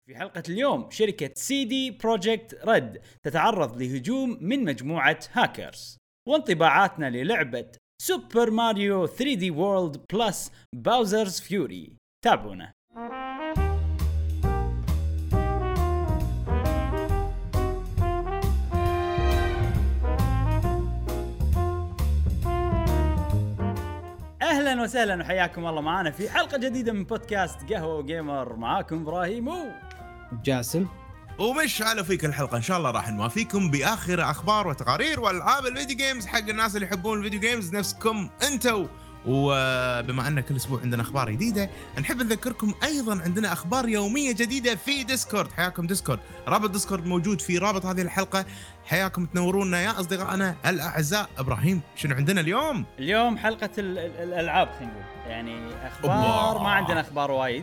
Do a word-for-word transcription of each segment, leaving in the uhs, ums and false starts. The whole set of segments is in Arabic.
في حلقة اليوم شركة سي دي بروجكت ريد تتعرض لهجوم من مجموعة هاكرز، وانطباعاتنا للعبة سوبر ماريو ثري دي وورلد بلس باوزرز فيوري. تابعونا. اهلا وسهلا وحياكم الله معنا في حلقة جديدة من بودكاست قهوة وجيمر. معاكم ابراهيم جاسم ومشعل فيك الحلقة. إن شاء الله راح نوافيكم بآخر أخبار وتقارير والألعاب الفيديو جيمز حق الناس اللي يحبون الفيديو جيمز نفسكم أنتوا. وبما أن كل أسبوع عندنا أخبار جديدة، نحب نذكركم أيضا عندنا أخبار يومية جديدة في ديسكورد. حياكم ديسكورد، رابط ديسكورد موجود في رابط هذه الحلقة. حياكم تنورونا يا أصدقائنا الأعزاء. إبراهيم، شنو عندنا اليوم؟ اليوم حلقة ال- ال- الألعاب، خلينا نقول يعني أخبار. الله. ما عندنا أخبار وايد.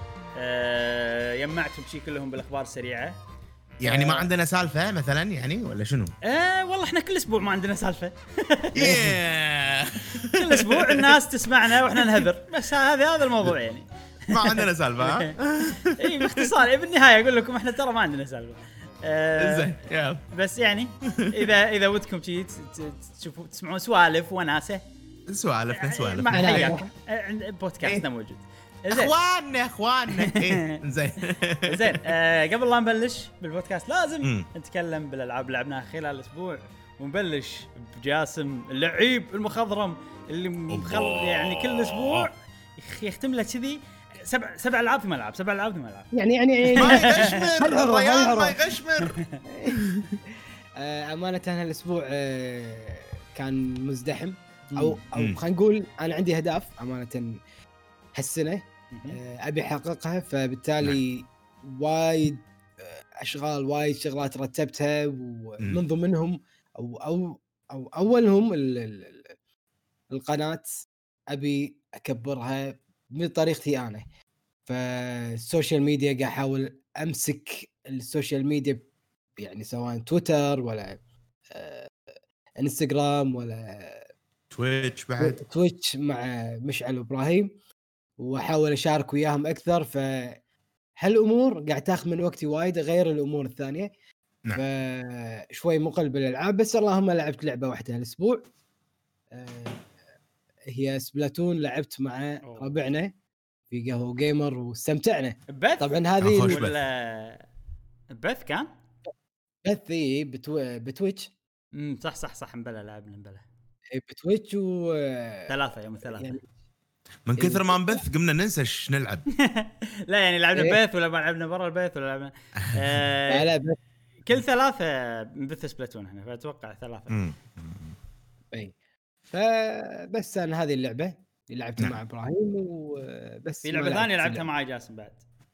أه يمعتهم شي كلهم بالأخبار السريعة. يعني ما آه. عندنا سالفة مثلا يعني ولا شنو؟ أه والله إحنا كل أسبوع ما عندنا سالفة. yeah. كل أسبوع الناس تسمعنا وإحنا نهذر، بس هذا هذا الموضوع يعني. ما عندنا سالفة. إيه باختصار بالنهاية أقول لكم إحنا ترى ما عندنا سالفة. أه زين يلا. بس يعني إذا إذا ودكم شي ت- ت- تشوفوا تسمعون سوالف وناسة سوالفنا سوالف مع أنا حياكم. آه، بودكاستنا إيه. موجود. زين اخواننا اخواننا إيه. زين زين آه قبل لا نبلش بالبودكاست لازم مم. نتكلم بالالعاب اللي لعبناها خلال الاسبوع، ونبلش بجاسم اللعيب المخضرم اللي مخل يعني كل اسبوع يخ- يختم له كذي سبع سبع العاب في ملعب سبع العاب في ملعب. يعني يعني ما يغشمر هالهرة، الريال، هالهرة. ما يغشمر. آه، أمانة هالأسبوع آه، كان مزدحم أو أو مم. خلينا نقول أنا عندي أهداف أمانة هالسنة مهم. آه، أبي أحققها، فبالتالي وايد آه، أشغال وايد شغلات رتبتها، ومن ضمنهم أو أو أو أولهم ال- ال- ال- القناة أبي أكبرها بطريقتي أنا. فالسوشيال ميديا قاعد أحاول أمسك السوشيال ميديا، يعني سواء تويتر ولا آه، انستغرام ولا تويتش بعد. تويتش مع مشعل وإبراهيم، وأحاول أشارك وياهم أكثر. فهالأمور قاعد تاخذ من وقتي وايد غير الأمور الثانية. نعم. فشوي مقلب الألعاب، بس اللهم لعبت لعبة واحدة هالأسبوع آه، هي سبلاتون. لعبت مع أوه. ربعنا في قهوة جيمر واستمتعنا. بث طبعا كان هذه خوش. ولا بث كان بثي بتو... بتويتش امم صح صح صح مبلا لعبنا مبلا بتويتش و ثلاثة يوم ثلاثة يعني من كثر ما نبث قمنا ننسى ايش نلعب. لا يعني لعبنا إيه. بث ولا ما لعبنا برا البيت ولا لعبنا لا آه لا بث. كل ثلاثة نبث سبلاتون هنا، فأتوقع ثلاثة. مم. اي فبس انا هذه اللعبه اللي لعبتها نعم. مع ابراهيم، وبس في ما لعبة لعبت ثانية لعبتها لعبة. معي جاسم بعد.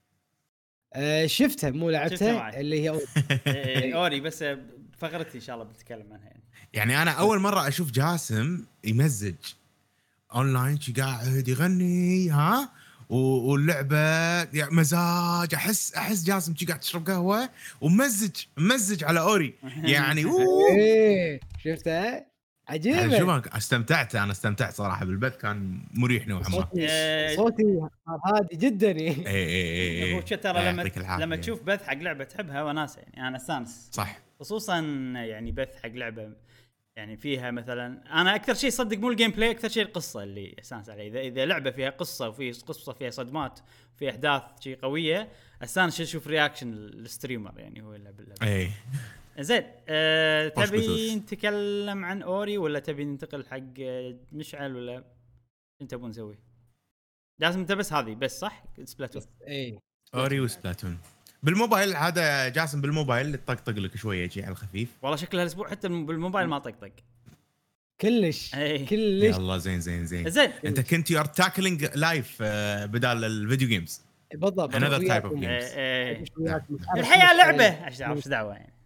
آه شفتها مو شفتها لعبتها معي. اللي هي إيه، اوري بس فقرتي ان شاء الله بنتكلم عنها يعني. يعني انا اول مره اشوف جاسم يمزج اونلاين شي قاعد يغني ها و- واللعبه يعني مزاج. احس احس جاسم شي قاعد تشرب قهوه ومزج مزج على اوري يعني. اوه ايه شفتها يعني عجيبه. شو ما- استمتعت انا استمتعت صراحه بالبث، كان مريح نوعا ما. صوتي إيه. صوتي هادي جدا يعني. اي اي اي هو شو ترى لما يعطيك العافية. لما تشوف بث حق لعبة تحبها وناسة يعني، انا استانس صح خصوصا يعني بث حق لعبة يعني فيها مثلا. انا اكثر شيء صدق مو الجيم بلاي، اكثر شيء القصة اللي استانس عليه. اذا اذا لعبة فيها قصة وفي قصة فيها صدمات وفي احداث شيء قوية، استانس اشوف رياكشن الستريمر يعني هو اللي باللعبة. اي زين أه خوش تبي بثوث. نتكلم عن اوري ولا تبي ننتقل حق آه، مشعل ولا انت تبون نسوي؟ لازم انت بس هذه بس صح سبلاتون. ايه اوري وسبلاتون بالموبايل. هذا جاسم بالموبايل تطقطق لك شويه شيء على الخفيف. والله شكل هالاسبوع حتى الم- بالموبايل ما طقطق. كلش إيه. كلش يلا زين زين زين. زين انت كنت يور تاكلينج لايف بدال الفيديو جيمز. بالضبط. Another type of وياكم. game. إيه، إيه. أعيش وياكم. الحياه لعبه ايش دعوه ايش دعوه يعني.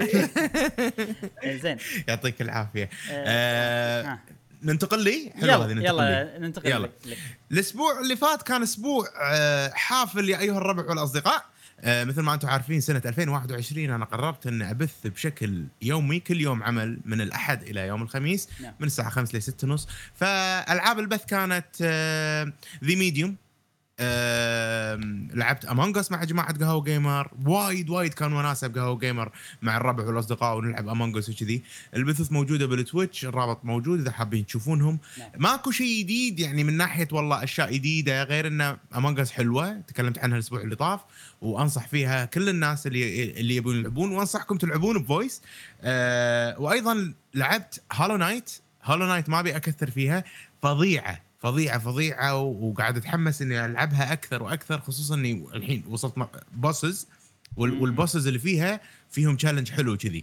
إيه، زين يعطيك العافيه. آه، آه ها. ننتقل لي حلو هذه يلا ننتقل لي. يلا ننتقل يلا. لك- لك. الاسبوع اللي فات كان اسبوع آه، حافل يا ايها الربع والاصدقاء. آه، مثل ما انتم عارفين سنه ألفين وواحد وعشرين انا قررت ان ابث بشكل يومي كل يوم عمل من الاحد الى يوم الخميس نعم. من الساعه خمسة ل ستة ونص. فالعاب البث كانت ذا ميديوم لعبت امونج اس مع جماعه قهوه جيمر، وايد وايد كان وناسه بقهوه جيمر مع الربع والاصدقاء ونلعب امونج اس وكذي. البثوث موجوده بالتويتش، الرابط موجود اذا حابين تشوفونهم. نعم. ماكو شيء جديد يعني من ناحيه والله اشياء جديده، غير ان امونج اس حلوه تكلمت عنها الاسبوع اللي طاف، وانصح فيها كل الناس اللي اللي يبون يلعبون، وانصحكم تلعبون بفويس. أه وايضا لعبت هالو نايت. هالو نايت ما ابي اكثر فيها، فظيعه فظيعه فظيعه، وقاعد اتحمس اني العبها اكثر واكثر، خصوصا اني الحين وصلت بوسز، والبوسز اللي فيها فيهم تشالنج حلو كذي.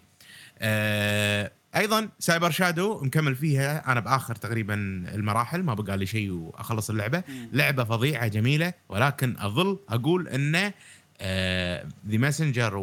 آه ايضا سايبر شادو مكمل فيها انا باخر تقريبا المراحل، ما بقى لي شيء واخلص اللعبه. لعبه فظيعه جميله، ولكن اظل اقول انه ذا ماسنجر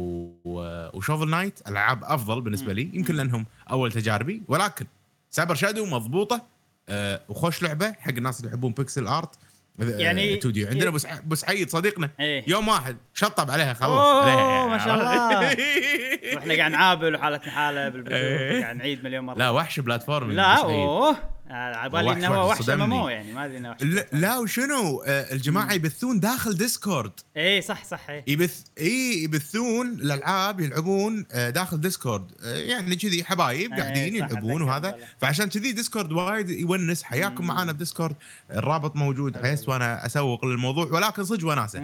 وشوفل نايت العاب افضل بالنسبه لي، يمكن لانهم اول تجاربي، ولكن سايبر شادو مضبوطه أه وخوش لعبه حق الناس اللي يحبون بيكسل ارت يعني تو دي. عندنا ابو سعيد صديقنا ايه؟ يوم واحد شطب عليها خلص عليها ما شاء الله. واحنا قاعد نعابل وحالتنا حاله بالبثوث، قاعد نعيد مليون مره. لا وحش بلاتفورم، لا اوه عبالي انه هو وحش مو يعني ما ادري انه وحش. لا, لا وشنو الجماعه يبثون داخل ديسكورد. اي صح صح اي يبث اي يبثون الالعاب يلعبون داخل ديسكورد، يعني كذي حبايب قاعدين يلعبون وهذا، فعشان كذي ديسكورد وايد يونس. حياكم معانا بديسكورد، الرابط موجود حيث وانا اسوق للموضوع، ولكن صدق وناسه.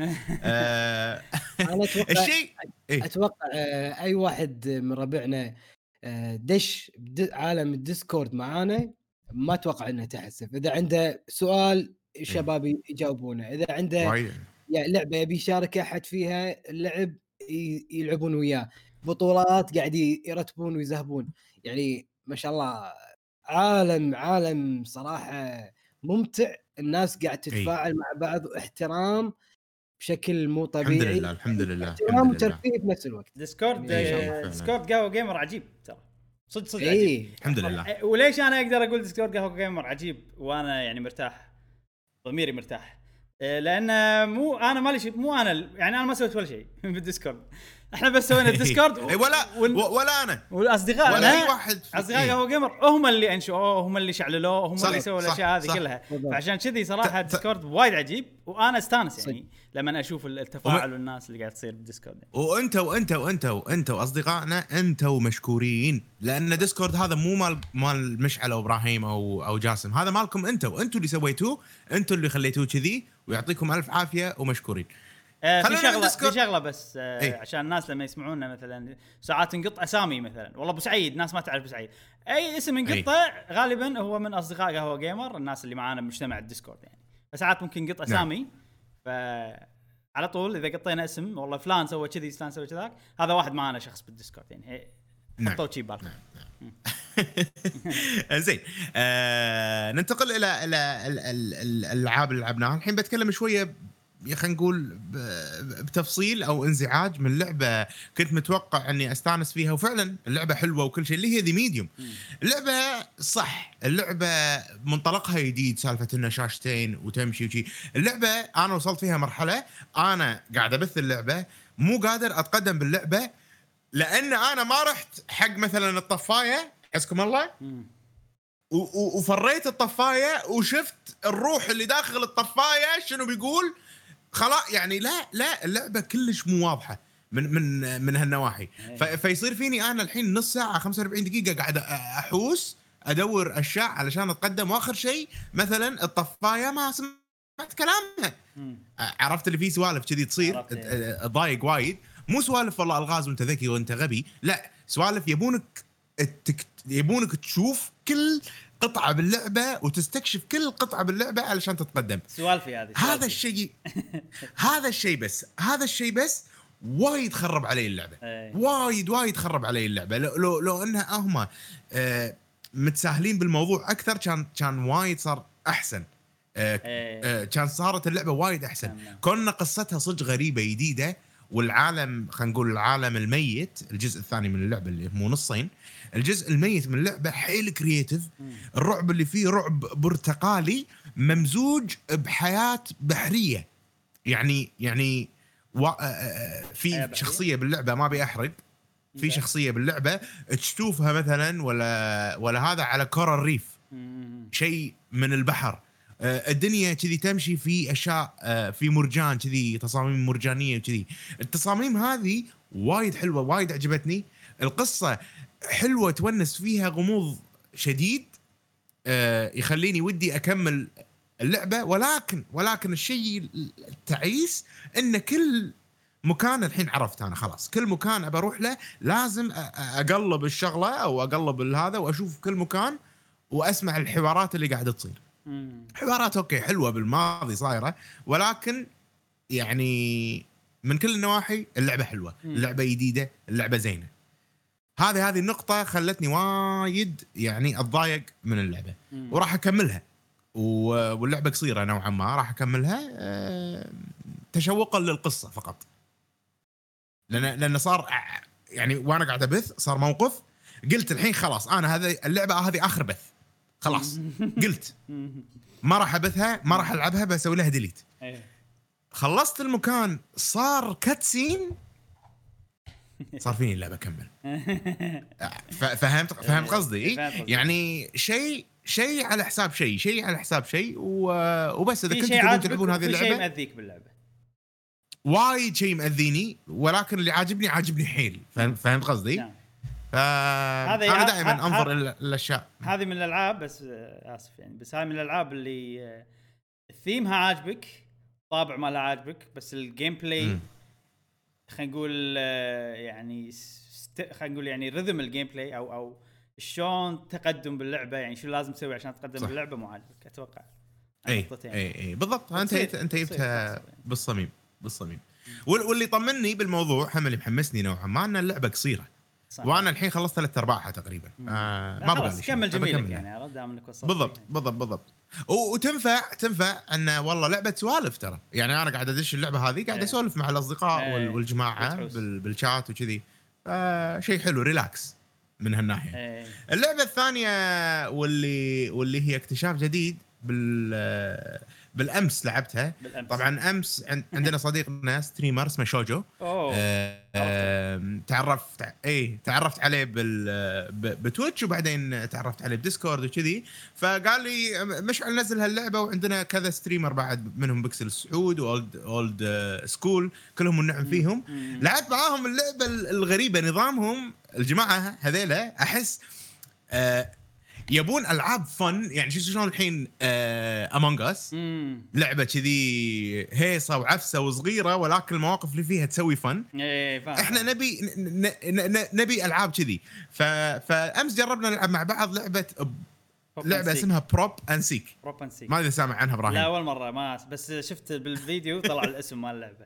انا اتوقع الشيء اتوقع اي واحد من ربعنا دش عالم الديسكورد معانا ما اتوقع انه تحسف. اذا عنده سؤال الشباب يجاوبونه، اذا عنده يعني لعبه يبي يشارك احد فيها اللعب يلعبون وياه، بطولات قاعد يرتبون ويذهبون. يعني ما شاء الله عالم عالم صراحه ممتع، الناس قاعد تتفاعل مع بعض واحترام بشكل مو طبيعي. الحمد لله الحمد لله احترام وترفيه بنفس الوقت. ديسكورد ديسكورد قهوه جيمر عجيب ترى، صدق صدق عجيب. إيه. الحمد لله. وليش انا اقدر اقول ديسكورد قهوه جيمر عجيب وانا يعني مرتاح، ضميري مرتاح، لان مو انا مالي شيء، مو انا يعني انا ما سويت ولا شيء بالديسكورد، احنا بس سوينا الديسكورد و... ولا ون... ولا انا والاصدقاء ولا اي واحد اصدقاء قهوه جيمر هم اللي انشؤوه، هم اللي شعللوه، هم اللي سووا الاشياء هذه كلها. فعشان كذي صراحه ديسكورد وايد عجيب، وانا استانس يعني لما اشوف التفاعل والناس اللي قاعد تصير بالديسكورد. وانت وانت وانت وانت واصدقائنا انتوا مشكورين، لان ديسكورد هذا مو مال مال مشعل او ابراهيم او او جاسم، هذا مالكم انتوا، انتوا اللي سويتوه، انتوا اللي خليتوه كذي، ويعطيكم الف عافيه ومشكورين. آه في شغله في شغله بس آه ايه؟ عشان الناس لما يسمعونا مثلا ساعات نقط اسامي، مثلا والله ابو سعيد ناس ما تعرف ابو سعيد، اي اسم نقطه ايه؟ غالبا هو من اصدقاء قهوه جيمر، الناس اللي معانا بمجتمع الديسكورد يعني، فساعات ممكن نقط اسامي. نعم. ف على طول اذا قطينا اسم والله فلان سوى كذي فلان سوى كذاك، هذا واحد معانا شخص بالديسكورد يعني، حطوا شي بالك. زين آه ننتقل الى الى الالعاب اللي لعبناها الحين. بتكلم شويه خلينا نقول بتفصيل او انزعاج من لعبه كنت متوقع اني استانس فيها، وفعلا اللعبه حلوه وكل شيء، اللي هي ذا ميديوم. اللعبه صح، اللعبه منطلقها جديد، سالفه انها شاشتين وتمشي وشي. اللعبه انا وصلت فيها مرحله انا قاعد ابث اللعبه مو قادر اتقدم باللعبه، لان انا ما رحت حق مثلا الطفايه حسكم الله وفريت الطفايه وشفت الروح اللي داخل الطفايه شنو بيقول، خلاص يعني لا لا اللعبه كلش مو واضحه من من من هالنواحي. فيصير فيني انا الحين نص ساعه خمسة وأربعين دقيقه قاعد احوس ادور اشياء علشان اتقدم، واخر شيء مثلا الطفايه ما سمعت كلامها. عرفت اللي فيه سوالف كذي تصير ضايق وايد، مو سوالف والله الغاز وانت ذكي وانت غبي، لا سوالف يبونك التك... يبونك تشوف كل قطعه باللعبه وتستكشف كل قطعه باللعبه علشان تتقدم. سوالفي هذه هذا الشيء هذا الشيء بس هذا الشيء بس وايد خرب علي اللعبه. أي. وايد وايد خرب علي اللعبه. لو لو, لو انها هم آه متساهلين بالموضوع اكثر كان كان وايد صار احسن. آه آه كان صارت اللعبه وايد احسن. كنا قصتها صدق غريبه جديده، والعالم خلينا نقول العالم الميت الجزء الثاني من اللعبه اللي مو نصين، الجزء الميت من اللعبه حيل كرييتيف. الرعب اللي فيه رعب برتقالي ممزوج بحياه بحريه، يعني يعني و... في شخصيه باللعبه ما ابي احرق، في شخصيه باللعبه تشوفها مثلا ولا ولا هذا على كورال ريف، شيء من البحر، آه، الدنيا كذي تمشي في اشياء آه، في مرجان كذي، تصاميم مرجانيه كذي. التصاميم هذه وايد حلوه، وايد عجبتني. القصه حلوه تونس فيها، غموض شديد آه، يخليني ودي اكمل اللعبه. ولكن ولكن الشيء التعيس ان كل مكان الحين عرفت انا خلاص، كل مكان ابى اروح له لازم اقلب الشغله او اقلب هذا واشوف كل مكان واسمع الحوارات اللي قاعده تصير. حوارات اوكي حلوه بالماضي صايره، ولكن يعني من كل النواحي اللعبه حلوه، اللعبه جديده، اللعبه زينه. هذه هذه النقطه خلتني وايد يعني اتضايق من اللعبه، وراح اكملها. واللعبه قصيره نوعا ما، راح اكملها أه تشوقا للقصه فقط، لان لان صار يعني وانا قاعد ابث صار موقف قلت الحين خلاص انا هذه اللعبه هذه اخر بث خلاص. قلت ما راح ابثها، ما راح العبها، بسوي لها ديليت. خلصت المكان صار كاتسين، صار فيني اللعبه اكمل. فهمت فهمت قصدي؟ يعني شيء شيء على حساب شيء، شيء على حساب شيء، وبس. اذا كنتوا تبون تلعبون هذه اللعبه، شيء مأذيك باللعبه، وايد شيء مأذيني، ولكن اللي عاجبني عاجبني حيل. فهمت قصدي؟ نعم. فأنا دائما انظر الاشياء هذه من الالعاب، بس اسف يعني، بس هاي من الالعاب اللي الثيمها عاجبك، طابع مالها عاجبك، بس الجيم بلاي خلينا نقول يعني ست... خلينا نقول يعني رذم الجيم بلاي او او شلون تقدم باللعبه، يعني شو لازم تسوي عشان تقدم صح. باللعبه مو عاجبك اتوقع. اي اي اي بالضبط. انت انت جبتها بالصميم بالصميم. واللي طمني بالموضوع هم اللي محمسني نوعا ما ان اللعبه قصيره صح. وانا الحين خلصت ثلاث ارباعها تقريبا. آه ما بقى لي كمل جميلك يعني عرفت دام انك وصلت بالضبط بالضبط بالضبط. وتنفع تنفع ان والله لعبه سوالف ترى، يعني انا قاعد ادش اللعبه هذه قاعد اسولف مع الاصدقاء ايه. والجماعه بال... بالشات وكذي، آه شيء حلو ريلاكس من هالناحيه. ايه. اللعبه الثانيه واللي واللي هي اكتشاف جديد بال بالامس لعبتها بالأمس. طبعا امس عندنا صديقنا ستريمر اسمه شوجو، آه آه تعرفت اي تعرفت عليه بال بتويتش، وبعدين تعرفت عليه بديسكورد وكذي. فقال لي مشعل نزل هاللعبه، وعندنا كذا ستريمر بعد منهم بيكسل السعود واولد اولد سكول كلهم النعم فيهم. لعبت معاهم اللعبه الغريبه، نظامهم الجماعه هذيلا احس آه يبون العاب فن، يعني شو شلون الحين امونج اس لعبه كذي هيصه وعفسه وصغيره، ولكن المواقف اللي فيها تسوي فن. احنا نبي نبي العاب كذي. فامس جربنا نلعب مع بعض لعبه لعبه اسمها بروب اند سيك. ما ادري سامع عنها ابراهيم؟ لا اول مره، ما بس شفت بالفيديو طلع الاسم مال اللعبه.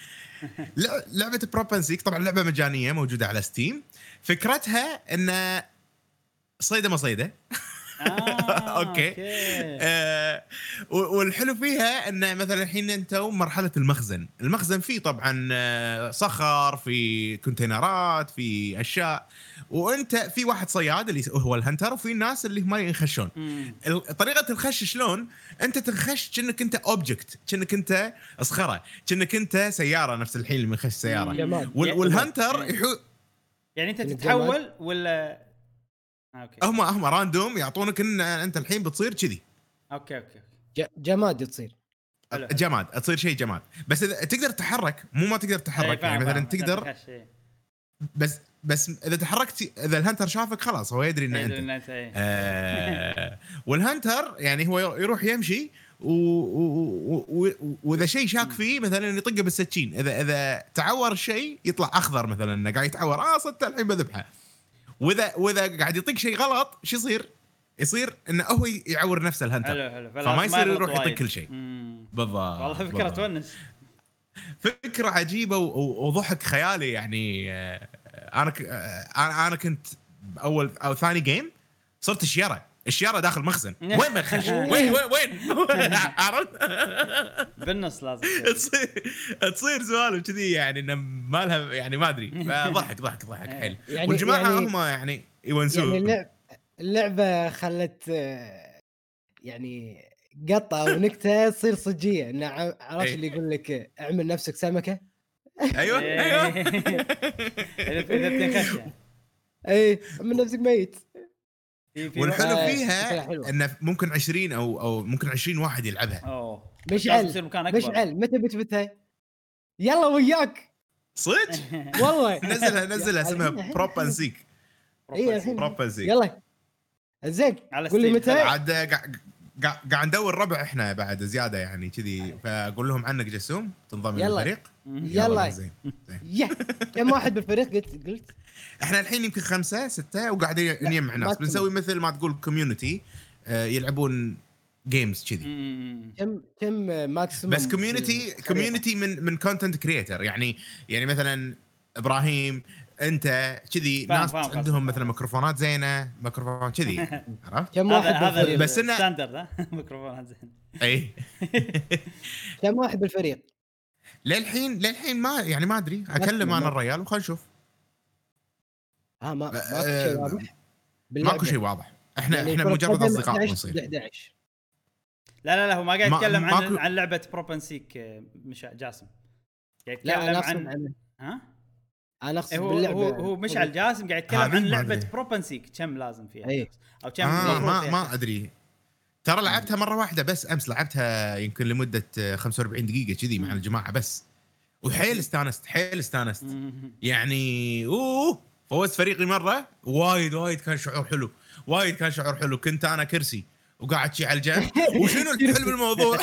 لعبه بروب اند سيك طبعا لعبه مجانيه موجوده على ستيم. فكرتها ان صيده ما صيده. آه، اوكي, أوكي. آه والحلو فيها ان مثلا الحين انتم مرحله المخزن. المخزن فيه طبعا صخر، في كونتينرات، في اشياء، وانت في واحد صياد اللي هو الهنتر، وفي الناس اللي ما ينخشون. طريقه الخش شلون؟ انت تنخش كأنك انت اوبجكت، كأنك انت صخره، كأنك انت سياره، نفس الحين اللي منخش سياره. والهنتر يحو... يعني انت تتحول ولا اوكي هم هم راندوم يعطونك ان انت الحين بتصير كذي. اوكي اوكي جماد تصير، جماد تصير شيء جماد، بس اذا تقدر تتحرك مو ما تقدر تتحرك. يعني مثلا تقدر بس بس اذا تحركت، اذا الهنتر شافك خلاص هو يدري ان انت آه والهنتر يعني هو يروح يمشي واذا شيء شاك فيه مثلا يطقه بالسكين. اذا اذا تعور الشيء يطلع اخضر، مثلا انه قاعد يتعور، اه صدق الحين بذبحه. واذا واذا قاعد يطق شيء غلط شو يصير؟ يصير انه هو يعور نفسه الهنتر. حلو حلو. فما يصير يروح يطق كل شيء. بالضبط. والله فكره تونس، فكره عجيبه وضحك خيالي. يعني انا انا كنت اول او ثاني جيم صرت الشياره الشياره داخل مخزن. وين ما خش وين وين وين عرفت بالنص لازم تصير تصير سوالف كذي، يعني انه ما لها يعني ما ادري. فضحك ضحك ضحك حيل. يعني والجماعه يعني هم يعني يونسون. يعني اللعبه خلت يعني قطه ونكته تصير صجيه، انه عرفت اللي يقول لك اعمل نفسك سمكه. ايوه ايوه اذا بتنخش اي اعمل نفسك ميت. والحلو آه، فيها فكرة حلوة. انه ممكن عشرين او او ممكن عشرين واحد يلعبها. اوه مشعل يصير مكان اكبر. مشعل متى بتفتها؟ يلا وياك صدق والله. نزلها نزلها اسمها الحين- بروب اند سيك. اي الحين بروب اند سيك يلا زين على قول لي ستيم. متى. عاد قاعد قاعد قاعد ندور ربع احنا بعد زياده يعني كذي، فاقول لهم عنك جسوم تنضم يلا. للفريق. يلا زين زين. يا كم واحد بالفريق قلت قلت احنا الحين يمكن خمسة ستة وقاعدين نجمع ناس، ماكسيموم. بنسوي مثل ما تقول كوميونتي يلعبون جيمز كذي. مم. كم كم ماكسيموم بس كوميونتي كوميونتي من من كونتنت كريتر، يعني يعني مثلا ابراهيم انت كذي فاهم- ناس فاهم قصدك. عندهم مثلا ميكروفونات زينه ميكروفون كذي عرفت. كم هذا واحد هذا بالفريق بس إنه- ستاندرد ها ميكروفون زين. اي كم واحد بالفريق؟ للحين للحين ما يعني ما ادري، اكلم انا الريال وخلينا نشوف. ها ما آه، ماكو شيء واضح باللعبة. ماكو شيء واضح، احنا يعني احنا كرة مجرد قدم اصدقاء احد عشر بنصير. احد عشر. لا لا لا هو ما قاعد ما- يتكلم عن ماكو- عن لعبه بروبنسيك مش جاسم قاعد لا انا يتكلم اقصد عن عن ها انا اقصد هو باللعبه. هو هو مشعل جاسم قاعد يتكلم هذه عن ما لعبه أدري. بروبنسيك كم لازم فيها أي. او كم آه مفروض ما فيها. ما ادري، ترى لعبتها مره واحده بس امس، لعبتها يمكن لمده خمسة وأربعين دقيقه كذي مع الجماعه بس، وحيل استانست حيل استانست مم. يعني. اوه فوزت فريقي مره، وايد وايد كان شعور حلو، وايد كان شعور حلو. كنت انا كرسي وقاعد شي على الجنب. وشنو الحلو بالموضوع؟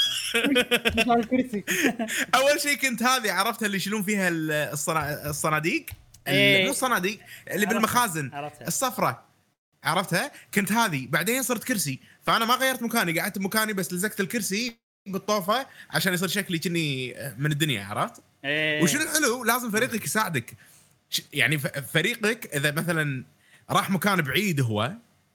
مش على الكرسي. اول شيء كنت هذه عرفتها اللي يشيلون فيها الصنا- الصناديق، إيه. مو الصناديق اللي عرفتها. بالمخازن عرفتها. الصفرة، عرفتها. كنت هذه بعدين صرت كرسي، فانا ما غيرت مكاني، قعدت بمكاني بس لزقت الكرسي بالطوفه عشان يصير شكلي كني من الدنيا، عرفت. إيه. وشنو الحلو؟ لازم فريقك يساعدك، ش- يعني ف- فريقك اذا مثلا راح مكان بعيد هو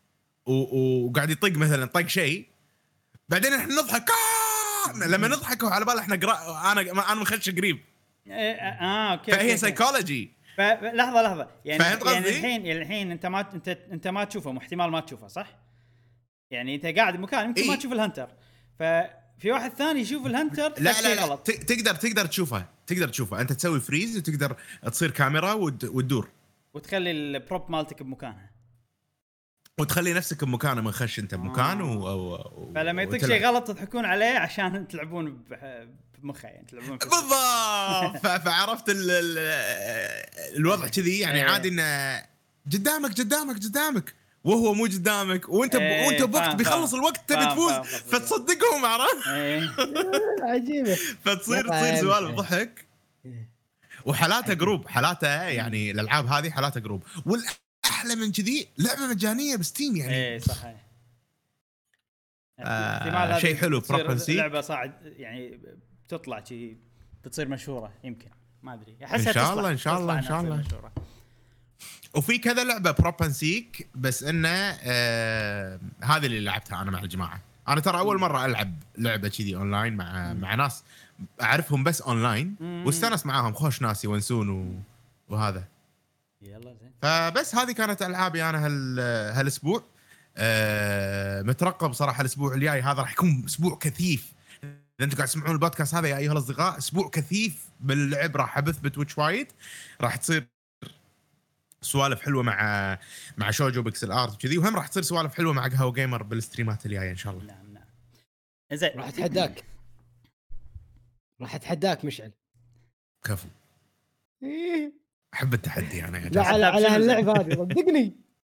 و- وقاعد يطق مثلا طق شيء، بعدين احنا نضحك آه! لما نضحك على بال احنا قرا... انا انا مخش قريب، إيه. اه اوكي فهي أوكي. سايكولوجي. ف- لحظه لحظه يعني فهمت يعني قصدي؟ الحين يعني الحين انت ما انت انت ما تشوفه، احتمال ما تشوفه صح؟ يعني انت قاعد بمكان يمكن إيه؟ ما تشوف الهنتر، ففي واحد ثاني يشوف الهنتر لا فشي لا, لا. غلط. ت- تقدر تقدر تشوفه تقدر تشوفه انت تسوي فريز وتقدر تصير كاميرا ود- وتدور وتخلي البروب مالتك بمكانها، وتخلي نفسك بمكانه من خش انت بمكان و... و... و... فلما يطق وتلعب. شيء غلط تضحكون عليه عشان تلعبون ب- بمخه، يعني تلعبون في- بالضبط. ف- فعرفت ال... ال... الوضع كذي يعني إيه. عادي انه قدامك قدامك قدامك وهو مو قدامك، وانت ب... إيه، وانت بوقت فاهم، بيخلص فاهم. الوقت تبي فاهم، تفوز فاهم قصدك. فتصدقهم، عرفت. إيه. عجيبه. فتصير يلا تصير يا سوالف مشعل. ضحك، وحالاته جروب، حالاته يعني الالعاب هذه حالاتها جروب. والاحلى من كذي لعبه مجانيه بستيم يعني. ايه صحيح. آه، احتمال هذه شيء حلو تصير Propensy. لعبه صاعد يعني بتطلع شي بتصير مشهوره يمكن، ما ادري إن احسها شاء تصلح- الله، إن شاء تصلح الله، إن إنها شاء تصير الله. مشهورة. وفي كذا لعبه بروبنسيك، بس انه آه هذه اللي لعبتها انا مع الجماعه. انا ترى اول مره العب لعبه كذي اونلاين مع مع ناس اعرفهم بس اونلاين، مم. واستانس معاهم، خوش ناس يونسون و... وهذا. يلا زين. فبس هذه كانت العابي انا هال هالاسبوع. آه مترقب صراحه الاسبوع الجاي هذا راح يكون اسبوع كثيف. اذا انتم قاعد تسمعون البودكاست هذا يا ايها الاصدقاء، اسبوع كثيف باللعب، راح ابث بتويتش وايد، راح تصير سوالف حلوه مع مع شوجو بيكسل ارت وكذي، وهم راح تصير سوالف حلوه مع قهوه جيمر بالستريمات الجايه ان شاء الله. نعم نعم. زين راح اتحداك راح اتحداك مشعل. كفو، إيه. احب التحدي انا يا لا جماعه. على على هاللعبه هذه صدقني.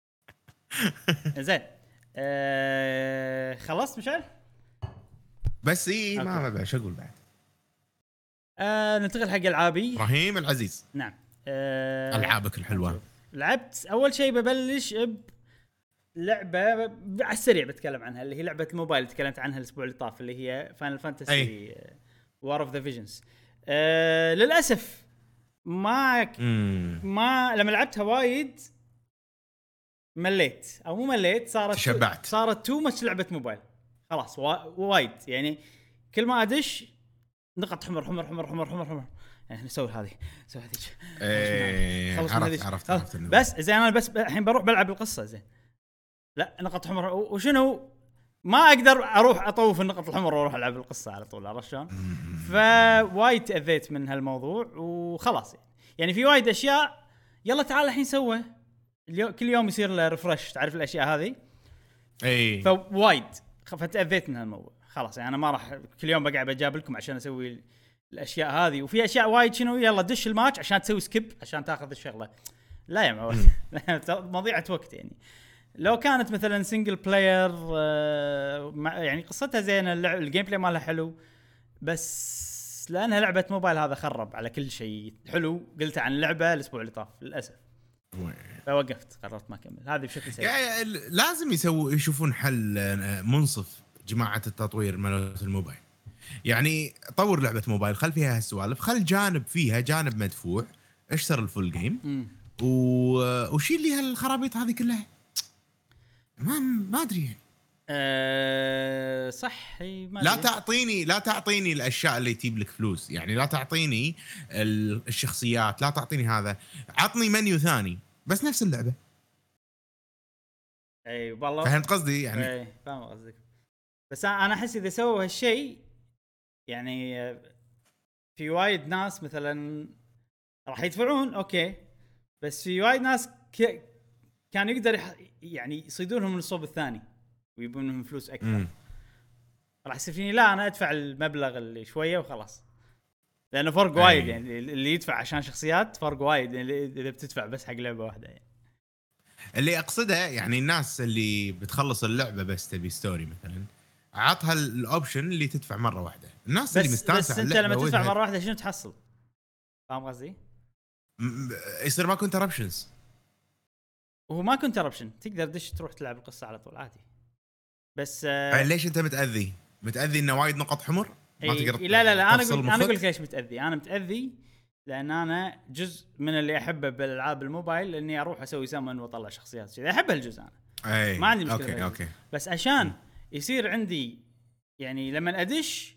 زين أه... خلصت مشعل؟ بس اي ما أوكي. ما بعد شو اقول بعد. أه... ننتقل حق العابي. ابراهيم العزيز، نعم. أه... العابك الحلوه. لعبت اول شيء ببلش بلعبه على السريع بتكلم عنها، اللي هي لعبه الموبايل تكلمت عنها الاسبوع اللي طاف، اللي هي فاينل فانتسي وار اوف ذا فيجنز. للاسف ما امم ما لما لعبتها وايد مليت، او مو مليت، صارت تشبعت. صارت تو ماتش لعبه موبايل خلاص. وا- وايد يعني كل ما ادش نقط حمر حمر حمر حمر حمر حمر يعني نسوي هذه نسوي هذيك ايه خلص من عرفت هذيك. عرفت خلاص. عرفت النظام. بس زين انا بس الحين بروح بلعب القصه. زين لا نقط حمر و- وشنو ما اقدر اروح اطوف النقط الحمر واروح العب القصه على طول، عرفت شلون؟ فوايد تاذيت من هالموضوع وخلاص يعني. يعني في وايد اشياء يلا تعال الحين سوى اليوم كل يوم يصير له ريفرش، تعرف الاشياء هذه. اي فوايد فتاذيت من هالموضوع. خلاص يعني انا ما راح كل يوم بقعد بجاب لكم عشان اسوي الاشياء هذه. وفي اشياء وايد شنو يلا دش الماتش عشان تسوي سكيب عشان تاخذ الشغله. لا يا معود مضيعه وقت. يعني لو كانت مثلا سنجل بلاير يعني قصتها زينه، الجيم بلاي مالها حلو، بس لانها لعبه موبايل هذا خرب على كل شيء حلو قلت عن اللعبه الاسبوع اللي طاف للاسف. فوقفت قررت ما اكمل هذه بشكل سريع. يعني لازم يسووا يشوفون حل منصف جماعه التطوير مالت الموبايل. يعني طور لعبه موبايل، خل فيها هالسوالف، خل جانب فيها جانب مدفوع، اشتر الفول جيم و... وشيل لي هالخرابيط هذه كلها. ما ما ادري يعني. أه صح ما لا تعطيني لا تعطيني الاشياء اللي تجيب لك فلوس. يعني لا تعطيني الشخصيات، لا تعطيني هذا، عطني منيو ثاني بس نفس اللعبه. اي والله فهمت قصدي يعني. اي فاهم قصدك. بس انا احس اذا سووا هالشيء يعني في وايد ناس مثلا راح يدفعون اوكي، بس في وايد ناس ك... كان يقدر يح... يعني يصيدونهم من الصوب الثاني ويبون منهم فلوس اكثر. م. راح يصير فيني لا انا ادفع المبلغ اللي شويه وخلاص، لانه فرق أي. وايد. يعني اللي يدفع عشان شخصيات فرق وايد اذا بتدفع بس حق لعبه واحده. يعني اللي اقصده يعني الناس اللي بتخلص اللعبه بس تبي ستوري مثلا، عطها الاوبشن اللي تدفع مره واحده. الناس اللي مستانسه بس انت لما تدفع مره واحده شنو تحصل؟ فاهم قصدي؟ يصير ماكو انتربشنز. وهو ماكو انتربشن، تقدر دش تروح تلعب القصه على طول عادي. بس آه ليش انت متاذي؟ متاذي انه وايد نقط حمر ما تقدر. لا لا لا انا اقول انا اقول لك ليش متاذي. انا متاذي لان انا جزء من اللي احبه بالالعاب الموبايل اني اروح اسوي سمن واطلع شخصيات كذا. احب هالجزء انا. أي. ما عندي مشكله. اوكي اوكي. بس عشان م. يصير عندي يعني لما ادش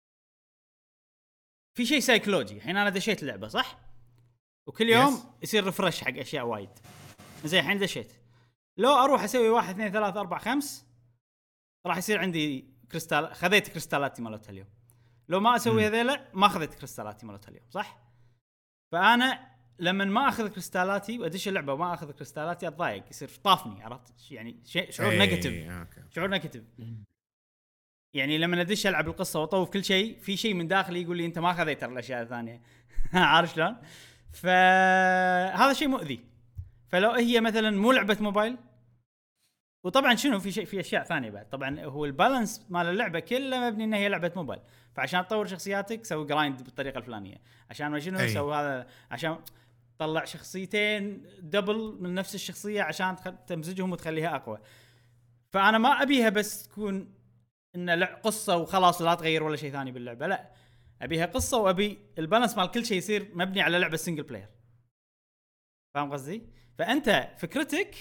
في شيء سايكولوجي. الحين انا دشيت اللعبه صح، وكل يوم yes. يصير ريفرش حق اشياء وايد. زي الحين دشيت، لو اروح اسوي واحد اثنين ثلاثة أربعة خمس راح يصير عندي كريستال. خذيت كريستالاتي مالتها اليوم. لو ما اسوي هذيلا ما خذيت كريستالاتي مالتها اليوم صح. فانا لما ما اخذ كريستالاتي وادش اللعبه وما اخذ كريستالاتي اتضايق، يصير طافني. عرفت يعني شيء شعور نيجاتيف. شعور نيجاتيف. يعني لما ادش العب القصه واطوف كل شيء في شيء من داخلي يقول لي انت ما خذيت الاشياء الثانيه. عارف شلون؟ فهذا شيء مؤذي. فلو هي مثلا مو لعبه موبايل، وطبعا شنو في شيء في اشياء ثانيه بعد. طبعا هو البالانس مال اللعبه كله مبني انها هي لعبه موبايل. فعشان تطور شخصياتك سوي جرايند بالطريقه الفلانيه، عشان ما شنو سوي هذا، عشان طلع شخصيتين دبل من نفس الشخصيه عشان تمزجهم وتخليها اقوى. فانا ما ابيها بس تكون ان قصه وخلاص لا تغير ولا شيء ثاني باللعبه. لا، ابيها قصه وابي البالانس مال كل شيء يصير مبني على لعبه سنجل بلاير. فاهم قصدي؟ فانت فكرتك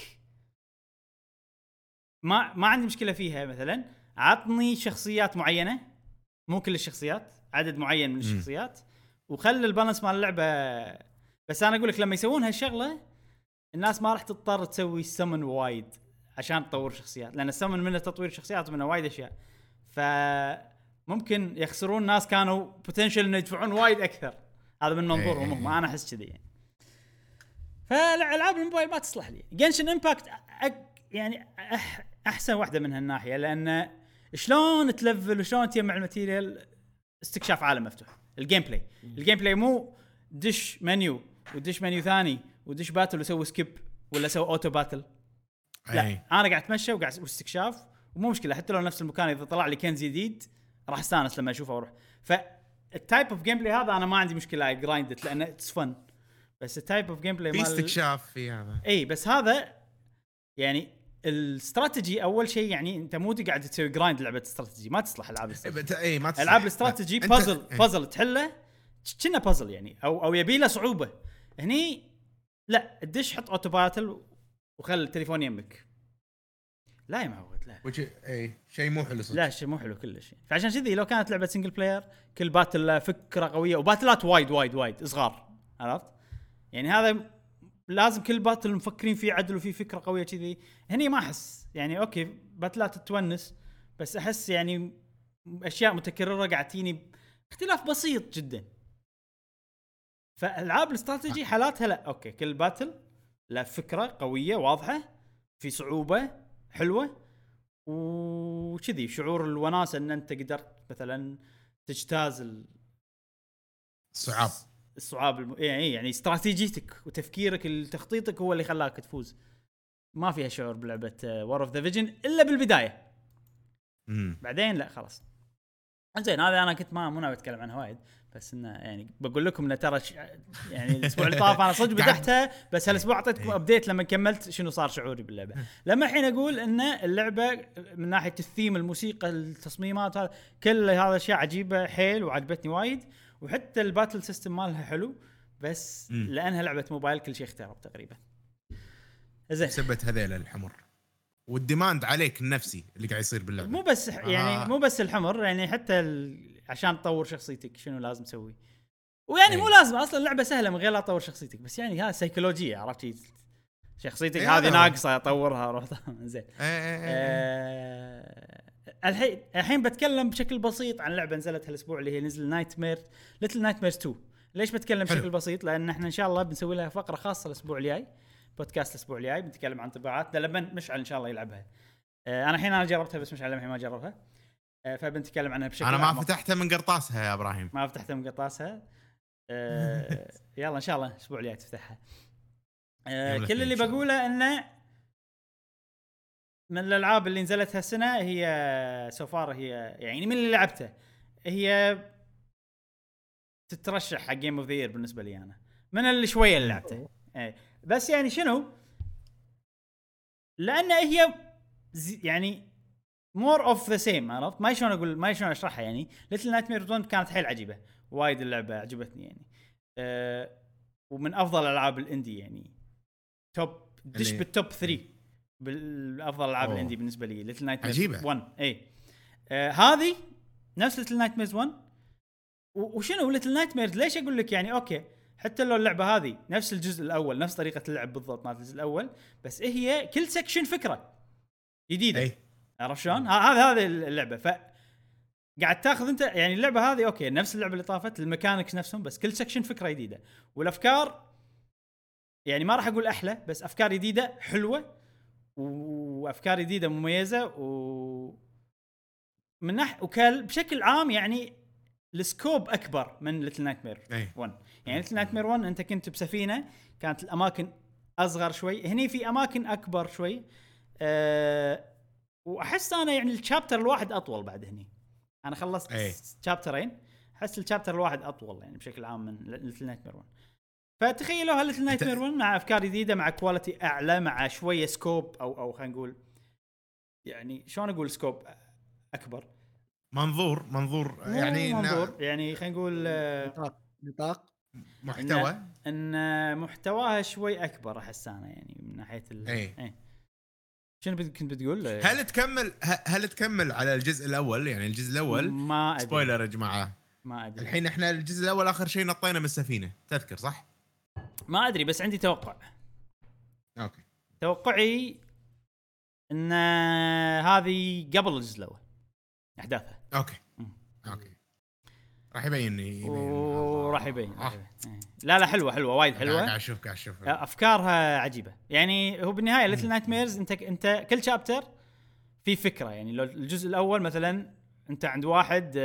ما ما عندي مشكله فيها. مثلا عطني شخصيات معينه، مو كل الشخصيات، عدد معين من الشخصيات، وخلي البالانس مال اللعبه. بس انا اقول لك لما يسوون هالشغله الناس ما راح تضطر تسوي سمن وايد عشان تطور شخصيات، لان السمن منه تطوير شخصيات ومنه وايد اشياء. فممكن يخسرون ناس كانوا بوتنشل انه يدفعون وايد اكثر. هذا من منظورهم هم، انا احس كذي يعني. فالالعاب الموبايل ما تصلح لي. جنشن امباكت يعني أح احسن واحده من هالناحيه، لان شلون تلفل وشلون تجمع الماتيريال استكشاف عالم مفتوح. الجيم بلاي الجيم بلاي مو دش منيو ودش منيو ثاني ودش باتل وسوي سكيب ولا سوي اوتو باتل. لا، أي. انا قاعد اتمشى وقاعد واستكشاف ومو مشكله حتى لو نفس المكان اذا طلع لي كنز جديد راح استانس لما اشوفه واروح. فالتايب اوف جيم بلاي هذا انا ما عندي مشكله جرايندت لانه اتس فن. بس التايب اوف جيم بلاي في استكشاف في هذا. اي بس هذا يعني الاستراتيجي اول شيء. يعني انت مو قاعد تسوي جرايند لعبه استراتيجي، ما تصلح العاب الاستراتيجي. اي ما تصلح. العاب الاستراتيجي بازل بازل تحله كنا بازل يعني، او او يبي له صعوبه. هني لا، تدش حط اوتو باتل وخل التليفون يمك. لا يا معود، لا وجه اي شيء مو حلو صدق. لا شيء مو حلو كلش. فعشان كذي لو كانت لعبه سنجل بلاير كل باتل فكره قويه وباتلات وايد وايد وايد صغار، عرفت يعني؟ هذا لازم كل باتل مفكرين فيه عدل وفيه فكره قويه كذي. هني ما احس يعني اوكي باتلات تتونس، بس احس يعني اشياء متكرره قاعد تجيني اختلاف بسيط جدا. فالعاب الاستراتيجي حالاتها لا اوكي كل باتل لا فكره قويه واضحه، في صعوبه حلوه، وكذي شعور الوناسه ان انت قدرت مثلا تجتاز ال... صعاب الصعاب الم... يعني يعني استراتيجيتك وتفكيرك التخطيطك هو اللي خلاك تفوز. ما فيها شعور بلعبه وار اوف ذا فيجن الا بالبدايه. امم بعدين لا خلاص. زين هذا انا كنت ما مو ناوي اتكلم عنها وايد، بس انه يعني بقول لكم انه ترى ش... يعني الاسبوع اللي طاف انا صدق بدحتها، بس هالاسبوع اعطيتكم ابديت لما كملت شنو صار شعوري باللعبه. لما الحين اقول ان اللعبه من ناحيه الثيم، الموسيقى، التصميمات، هذا كل هذا اشياء عجيبه حيل وعجبتني وايد، وحتى الباتل سيستم مالها حلو، بس م. لانها لعبه موبايل كل شيء اخترب تقريبا. زين سبت هذيل الحمر والديماند عليك النفسي اللي قاعد يصير باللعبه. مو بس يعني آه. مو بس الحمر، يعني حتى ال... عشان تطور شخصيتك شنو لازم تسوي، ويعني أي. مو لازم اصلا اللعبه سهله من غير لا تطور شخصيتك، بس يعني ها سيكولوجيه، عرفت شخصيتك أي هذه هذا. ناقصه اطورها روح. زين إيه إيه إيه. آه... الحين الحين بتكلم بشكل بسيط عن لعبه نزلت هالاسبوع اللي هي نزل نايت مير ليتل نايت ميرز تو. ليش بتكلم حلو. بشكل بسيط؟ لان احنا ان شاء الله بنسوي لها فقره خاصه الاسبوع الجاي، بودكاست الاسبوع الجاي بنتكلم عن طباعاتنا لما مشعل ان شاء الله يلعبها. آه انا الحين انا جربتها بس مشعل الحين ما جربها، آه فبنتكلم عنها بشكل انا ما أعمق. فتحتها من قرطاسها يا ابراهيم. ما فتحتها من قطاسها. آه يلا ان شاء الله الاسبوع الجاي تفتحها. آه كل اللي بقوله انه من الالعاب اللي نزلت هالسنه هي سوفار، هي يعني من اللي لعبته هي تترشح حق جيم اوف ذا يير بالنسبه لي انا، من اللي شويه اللي لعبته. آه بس يعني شنو، لان هي يعني مور اوف ذا سيم، عرفت ما شلون اقول ما شلون اشرحها. يعني ليتل نايت مير ون كانت حيل عجيبه وايد، اللعبه عجبتني يعني أه ومن افضل العاب الاندي، يعني توب دش اللي... بالتوب ثلاثة بالافضل العاب أوه. الاندي بالنسبه لي ليتل نايت عجيبة. ون. اي أه هذه نفس ليتل نايت ميرز ون. وشنو ليتل نايت ميرز ليش اقول لك يعني اوكي حتى لو اللعبه هذه نفس الجزء الاول، نفس طريقه اللعب بالضبط مال الجزء الاول، بس هي كل سكشن فكره جديده. أي. عرفت شلون؟ هذا هذه اللعبه، ف قاعد تاخذ انت يعني اللعبه هذه اوكي نفس اللعبه اللي طافت، الميكانكس نفسهم، بس كل سكشن فكره جديده، والافكار يعني ما راح اقول احلى، بس افكار جديده حلوه وافكار جديده مميزه، و من ناحيه وكل بشكل عام يعني السكوب اكبر من ليتل نايت مير ون. يعني ليتل نايت مير ون انت كنت بسفينه، كانت الاماكن اصغر شوي، هني في اماكن اكبر شوي. أه واحس انا يعني الشابتر الواحد اطول بعد هني، انا خلصت شابترين، احس الشابتر الواحد اطول يعني بشكل عام من ليتل نايت مير ون. فتخيلوا هل نايت مير ون مع افكار جديده، مع كواليتي اعلى، مع شويه سكوب او او خلينا نقول يعني شلون اقول سكوب اكبر، منظور منظور يعني منظور يعني خلينا نقول نطاق نطاق محتوى ان, إن محتواها شوي اكبر احس انا يعني من ناحيه ال ايه. ايه. شنو كنت بتقول؟ هل تكمل هل تكمل على الجزء الاول؟ يعني الجزء الاول ما أدري. سبويلر يا جماعه ما ادري الحين احنا الجزء الاول اخر شيء نطينا من السفينه تذكر صح؟ ما ادري بس عندي توقع. اوكي توقعي ان هذه قبل الجزء الاول احداثها. اوكي اوكي راح يبين يبين وراح يبين راح يبين. لا لا حلوه حلوه وايد حلوه، قاعد اشوف قاعد اشوف افكارها عجيبه. يعني هو بالنهايه ليتل نايت ميرز انت انت كل شابتر في فكره. يعني لو الجزء الاول مثلا انت عند واحد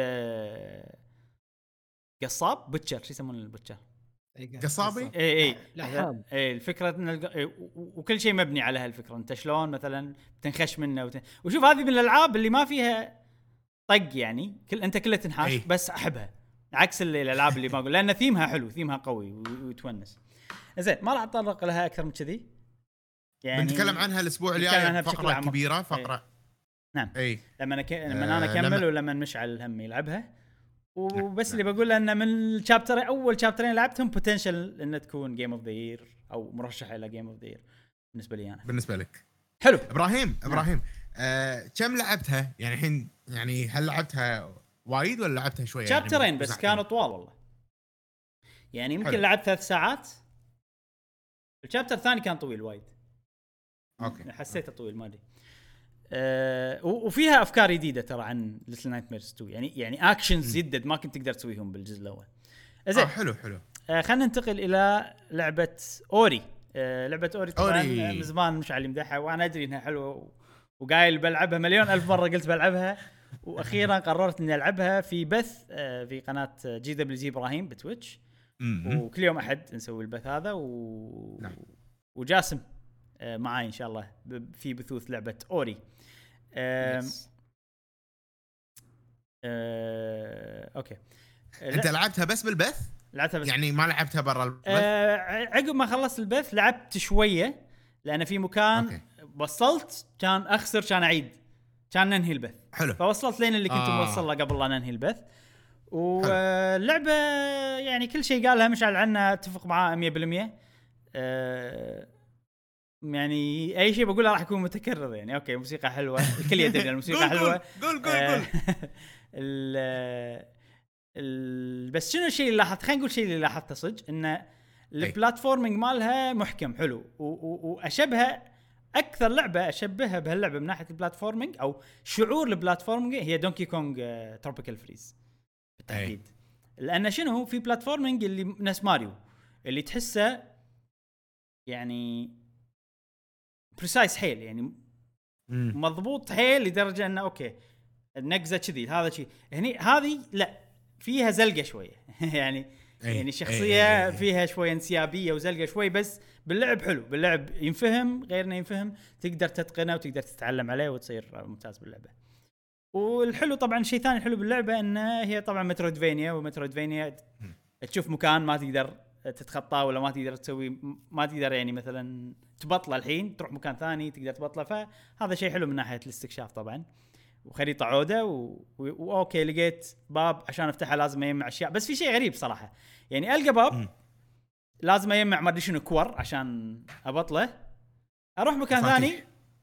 قصاب بتشر، شو يسمونه البتشر؟ قصابي. اي اي لحام. اي الفكره ان الج... وكل شيء مبني على هالفكره، انت شلون مثلا بتنخش منه وت... وشوف هذه من الالعاب اللي ما فيها طق، يعني كل انت كلها تنحاش أي. بس احبها، عكس الالعاب اللي ما اقول، لان ثيمها حلو، ثيمها قوي وتونس. زين ما راح اتطرق لها اكثر من كذي، يعني بنتكلم عنها الاسبوع الجاي فقره كبيره فقره أي. نعم اي لما أنا ك... لما انا آه اكمل لما... ولما مشعل هم يلعبها. وبس نعم. اللي بقوله انه من الشابتر اول شابترين لعبتهم بوتنشل انها تكون جيم اوف ذا يير او مرشحه الى جيم اوف ذا يير بالنسبه لي انا. بالنسبه لك حلو. ابراهيم ابراهيم آه، كم لعبتها يعني الحين؟ يعني هل لعبتها وايد ولا لعبتها شويه؟ شابترين يعني بس كانوا طوال والله، يعني يمكن حلو. لعبت ثلاث ساعات. الشابتر الثاني كان طويل وايد، اوكي حسيته طويل ما ادري. أه وفيها افكار جديده ترى عن ليتل نايت ميرز تو، يعني يعني اكشنز جدد ما كنت تقدر تسويهم بالجزء الاول. زين آه حلو حلو. أه خلينا ننتقل الى لعبه اوري آه لعبه اوري طبعا أوري. من زمان مش علي مدحها وانا ادري انها حلوه وقايل بلعبها مليون الف مره قلت بلعبها واخيرا قررت اني العبها في بث آه في قناه جي دبليو جي ابراهيم بتويتش وكل يوم احد نسوي البث هذا و... نعم. وجاسم آه معاي ان شاء الله في بثوث لعبه اوري. آه آه اوكي انت لعبتها بس بالبث؟ لعبتها بس يعني ما لعبتها برا البث؟ آه عقب ما خلصت البث لعبت شويه لان في مكان أوكي. وصلت كان اخسر كان اعيد كان ننهي البث حلو. فوصلت لين اللي كنت آه. موصل له قبل لا ننهي البث واللعبه يعني كل شيء قالها مشعل عنها اتفق معاه مية بالمية. آه يعني اي شيء بقوله راح يكون متكرر يعني اوكي موسيقى حلوه الكل يدري الموسيقى حلوه قول قول قول ال ال بس شنو الشيء اللي لاحظت خلينا نقول شيء اللي لاحظته صدق انه البلاتفورمينج مالها محكم حلو واشبهها اكثر لعبه اشبهها بهاللعبه من ناحيه البلاتفورمينج او شعور البلاتفورمينج هي دونكي كونغ تروبيكال فريز بالتحديد. لان شنو في بلاتفورمينج اللي ناس ماريو اللي تحسه يعني بريسايز حيل يعني مضبوط حيل لدرجه انه اوكي النقزه كذي هذا شيء هني هذه لا فيها زلقه شويه يعني أي. يعني شخصيه أي. فيها شويه انسيابيه وزلقه شوي بس باللعب حلو باللعب ينفهم غيرنا ينفهم تقدر تتقنه وتقدر تتعلم عليه وتصير ممتاز باللعبه. والحلو طبعا شيء ثاني حلو باللعبه انها هي طبعا مترويدفينيا ومترويدفينيا تشوف مكان ما تقدر تتخطاه ولا ما تقدر تسوي ما تقدر يعني مثلا تبطله الحين تروح مكان ثاني تقدر تبطله فهذا شيء حلو من ناحيه الاستكشاف طبعا وخريطه عوده و... واوكي لقيت باب عشان افتحه لازم يجمع اشياء بس في شيء غريب صراحه يعني القى باب م. لازم يجمع ما ادري شنو كور عشان ابطله اروح مكان ثاني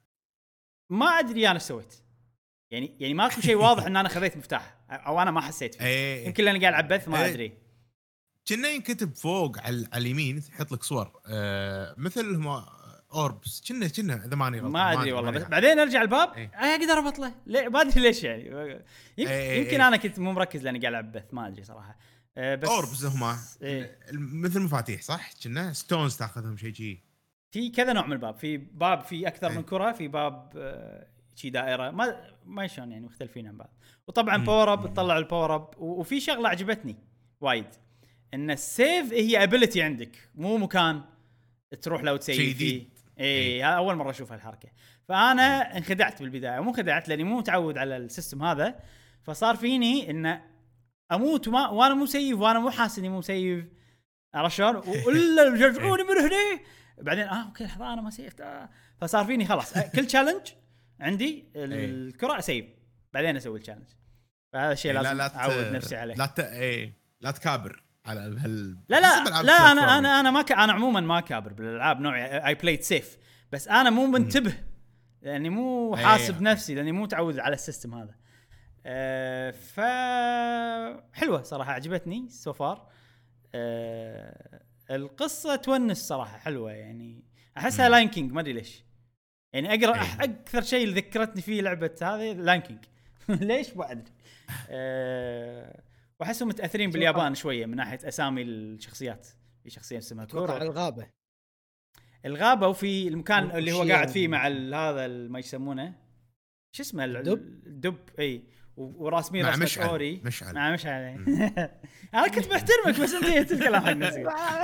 ما ادري انا سويت يعني يعني ماكو شيء واضح ان انا خذيت مفتاح او انا ما حسيت فيه يمكن لاني قاعد العب بث ما ادري كنا ينكتب فوق على اليمين يحط لك صور آه مثل ما اوربس كنا كنا اذا ماني غلطان ما ادري والله بس بعدين ارجع الباب اقدر ابطله ليه ما ادري ليش يعني يمكن, ايه يمكن ايه انا كنت مو مركز لاني قاعد العب بث ما ادري صراحه أه بس اوربس هما ايه مثل مفاتيح صح كنا ستونز تاخذهم شيء شيء في كذا نوع من الباب في باب في اكثر ايه من كره في باب شيء دائره ما ما شلون يعني مختلفين عن بعض وطبعا باور اب تطلع الباور اب وفي شغله عجبتني وايد ان السيف هي ابيليتي عندك مو مكان تروح لو تسيف فيه اي اول مره اشوف هالحركه فانا انخدعت بالبدايه مو خدعت لاني مو متعود على السيستم هذا فصار فيني ان اموت وما وانا مو مسيف وانا مو حاسس اني مو مسيف عرفت شلون الا يرجعوني من هنا بعدين اه اوكي لحظه انا ما سيفت آه. فصار فيني خلاص كل تشالنج عندي الكره اسيف بعدين اسوي التشالنج فهذا الشيء لازم اعود نفسي عليه لا ت... ايه لا تكابر على هال لا لا لا انا انا انا ما ك... انا عموما ما كابر بالالعاب نوعي اي بلايد سيف بس انا مو منتبه لاني مو حاسب أيه. نفسي لاني مو متعود على السيستم هذا أه ف حلوه صراحه عجبتني سو فار أه القصه تونس صراحه حلوه يعني احسها لاين كينج ما ادري ليش يعني اقرا أيه. اكثر شيء اللي ذكرتني فيه لعبه هذه لاين كينج ليش ما ادري أه واحسهم متاثرين باليابان شويه من ناحيه اسامي الشخصيات في شخصيه اسمها كورو الغابه الغابه وفي المكان اللي هو قاعد فيه مع هذا ما يسمونه شو اسمه الدب اي وراسمين رسمه اوري مشعل مع مشعل انا كنت محترمك بس انت تتكلم حق نفسك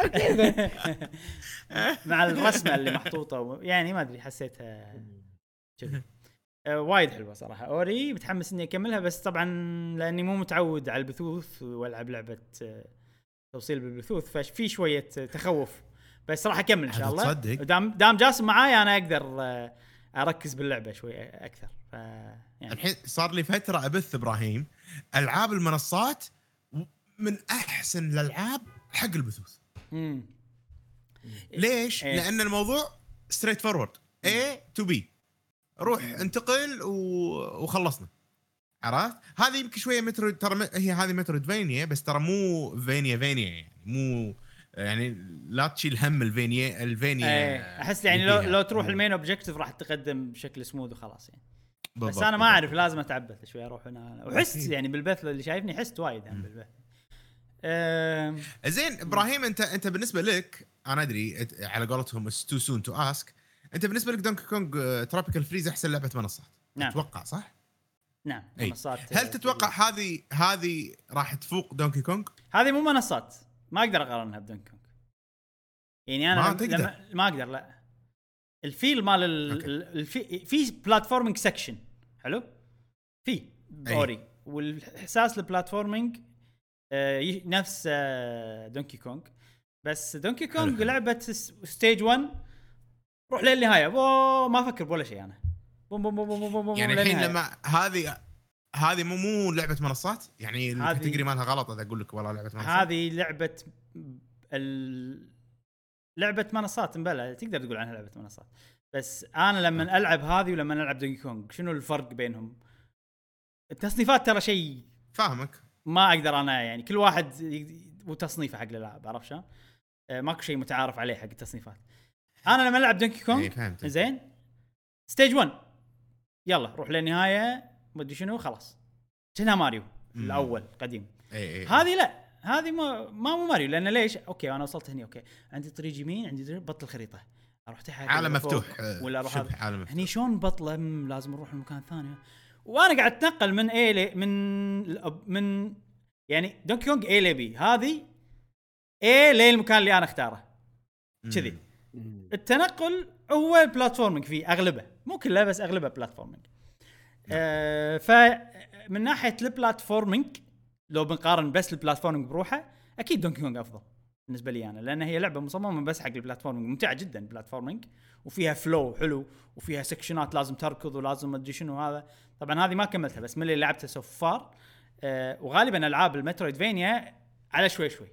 مع الرسمه اللي محطوطه يعني ما ادري حسيتها كذا أه وايد حلوه صراحه اوري متحمس اني اكملها بس طبعا لاني مو متعود على البثوث والعب لعبه توصيل بالبثوث ففي شويه تخوف بس راح اكمل ان شاء الله دام دام جاسم معاي انا اقدر اركز باللعبه شوي اكثر ف يعني الحين صار لي فتره ابث ابراهيم العاب المنصات من احسن الالعاب حق البثوث امم ليش إيه؟ لان الموضوع ستريت فورورد A to B روح انتقل و... وخلصنا عرفت هذه يمكن شويه مترو ترى هي هذه مترويدفينيا بس ترى مو فينيا فينيا يعني مو يعني لا تشيل هم الفينيا الفينيا ايه احس يعني لو لو تروح المين اوبجكتيف راح تقدم بشكل سموث وخلاص يعني بس انا ما اعرف لازم اتعبث شويه اروح هنا وحست يعني بالبث اللي شايفني حست وايد يعني بالبث أه زين ابراهيم انت انت بالنسبه لك انا ادري على قولتهم it's too soon to ask. انت بالنسبه لك دونكي كونغ تروبيكال فريز احسن لعبه منصات؟ نعم. اتوقع صح؟ نعم أي. منصات. هل تتوقع هذه هذه راح تفوق دونكي كونغ؟ هذه مو منصات، ما اقدر اقارنها بدونكي كونغ. يعني انا ما لما تقدر. لما ما اقدر لا. الفيل مال ال... الفي في بلاتفورمينج سكشن حلو في اوري، والاحساس البلاتفورمينج آه ي... نفس آه دونكي كونغ. بس دونكي كونغ حلو. لعبه ستيج واحد روح للنهايه، بو ما افكر ولا شيء انا. بوم بوم بوم بوم بوم يعني الحين لما هذه هذه مو مو لعبه منصات، يعني هذه- الكاتيجوري مالها غلط اذا اقول لك والله لعبه منصات. هذه لعبه ال... لعبه منصات مبلى، تقدر تقول عنها لعبه منصات. بس انا لما العب هذه ولما العب دونكي كونغ شنو الفرق بينهم؟ التصنيفات ترى شيء فاهمك. ما اقدر انا، يعني كل واحد ي- وتصنيفه حق الالعاب، عرفت شلون؟ آه، ماكو شيء متعارف عليه حق التصنيفات. انا لما العب دونكي اي كونغ فهمت. زين ستيج واحد يلا روح للنهايه ما ادري شنو خلاص، كأنها ماريو مم. الاول قديم. اي اي هذه لا، هذه ما ما مو ماريو، لان ليش؟ اوكي انا وصلت هني، اوكي عندي طريق يمين، عندي طريق بطل خريطه اروح تحت عالم مفتوح آه، ولا اروح شبه عالم مفتوح. هني شلون بطله مم، لازم اروح لمكان ثاني. وانا قاعد اتنقل من اي ل من من يعني دونكي كونغ اي ل بي، هذه اي للمكان اللي انا اختاره كذي. مم. التنقل هو البلاتفورمينج فيه اغلبه، مو كله بس اغلبه بلاتفورمينج. آه فمن ناحيه البلاتفورمينج لو بنقارن بس البلاتفورمينج بروحه اكيد دونكي كونغ افضل بالنسبه لي انا، لان هي لعبه مصممه بس حق البلاتفورمينج، ممتعه جدا البلاتفورمينج، وفيها فلو حلو، وفيها سكشنات لازم تركض ولازم ما ادري شنو. هذا طبعا هذه ما كملتها بس من اللي لعبتها سو فار. آه وغالبا العاب المترويدفينيا على شوي شوي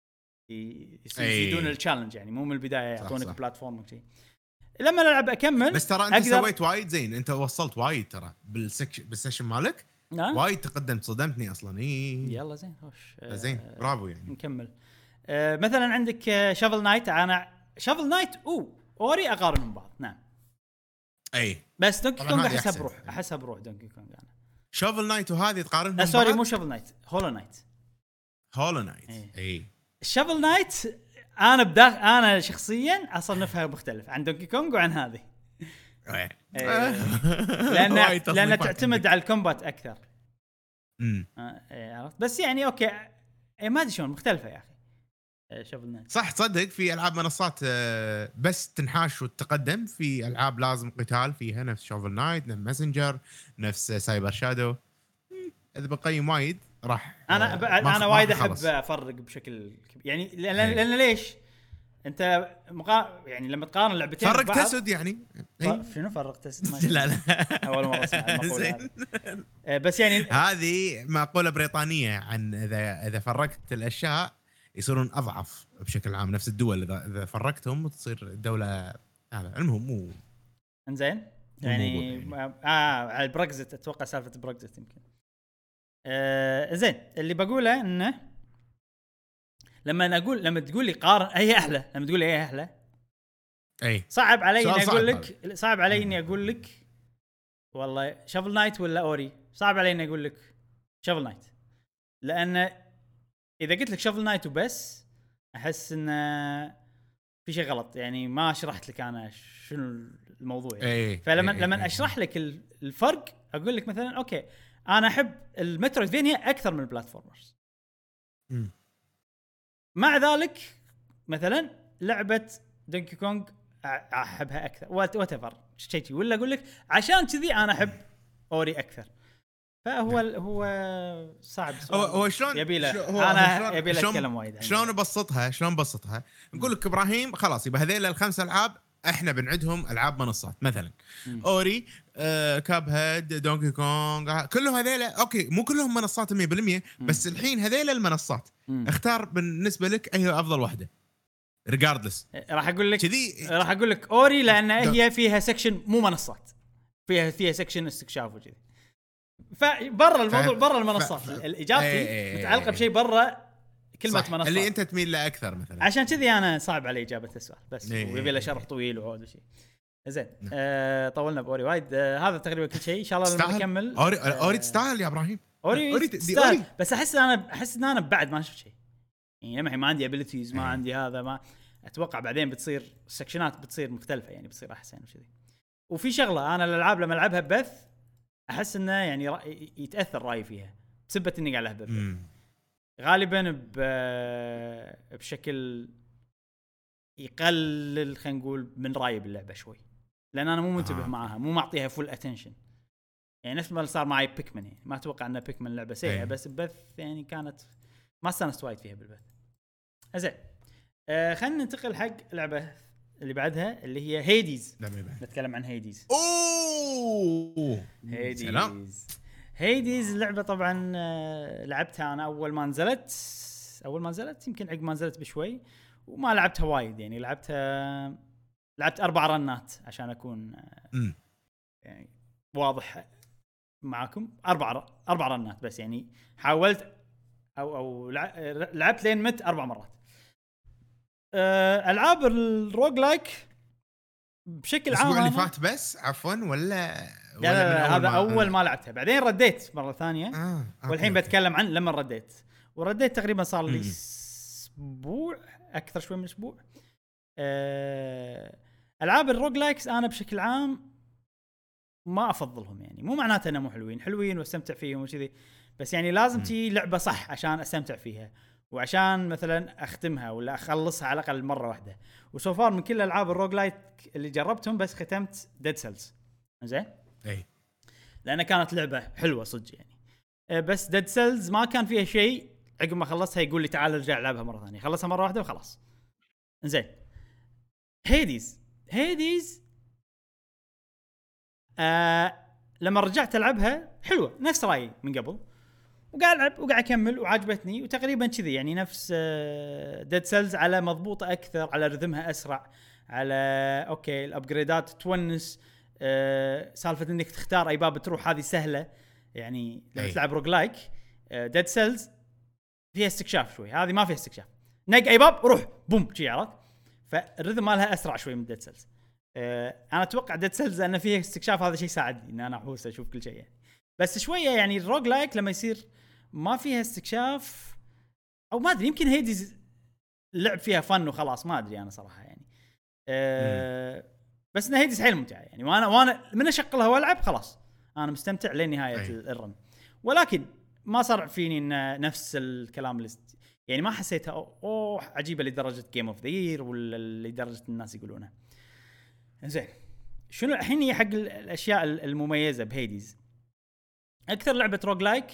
ي- يزيدون التشالنج، يعني مو من البدايه يعطونك بلاتفورمينج شيء. لما العب اكمل بس ترى انت أقدر- سويت وايد زين، انت وصلت وايد ترى بالسكشن بالسيشن مالك آه؟ وايد تقدمت، صدمتني اصلا. اي يلا زين خوش. آه زين برافو يعني. نكمل. آه مثلا عندك آه شافل نايت. انا شافل نايت او اوري اقارنهم بعض نعم، اي بس دونكي طبعاً كونغ هذه احسها أحسن. بروح، احسها بروح دونكي كونغ انا. شوفل نايت وهذه تقارنهم آه سوري بعض؟ مو شافل نايت، هولو نايت. هولو نايت. إيه. اي شافل نايت انا بداخل انا شخصيا اصنفها مختلف عن دونكي كونغ وعن هذه. إيه. إيه. لان وايد لان تصنيفات تعتمد عندك. على الكومبات اكثر. أمم. آه إيه عرفت، بس يعني اوكي إيه ما ادري شلون مختلفه يا اخي. إيه شافل نايت صح تصدق في العاب منصات آه، بس تنحاش وتتقدم، في العاب لازم قتال فيها نفس شوفل نايت، نفس ماسنجر، نفس سايبر شادو. مم، اذا بقيم وايد راح انا آه، ب... ما انا خ- وايد ما احب خلص. افرق بشكل كبير يعني، لان إيه. لان ليش انت مقا... يعني لما تقارن لعبتين فرق ببعض- تسد يعني. إي. ف... شنو فرق تسد؟ ما لا لا اول مره اسمع المقوله زين. هذه. آه، بس يعني هذه مقولة بريطانية عن إذا إذا فرقت الأشياء يصيرون أضعف بشكل عام، نفس الدول إذا إذا فرقتهم تصير الدولة. هذا المهم مو انزين مو يعني موضوع يعني. اه على البريكزت اتوقع سالفه البريكزت يمكن. آه زين اللي بقوله انه لما أنا اقول لما تقول لي قارن هي احلى، لما تقول لي هي احلى أي صعب علي سؤال اني صعب اقول لك، صعب علي اني اقول لك والله شافل نايت ولا اوري. صعب علي اني اقول لك شافل نايت، لان اذا قلت لك شافل نايت وبس احس ان في شيء غلط، يعني ما شرحت لك انا شنو الموضوع يعني. أي فلما أي لما أي اشرح لك ال- الفرق اقول لك مثلا اوكي انا احب المترويدفينيا اكثر من البلاتفورمرز، مم. مع ذلك مثلا لعبه دونكي كونغ أ- احبها اكثر وات ايفر شيء، ولا اقول لك عشان كذي انا احب اوري اكثر. فهو هو صعب هو هو شلون يبي له شلون- هو- انا هو شلون- يبي له شلون- اتكلم وايد عنه. شلون ابسطها شلون ابسطها نقول لك ابراهيم خلاص يبقى هذيل الخمس العاب احنا بنعدهم العاب منصات مثلا. مم. اوري آه، كاب هيد دونكي كونغ كلهم هذيل اوكي مو كلهم منصات مية بالمية بس الحين هذيل المنصات مم. اختار بالنسبه لك اي افضل واحده ريجاردلس راح اقول لك كذي. راح اقول لك اوري لان دو- هي فيها سكشن مو منصات، فيها فيها سكشن استكشاف وكذي. فبرا الموضوع ف- برا المنصات ف- ف- اجابتي إيه إيه إيه متعلقه إيه. بشيء برا كلمه صح. منصات اللي انت تميل له اكثر مثلا. عشان كذي انا صعب علي اجابه السؤال بس إيه ويبي له إيه شرح إيه. طويل وعود وشيء. زين آه طولنا باوري وايد. آه هذا تقريبا كل شيء ان شاء الله لما تستاهل. نكمل. اوري آه اوري تستاهل يا ابراهيم. اوري أوري ت- دي تستاهل، أوري. بس احس ان انا احس ان انا بعد ما شفت شيء يعني، لما ما عندي ابيلتيز ما إيه. عندي هذا ما اتوقع بعدين بتصير السكشنات بتصير مختلفه يعني بتصير احسن وكذي. وفي شغله انا الالعاب لما العبها ببث احس انه يعني رأي يتاثر رايي فيها بسبه اني قاعد العبها ببث غالبا بشكل يقلل خلينا نقول من رايي باللعبه شوي لان انا مو منتبه آه. معاها مو معطيها فول اتنشن يعني نفس ما صار معي بيكمن يعني ما اتوقع ان بيكمن لعبه سيئه بس ببث يعني كانت ما استانست وايد فيها بالبث. زين آه خلينا ننتقل حق لعبه اللي بعدها اللي هي هيديز. نتكلم عن هيديز. اوه هيديز هيديز لعبه طبعا آه لعبتها انا اول ما نزلت اول ما نزلت يمكن عقب ما نزلت بشوي وما لعبتها وايد يعني لعبتها لعبت اربع رنات عشان اكون آه يعني واضح معاكم اربع اربع رنات بس يعني حاولت او او لعبت لين مت اربع مرات. العاب الروج لايك بشكل عام الاسبوع اللي فات بس عفوا ولا لا لا, لا هذا ما اول ما لعبتها بعدين رديت مره ثانيه آه. والحين بتكلم عن لما رديت ورديت تقريبا صار لي اسبوع اكثر شوي من اسبوع. العاب الروج لايكس انا بشكل عام ما افضلهم يعني مو معناته انهم مو حلوين حلوين واستمتع فيهم وكذي بس يعني لازم تجي لعبه صح عشان استمتع فيها وعشان مثلا اختمها ولا اخلصها على الاقل مره واحده. وسوفار من كل العاب الروج لايك اللي جربتهم بس ختمت ديد سيلز زين اي لانها كانت لعبه حلوه صدق يعني بس ديد سيلز ما كان فيها شيء عقب ما خلصها يقول لي تعال ارجع العبها مره ثانيه خلصها مره واحده وخلاص. زين هيديز هيديز آه لما رجعت العبها حلوه نفس رايي من قبل وقاعد العب وقاعد اكمل وعجبتني وتقريبا كذي يعني نفس ديد سيلز على مضبوطه اكثر على رذمها اسرع على اوكي الابجريدات تونس أه سالفه انك تختار اي باب تروح هذه سهله يعني لما تلعب روج لايك ديد سيلز فيها استكشاف شوي هذه ما فيها استكشاف نق اي باب روح بوم شي عرفت فالرذم مالها اسرع شوي من ديد سيلز. أه انا اتوقع ديد سيلز ان فيها استكشاف هذا شيء ساعدني ان انا احوس اشوف كل شيء يعني. بس شويه يعني الروج لايك لما يصير ما فيها استكشاف او ما ادري يمكن هيديز لعب فيها فن وخلاص ما ادري انا صراحه يعني أه بس انها هيديز حيل ممتعه يعني وانا وانا من اشغلها والعب خلاص انا مستمتع لنهايه الرن ولكن ما صار فيني إن نفس الكلام اللي يعني ما حسيتها اوه عجيبه لدرجه جيم اوف ذا يير ولا لدرجه الناس يقولونها. زين شنو الحين هي حق الاشياء المميزه بهيديز اكثر لعبه روج لايك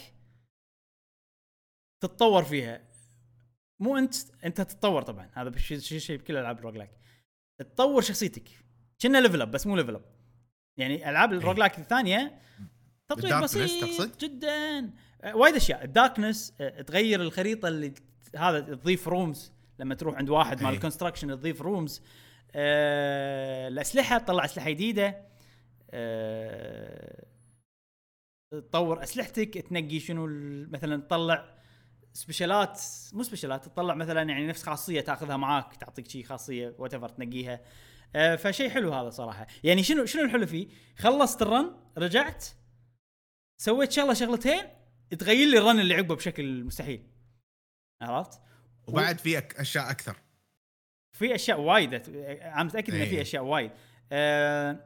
تتطور فيها مو انت انت تتطور طبعا هذا شيء شيء بكل العاب الروج لايك تطور شخصيتك كنا ليفل اب بس مو ليفل اب يعني العاب الروج لايك الثانيه تطوير بسيط جدا وايد اشياء الداركنس تغير الخريطه اللي هذا تضيف رومز لما تروح عند واحد مال الكونستراكشن تضيف رومز أه الاسلحه تطلع اسلحه جديده أه تطور اسلحتك تنقي شنو مثلا تطلع سبيشالات مو سبيشالات تطلع مثلا يعني نفس خاصيه تاخذها معاك تعطيك شيء خاصيه واتفر تنقيها أه فشيء حلو هذا صراحه يعني شنو شنو الحلو فيه خلصت الرن رجعت سويت شغله شغلتين تغير لي الرن اللي عقبه بشكل مستحيل عرفت وبعد في اشياء اكثر في اشياء وايد انا متاكد ان في اشياء وايد أه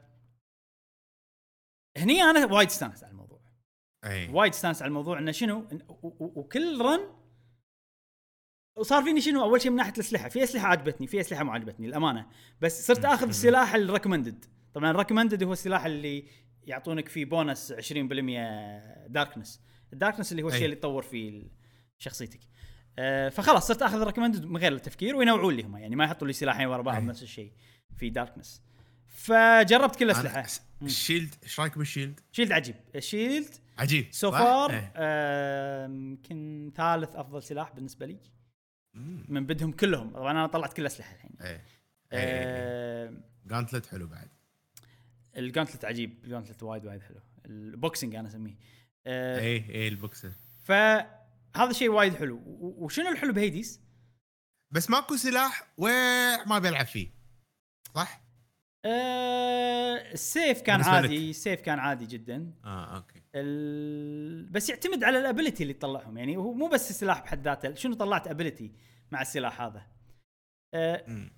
هني انا وايد استانست على الموضوع أي. وايد استانست على الموضوع انه شنو وكل رن وصار فيني شنو اول شيء من ناحيه الاسلحه في اسلحه عجبتني في اسلحه ما عجبتني الامانه بس صرت اخذ السلاح الريكومندد طبعا الريكومندد هو السلاح اللي يعطونك فيه بونس عشرين بالمية داركنس الداركنس اللي هو الشيء اللي تطور فيه شخصيتك أه فخلاص صرت اخذ الريكومندد من غير التفكير وينوعون لي هم يعني ما يحطوا لي سلاحين ورا بعض نفس الشيء في داركنس فجربت كل الاسلحه. الشيلد ايش رايك بالشيلد؟ شيلد عجيب الشيلد عجيب سوفار يمكن ثالث افضل سلاح بالنسبه لي من بدهم كلهم طبعا انا طلعت كل الاسلحه الحين ايه ايه جانتلت حلو بعد الجانتلت عجيب الجانتلت وايد وايد حلو البوكسينج انا اسميه أه ايه ايه البوكسر فهذا شيء وايد حلو وشنو الحلو بهيديس بس ماكو سلاح وما بيلعب فيه صح أه السيف كان عادي السيف كان عادي جدا اه اوكي ال... بس يعتمد على الابيليتي اللي تطلعهم يعني هو مو بس السلاح بحد ذاته شنو طلعت ابيليتي مع السلاح هذا أه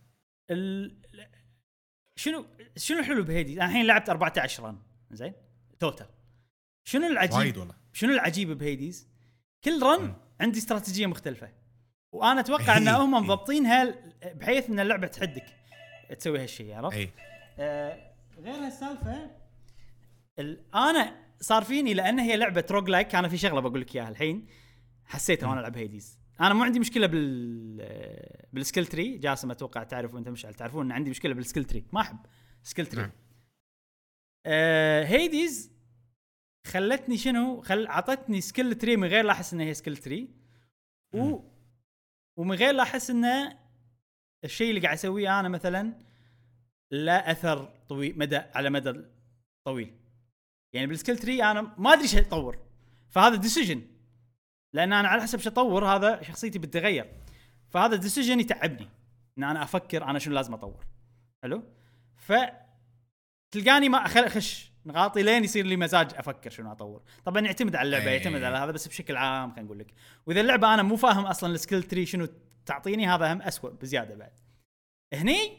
ال... شنو شنو الحلو بهيديز؟ انا الحين لعبت أربعة عشر رن زين توتال. شنو العجيب؟ وايد والله. شنو العجيب بهيديز؟ كل رن م. عندي استراتيجيه مختلفه، وانا اتوقع ان هم مضبطينها بحيث ان اللعبه تحدك تسوي هالشيء، عرفت؟ آه غير هالسالفه انا صار فيني لان هي لعبه روج لايك. انا في شغله بقول لك اياها الحين حسيتها وانا العب هيديز. انا مو عندي مشكله بال بالسكيل تري. جاسم اتوقع تعرفوا انت مش تعرفون ان عندي مشكله بالسكيل تري، ما احب سكيل تري. آه هيديز خلتني شنو خل عطتني سكيل تري من غير لا احس ان هي سكيل تري، و ومن غير لا احس ان الشيء اللي قاعد اسويه انا مثلا لا اثر طويل مدى على مدى طويل. يعني بالسكيل تري انا ما ادري ايش اطور، فهذا ديسيجن، لان انا على حسب شو اطور هذا شخصيتي بتتغير، فهذا ديسيجن يتعبني ان انا افكر انا شنو لازم اطور. حلو، فتلقاني ما اخش نغاطي لين يصير لي مزاج افكر شنو اطور. طبعا يعتمد على اللعبه، يعتمد على هذا، بس بشكل عام خلينا نقول لك. واذا اللعبه انا مو فاهم اصلا السكيل تري شنو تعطيني، هذا هم اسوء بزياده. بعد هني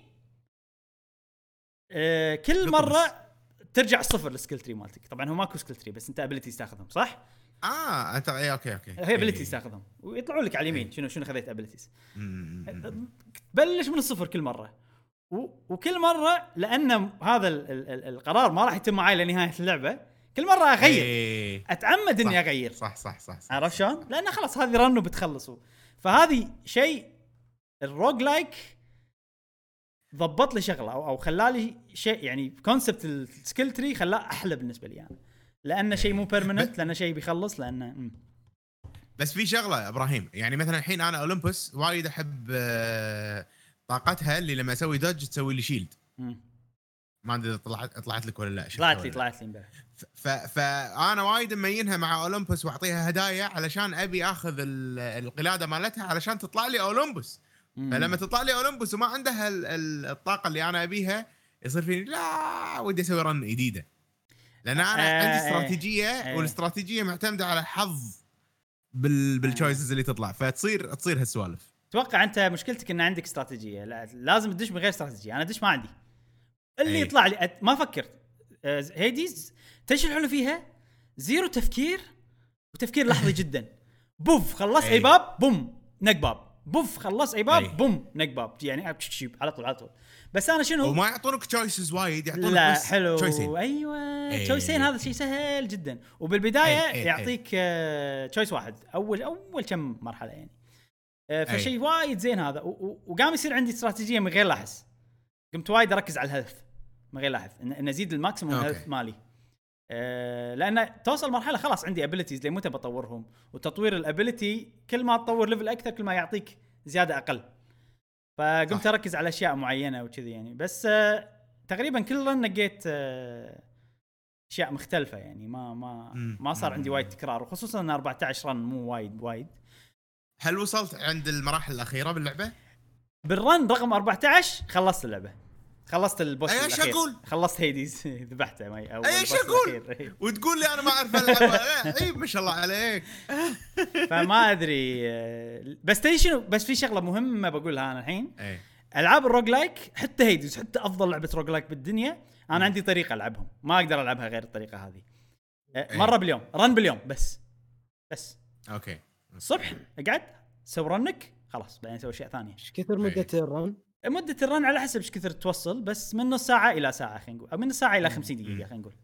آه كل مره ترجع الصفر السكيل تري مالتك. طبعا هو ماكو سكيل تري، بس انت ابيليتيز تاخذهم صح. اه انت اي اوكي اوكي هي ابيليتيز تاخذهم ويطلعوا لك على اليمين شنو شنو خذيت ابيليتيز. تبلش من الصفر كل مره، وكل مره لان هذا ال ال القرار ما راح يتم معي لنهايه اللعبه، كل مره اغير ايه. اتعمد اني اغير. صح صح صح, صح عرفت شلون؟ لان خلاص هذه رنوا بتخلصوا. فهذه شيء الروج لايك ضبط لي شغله او او خلالي شيء، يعني كونسبت السكيل تري خلاه احلى بالنسبه لي انا، لانه شيء مو بيرمننت، لانه شيء بيخلص. لانه بس في شغله ابراهيم، يعني مثلا الحين انا اولمبوس وايد احب طاقتها اللي لما اسوي دوج تسوي لي شيلد. ما ادري طلعت طلعت لك ولا لا. طلعت لي طلعت لي امبارح. فانا وايد ممينها مع اولمبوس واعطيها هدايا علشان ابي اخذ القلاده مالتها علشان تطلع لي اولمبوس. فلما تطلع لي اولمبوس وما عندها الطاقه اللي انا ابيها، يصير فيني لا ودي اسوي رن جديده، لان انا آه عندي استراتيجيه آه والاستراتيجيه معتمده على حظ بال بالتشويسز آه اللي تطلع، فتصير تصير هالسوالف. اتوقع انت مشكلتك ان عندك استراتيجيه، لا لازم تدش من غير استراتيجيه. انا ادش ما عندي اللي أي. يطلع لي ما فكرت. آه هيديز تيش الحلو فيها زيرو تفكير وتفكير لحظي جدا. بوف خلص اي باب بوم نق باب، بوف خلص اي باب بوم نق باب، يعني على طول على طول. بس انا شنو وما يعطونك تشويسز وايد، يعطونك لا بس حلو تشويسين. ايوه تشويسين، هذا شيء سهل جدا. وبالبدايه أي أي يعطيك تشويس واحد اول اول كم مرحله يعني. فشيء وايد زين هذا. وقام يصير عندي استراتيجيه من غير لاحظ. قمت وايد اركز على الهيلث من غير لاحظ ان ازيد الماكسيموم هيلث مالي. أه لان توصل مرحله خلاص عندي ابيليتيز لمتى بطورهم، وتطوير الابيليتي كل ما تطور ليفل اكثر كل ما يعطيك زياده اقل. فقمت اركز على اشياء معينه وكذي يعني. بس أه تقريبا كل رن نقيت أه اشياء مختلفه يعني. ما ما ما صار عندي وايد تكرار، وخصوصا ان أربعة عشر رن مو وايد وايد. هل وصلت عند المراحل الاخيره باللعبه؟ بالرن رقم أربعة عشر خلصت اللعبه، خلصت البوس الاخير. ايش اقول؟ خلصت هيديز ذبحته ماي اول. ايش اقول؟ وتقول لي انا ما اعرف العب. اي ما شاء الله عليك. فما ادري. بس تدري شنو، بس في شغله مهمه بقولها انا الحين. العاب الروج لايك حتى هيديز، حتى افضل لعبه روج لايك بالدنيا، انا عندي طريقه العبهم ما اقدر العبها غير الطريقه هذه. مره باليوم رن باليوم بس بس اوكي. الصبح اقعد سوي رنك خلاص، بعدين اسوي اشياء ثانيه. ايش كثر مده الرن؟ مده الرن على حسب ايش كثر توصل، بس من نص ساعه الى ساعه خلينا نقول، او من نص ساعه الى خمسين دقيقه خلينا نقول.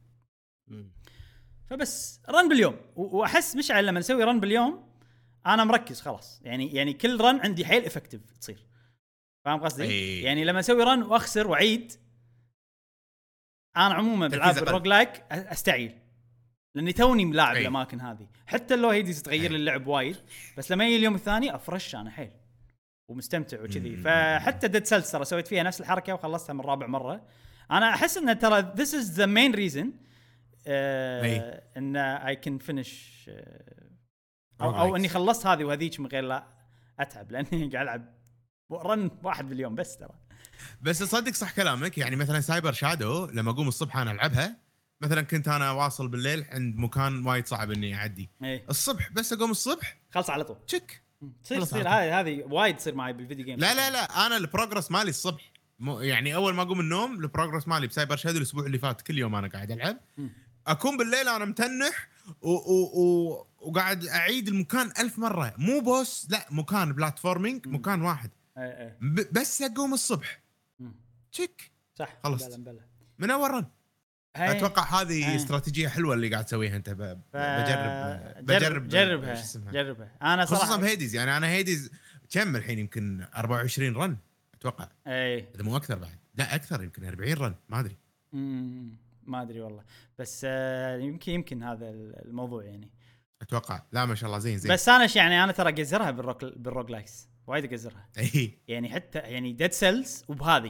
فبس رن باليوم. واحس مشعل لما نسوي رن باليوم انا مركز خلاص يعني. يعني كل رن عندي حيل افكتيف تصير، فاهم قصدي؟ أي. يعني لما اسوي رن واخسر واعيد، انا عموما بالعاب الروج لايك استعيل، لاني توني ملاعب الاماكن هذه. حتى لو هيدي تغير لي اللعب وايد، بس لما يجي اليوم الثاني افرش انا حيل ومستمتع وكذي. فحتى ديد سيلز ترى سويت فيها نفس الحركه وخلصتها من رابع مره. انا احس ان ترى this is the main reason آه ان I can finish آه او, أو اني خلصت هذه وهذيك من غير لا اتعب، لاني قاعد العب رن واحد باليوم بس ترى. بس تصدق صح كلامك. يعني مثلا سايبر شادو لما اقوم الصبح انا العبها، مثلا كنت انا واصل بالليل عند مكان وايد صعب اني اعدي ايه. الصبح بس اقوم الصبح خلص على طول تشك تصير تصير هذه هذه وايد تصير معي بالفيديو جيم. لا لا لا انا البروجرس مالي الصبح مو يعني اول ما اقوم من النوم البروجرس مالي بسايبر شادو الاسبوع اللي فات كل يوم انا قاعد العب م. اكون بالليل انا متنح و و و وقاعد اعيد المكان ألف مره مو بوس لا مكان بلاتفورمينج مكان واحد اي اي ب- بس اقوم الصبح م. تشيك صح خلصت. بلا بلا من اول رن هاي. اتوقع هذه هاي. استراتيجيه حلوه اللي قاعد تسويها انت ب... ف... بجرب جرب جربها شو اسمها؟ جربها انا صراحه خصوصا بهيديز يعني انا هيديز كم الحين يمكن أربعة وعشرين رن اتوقع اي اذا مو اكثر بعد لا اكثر يمكن أربعين رن ما ادري مم. ما ادري والله بس آه يمكن يمكن هذا الموضوع يعني اتوقع لا ما شاء الله زين زين بس انا ش يعني انا ترى اقزرها بالروك بالروج لايكس وايد اقزرها اي يعني حتى يعني ديد سيلز وبهذه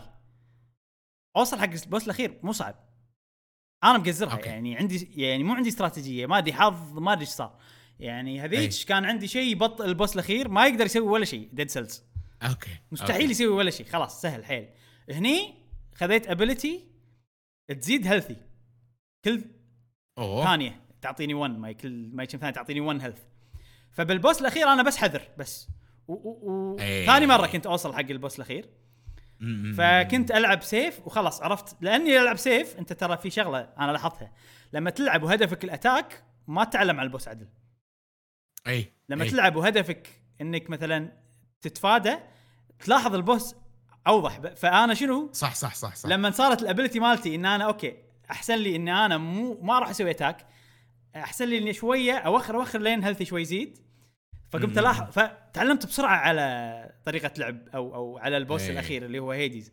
اوصل حق البوس الاخير مو صعب انا مقزرها أوكي. يعني عندي يعني مو عندي استراتيجيه ما ادري حظ ما ادري ايش صار يعني هذيك كان عندي شيء يبطل البوس الاخير ما يقدر يسوي ولا شيء ديد سيلز اوكي مستحيل أوكي. يسوي ولا شيء خلاص سهل حيل هني خذيت ابيليتي تزيد هيلثي كل اوه ثانيه تعطيني واحد ما كل ما يمكن ثانيه تعطيني واحد هيلث فبالبوس الاخير انا بس حذر بس وثاني أي. مره كنت اوصل حق البوس الاخير م- م- فكنت العب سيف وخلاص عرفت لاني العب سيف انت ترى في شغله انا لاحظتها لما تلعب وهدفك الاتاك ما تتعلم على البوس عدل اي لما أي. تلعب وهدفك انك مثلا تتفادى تلاحظ البوس اوضح ب- فانا شنو صح صح صح صح لما صارت الابيليتي مالتي ان انا اوكي احسن لي ان انا مو ما راح اسوي اتاك احسن لي اني شويه اوخر اوخر لين هيلثي شوي يزيد فقمت الاحظ فتعلمت بسرعه على طريقه لعب او او على البوس أي. الاخير اللي هو هيديز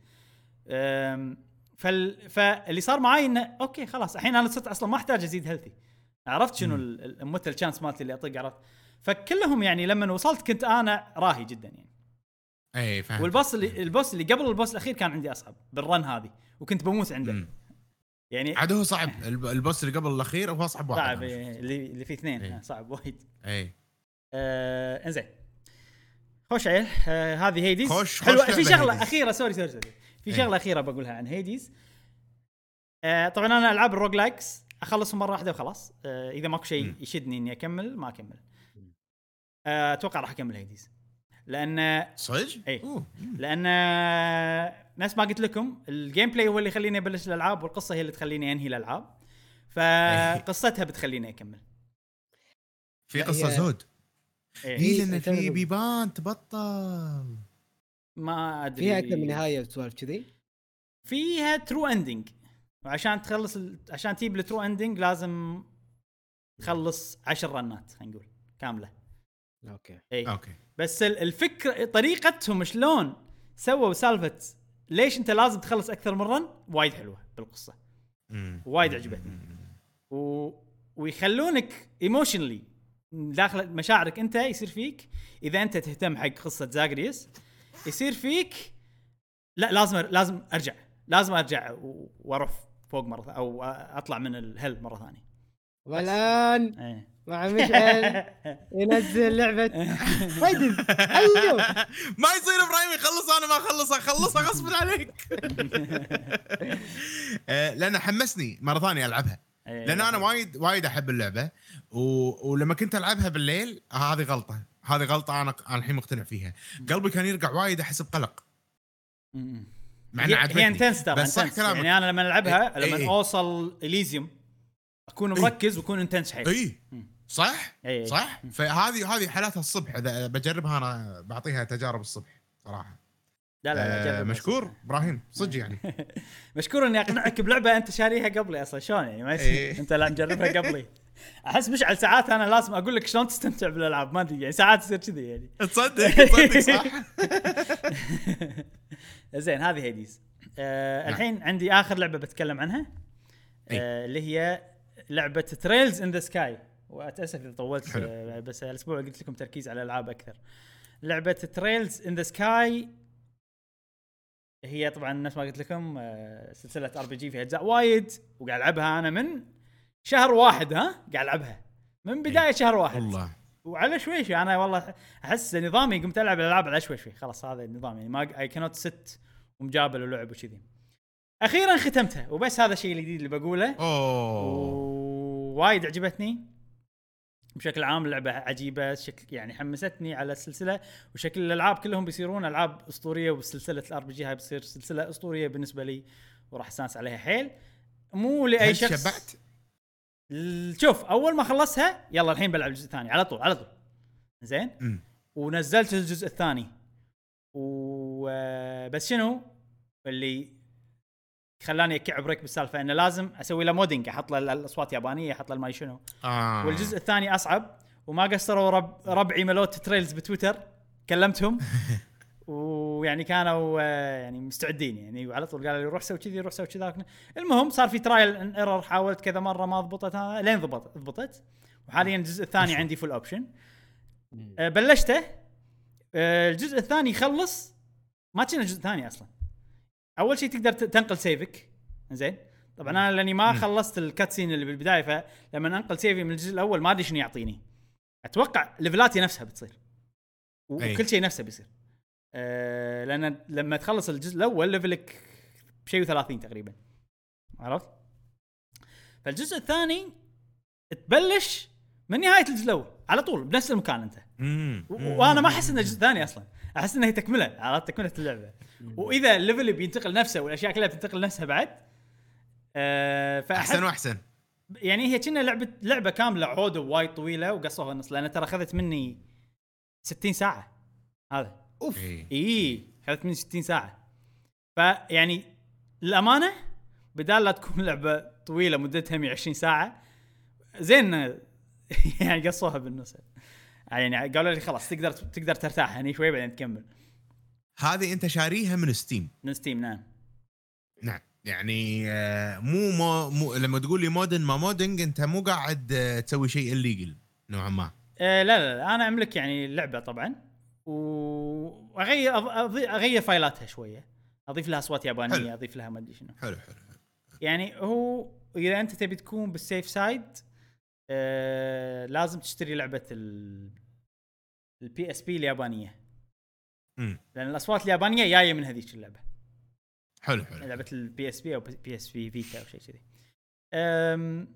أم، فال فاللي صار معي انه اوكي خلاص الحين انا صرت اصلا ما احتاج ازيد هيلثي عرفت شنو الموت الشانس مالتي اللي اطق عرفت فكلهم يعني لما وصلت كنت انا راهي جدا يعني اي فهمت والبوس اللي البوس اللي قبل البوس الاخير كان عندي اصعب بالرن هذه وكنت بموت عنده مم. يعني عاد هو صعب الب- البوس اللي قبل الاخير هو صعب واحد صعب أنا أشوف. اللي اللي فيه اثنين إيه. صعب وايد اي آه انزين خوش عيل آه هذه هيديز خوش- خوش حلوه في لعبة شغله هيديز. اخيره سوري سوري سوري في إيه. شغله اخيره بقولها عن هيديز آه طبعا انا العاب الروج لايكس اخلصهم مره واحده وخلاص آه اذا ماكو شيء مم. يشدني اني اكمل ما اكمل آه اتوقع راح اكمل هيديز لان صدق؟ إيه. أوه. لان نفس ما قلت لكم الجيم بلاي هو اللي يخليني ابلش الالعاب والقصه هي اللي تخليني انهي الالعاب فقصتها بتخليني اكمل في لا، قصه هي- زود إيه. هي هي لان في تعتبر- بيبان تبطل ما ادري فيها اكثر من نهايه وسوالف كذي فيها ترو اندنج وعشان تخلص ال... عشان تجيب الترو اندنج لازم تخلص عشر رنات خلينا نقول كامله اوكي اي اوكي بس ال- الفكره طريقتهم شلون سووا سالفه ليش انت لازم تخلص اكثر من رن وايد حلوه بالقصه مم. وايد عجبتني و... ويخلونك ايموشنلي داخل مشاعرك انت يصير فيك اذا انت تهتم حق قصه زاغريوس يصير فيك لا لازم لازم ارجع لازم ارجع و- واروح فوق مره او اطلع من الهل مره ثانيه والان ايه مع مشعل ينزل لعبه هيدز ايوه ما يصير ابراهيم يخلص انا ما اخلصها اخلصها غصب عليك آه، لان حمسني مره ثانيه العبها إيه. لان انا وايد وايد احب اللعبه و... ولما كنت العبها بالليل آه، هذه غلطه هذه غلطه انا انا الحين مقتنع فيها قلبي كان يرجع وايد احس بقلق م-م. مع هي, انها هي عجبتني انتنس ترى بس صح انتنس كلامك يعني انا لما العبها إيه، لما إيه. اوصل اليزيوم اكون مركز واكون انتنس حيل اي مم. صح إيه. صح فهذه هذه حالاتها الصبح اذا بجربها انا بعطيها تجارب الصبح صراحه لا لا, لا آه جرب مشكور ابراهيم صدق يعني مشكور اني اقنعك بلعبه انت شاريها قبلي اصلا شلون يعني ما يصير إيه. انت لا مجربها قبلي احس مشعل ساعات انا لازم اقول لك شلون تستمتع بالالعاب ما ادري يعني ساعات تصير كذي يعني تصدق تصدق صح زين هذه هيديز آه الحين عندي اخر لعبه بتكلم عنها آه اللي هي لعبه تريلز ان ذا سكاي واتاسف اذا طولت آه بس الاسبوع قلت لكم تركيز على الالعاب اكثر لعبه تريلز ان ذا سكاي هي طبعا نفس ما قلت لكم آه سلسله ار بي جي فيها اجزاء وايد وقاعد العبها انا من شهر واحد ها قاعد العبها من بدايه شهر واحد والله وعلى شوي شوي انا والله احس نظامي قمت العب الالعاب على شوي شوي خلاص هذا النظام يعني ما اي كانوت ست ومجابل ولعب وكذي اخيرا ختمتها وبس هذا الشيء الجديد اللي بقوله اوه ووايد عجبتني بشكل عام اللعبه عجيبه، شكل يعني حمستني على السلسله، وشكل الالعاب كلهم بيصيرون العاب اسطوريه، وسلسله الار بي جي هاي بتصير سلسله اسطوريه بالنسبه لي، وراح استانس عليها حيل. مو لاي هل شخص. شبعت؟ شوف اول ما خلصها يلا الحين بلعب الجزء الثاني على طول على طول زين. م. ونزلت الجزء الثاني وبس شنو اللي خلاني اكعب بريك بالسالفه انه لازم اسوي له مودينج، احط له الاصوات يابانيه، احط له الماي شنو. آه. والجزء الثاني اصعب، وما قصروا رب ربعي ملوت تريلز بتويتر كلمتهم ويعني كانوا يعني مستعدين يعني، وعلى طول قالوا لي روح سوي كذي روح سوي كذا. المهم صار في ترايل ان ايرور، حاولت كذا مره ما ضبطت هذا لين ضبطت ضبطت وحاليا الجزء الثاني عندي فول اوبشن. أه بلشته. أه الجزء الثاني يخلص ما كان الجزء الثاني اصلا. اول شيء تقدر تنقل سيفك زين. طبعا انا لاني ما خلصت الكاتسين اللي بالبدايه، فلما انقل سيفي من الجزء الاول ما ادري شنو يعطيني. اتوقع ليفلاتي نفسها بتصير وكل شيء نفسه بيصير. أه لان لما تخلص الجزء الاول ليفلك بشيء ثلاثين تقريبا، عرفت؟ فالجزء الثاني تبلش من نهايه الجزء الاول على طول بنفس المكان انت. وانا ما احس انه الجزء الثاني اصلا، احس انه هي تكمله، عرفت؟ تكمله اللعبه. واذا الليفل بينتقل نفسه والاشياء كلها بتنتقل نفسها بعد. أه فاحسن واحسن يعني هي كنا لعبه لعبه كامله عوده وايد طويله وقصوها النص، لان ترى اخذت مني ستين ساعه هذا. اوف اي اخذت مني ستين ساعه. فيعني الامانه بدال لا تكون لعبه طويله مدتها مية وعشرين ساعه زين يعني قصوها بالنص. يعني قالوا لي خلاص تقدر تقدر ترتاح هني شوي بعدين تكمل. هذه انت شاريها من ستيم؟ من ستيم نعم. نعم يعني مو مو, مو لما تقول لي مودن ما مودنج انت مو قاعد تسوي شيء الليجل نوعا ما. أه لا, لا لا انا املك يعني اللعبه طبعا، واغير اغير فايلاتها شويه، اضيف لها اصوات يابانيه حلو. اضيف لها ما ادري شنو. حلو حلو. يعني هو اذا انت تبي تكون بالسيف سايد أه لازم تشتري لعبه البي اس بي اليابانيه. امم لان الاصوات اليابانيه جايه من هذيك اللعبه. حلو حلو. لعبه البي اس بي او بي اس بي فيتا او شيء كذي. امم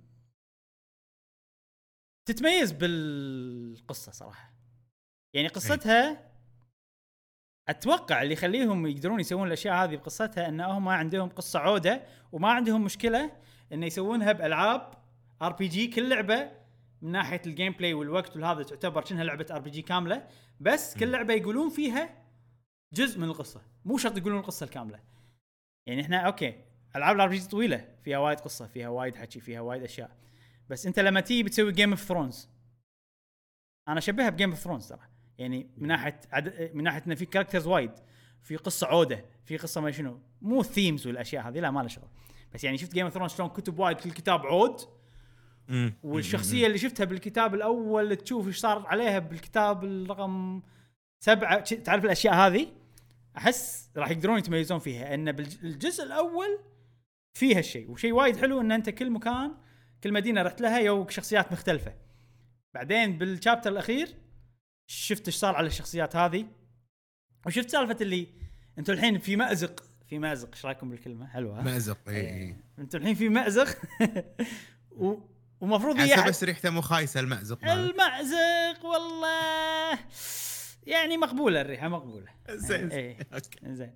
تتميز بالقصه صراحه. يعني قصتها اتوقع اللي يخليهم يقدرون يسوون الاشياء هذه بقصتها انهم ما عندهم قصه عوده، وما عندهم مشكله انه يسوونها بالعاب ار بي جي. كل لعبه من ناحيه الجيم بلاي والوقت والهذا تعتبر شنها لعبه ار بي جي كامله، بس كل لعبه يقولون فيها جزء من القصه، مو شرط يقولون القصه الكامله. يعني احنا اوكي العاب الار بي جي طويله فيها وايد قصه، فيها وايد حكي، فيها وايد اشياء، بس انت لما تيجي بتسوي جيم اوف ثرونز انا شبهها بجيم اوف ثرونز ترى. يعني من ناحيه عد... من ناحيه انه في كاركترز وايد، في قصه عوده، في قصه ما شنو، مو ثيمز والاشياء هذه لا ما له شغل. بس يعني شفت جيم اوف ثرونز شلون كتب وايد، كل كتاب عود. مم. والشخصيه اللي شفتها بالكتاب الاول تشوف ايش صار عليها بالكتاب الرقم سبعة، تعرف الاشياء هذه احس راح يقدرون يتميزون فيها. ان بالجزء الاول فيها الشيء، وشيء وايد حلو ان انت كل مكان كل مدينه رحت لها يوك شخصيات مختلفه. بعدين بالشابتر الاخير شفت ايش صار على الشخصيات هذه، وشفت سالفه اللي انتوا الحين في مأزق في مأزق ايش رايكم بالكلمه حلوه؟ مأزق اي انتوا الحين في مأزق و... ومفروض هي بس ريحته مو خايسه المأزق مالك. المأزق والله يعني مقبوله الريحه مقبوله زين ايه زين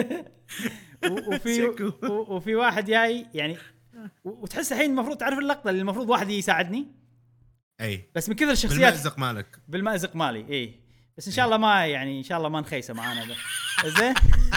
وفي وفي واحد جاي يعني وتحس الحين المفروض تعرف اللقطه اللي المفروض واحد يساعدني اي، بس من كثر الشخصيات بالمأزق مالك بالمأزق مالي اي، بس ان شاء الله ما يعني ان شاء الله ما نخيسه معانا زين.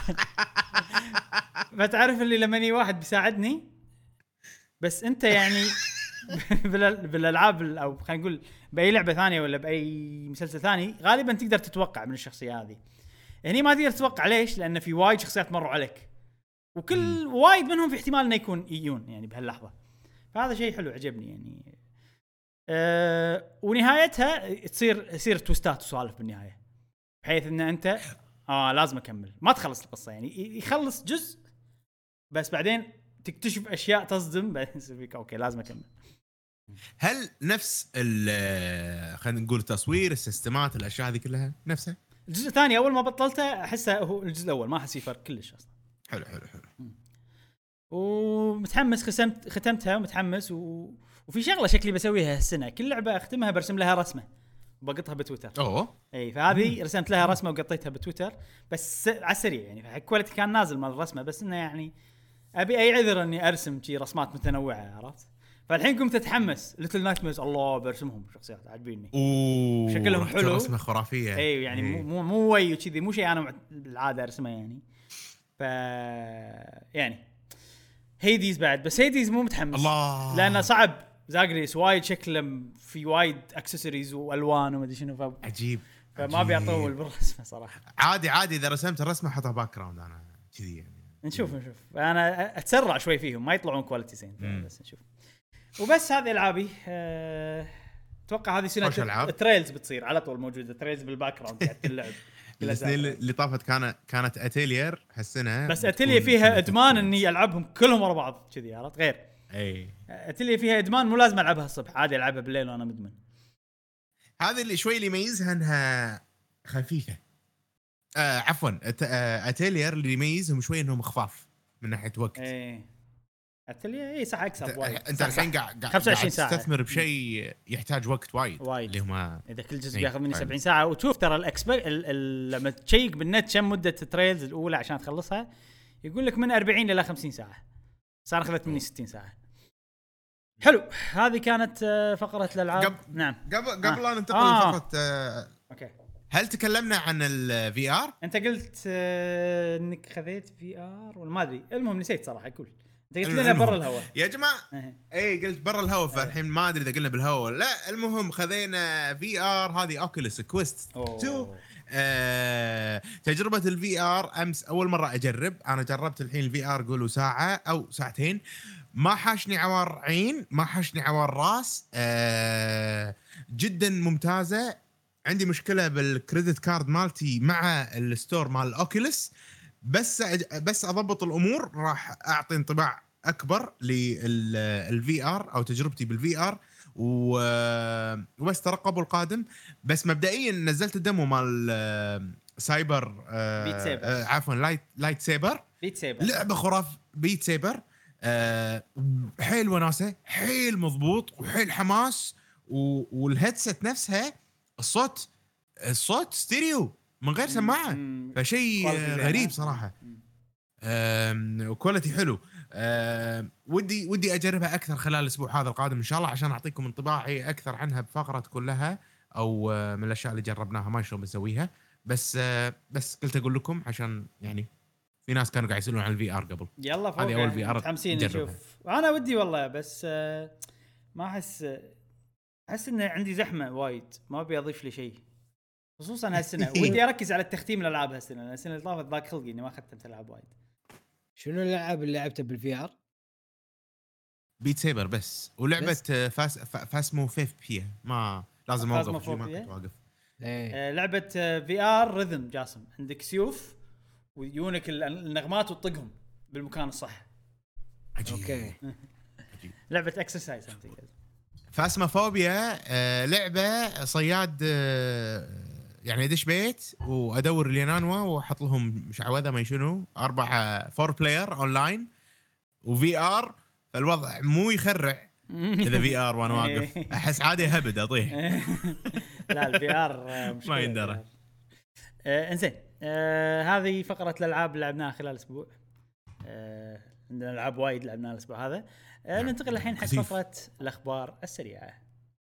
فتعرف اللي لما يجي واحد بيساعدني بس انت يعني بالالعاب او خلينا نقول باي لعبه ثانيه ولا باي مسلسل ثاني غالبا تقدر تتوقع من الشخصيه هذه. هني ما تقدر تتوقع ليش؟ لان في وايد شخصيات مروا عليك وكل وايد منهم في احتمال انه يكون يجون يعني بهاللحظه. فهذا شيء حلو عجبني يعني. أه ونهايتها تصير يصير تويستات وسوالف بالنهايه بحيث ان انت اه لازم اكمل ما تخلص القصه. يعني يخلص جزء بس بعدين تكتشف اشياء تصدم بعدين فيك اوكي لازم اكمل. هل نفس ال خلينا نقول التصوير السيستمات الاشياء هذه كلها نفسها؟ الجزء الثاني اول ما بطلته احسه هو الجزء الاول، ما احس فرق كلش اصلا. حلو حلو حلو. ومتحمس ختمت ختمتها ومتحمس و... وفي شغله شكلي بسويها هالسنه، كل لعبه اختمها برسم لها رسمه وبقطها بتويتر. اوه اي فهذه رسمت لها رسمه وقطيتها بتويتر بس على السريع يعني، الكواليتي كان نازل مال الرسمه، بس انه يعني ابي اي عذر اني ارسم شي رسمات متنوعه، عرفت؟ فالحين قمت اتحمس ليتل نايت ميرز، الله برسمهم شخصيات عاجبيني اوه شكلهم حلو، رسمه خرافيه. اي يعني مو مو مو وي وكذي، مو شيء انا بالعاده ارسمه يعني. ف يعني هيديز بعد، بس هيديز مو متحمس الله لانه صعب، زاغريس وايد شكله في وايد اكسسوارز والوان وما ادري شنو، ف... عجيب فما ابي اطول بالرسمه صراحه. عادي عادي اذا رسمت الرسمه حطها باك جراوند انا كذي يعني. نشوف نشوف انا اتسرع شوي فيهم ما يطلعون كواليتي زين، بس نشوف. وبس هذه العابي. أه... اتوقع هذه سنه التريلز بتصير على طول موجوده، تريلز بالباك جراوند قاعد اللعب. السنين اللي طافت كانت كانت اتيلير هالسنه، بس اتيلير فيها ادمان اني العبهم كلهم ورا بعض كذي، عرفت؟ غير اي اتيلير فيها ادمان مو لازم العبها الصبح، عادي العبها بالليل وانا مدمن. هذا اللي شوي اللي يميزها انها خفيفه. آه عفوا آه اتيلير اللي يميزهم شوي انهم خفاف من ناحيه وقت. اي اتيلير اي صح اكثر وايد. انت الحين قاعد خمسة وعشرين ساعه تستثمر بشيء يحتاج وقت وايد, وايد. اللي هم اذا كل جزء بياخذ مني سبعين ساعه. وتشوف ترى الاكسبكت لما تشيك بالنت كم مده التريلز الاولى عشان تخلصها، يقول لك من أربعين الى خمسين ساعه، صار اخذت مني ستين ساعه. حلو، هذه كانت فقره الالعاب. قبل نعم قبل قبل آه. ان ننتقل آه. لفقره آه. اوكي، هل تكلمنا عن الفي ار؟ انت قلت آه انك خذيت في ار ولا ما ادري، المهم نسيت صراحه. اقول انت قلت لنا برا الهواء يا جماعه. اي قلت برا الهواء، فالحين ما ادري اذا قلنا بالهواء لا. المهم خذينا في ار، هذه اوكيوليس كويست اثنين. آه، تجربه الفي ار امس اول مره اجرب. انا جربت الحين الفي ار قولوا ساعه او ساعتين، ما حاشني عوار عين، ما حاشني عوار راس. آه، جدا ممتازه. عندي مشكله بالكريدت كارد مالتي مع الستور مال الاوكيوليس، بس بس اضبط الامور راح اعطي انطباع اكبر للفي ار او تجربتي بالفي ار. وبس ترقبوا القادم. بس مبدئيا نزلت الدمو مال سايبر بيت سيبر. آه عفوا لايت لايت سيبر بيت سيبر لعبه خراف. بيت سيبر آه حيل وناسه، حيل مضبوط وحيل حماس. والهيدسет نفسها الصوت الصوت ستيريو من غير سماعه، فشيء غريب صراحه. وكواليتي حلو. ودي ودي اجربها اكثر خلال الاسبوع هذا القادم ان شاء الله، عشان اعطيكم انطباعي اكثر عنها بفقره كلها، او من الاشياء اللي جربناها ما شلون بنسويها. بس بس قلت اقول لكم عشان يعني في ناس كانوا قاعد يسالون عن الفي ار قبل. يلا فوق هذه اول في ار متحمسين نشوف. انا ودي والله، بس ما احس احس ان عندي زحمه وايد، ما ابي اضيف لي شيء خصوصا هالسنه. ودي اركز على التختيم الالعاب هالسنه. السنه اللي طافت ضاق خلقي اني ما ختمت العاب وايد. شنو الالعاب اللي لعبتها بالفي ار؟ بيت سيبر بس، ولعبه بس؟ فاس فاسمو فيف فيها ما لازم اوقف ما كنت واقف. آه لعبه في ار ريذم جاسم، عندك سيوف ويونك النغمات وتطقهم بالمكان الصح. عجيب. اوكي لعبه اكسرسايز. انت فاسمافوبيا آه لعبه صياد. آه يعني ادش بيت وادور اليانانوا واحط لهم شعوذه ما شنو، اربعه فور بلاير اونلاين وفي ار. الوضع مو يخرع اذا في ار وانا واقف، احس عادي هبد اطيح. لا الفي ار ما يندرى. آه انزين آه هذه فقره الالعاب اللي لعبناها خلال اسبوع. آه عندنا العاب وايد لعبناها الاسبوع هذا. آه ننتقل الحين حق فقره الاخبار السريعه.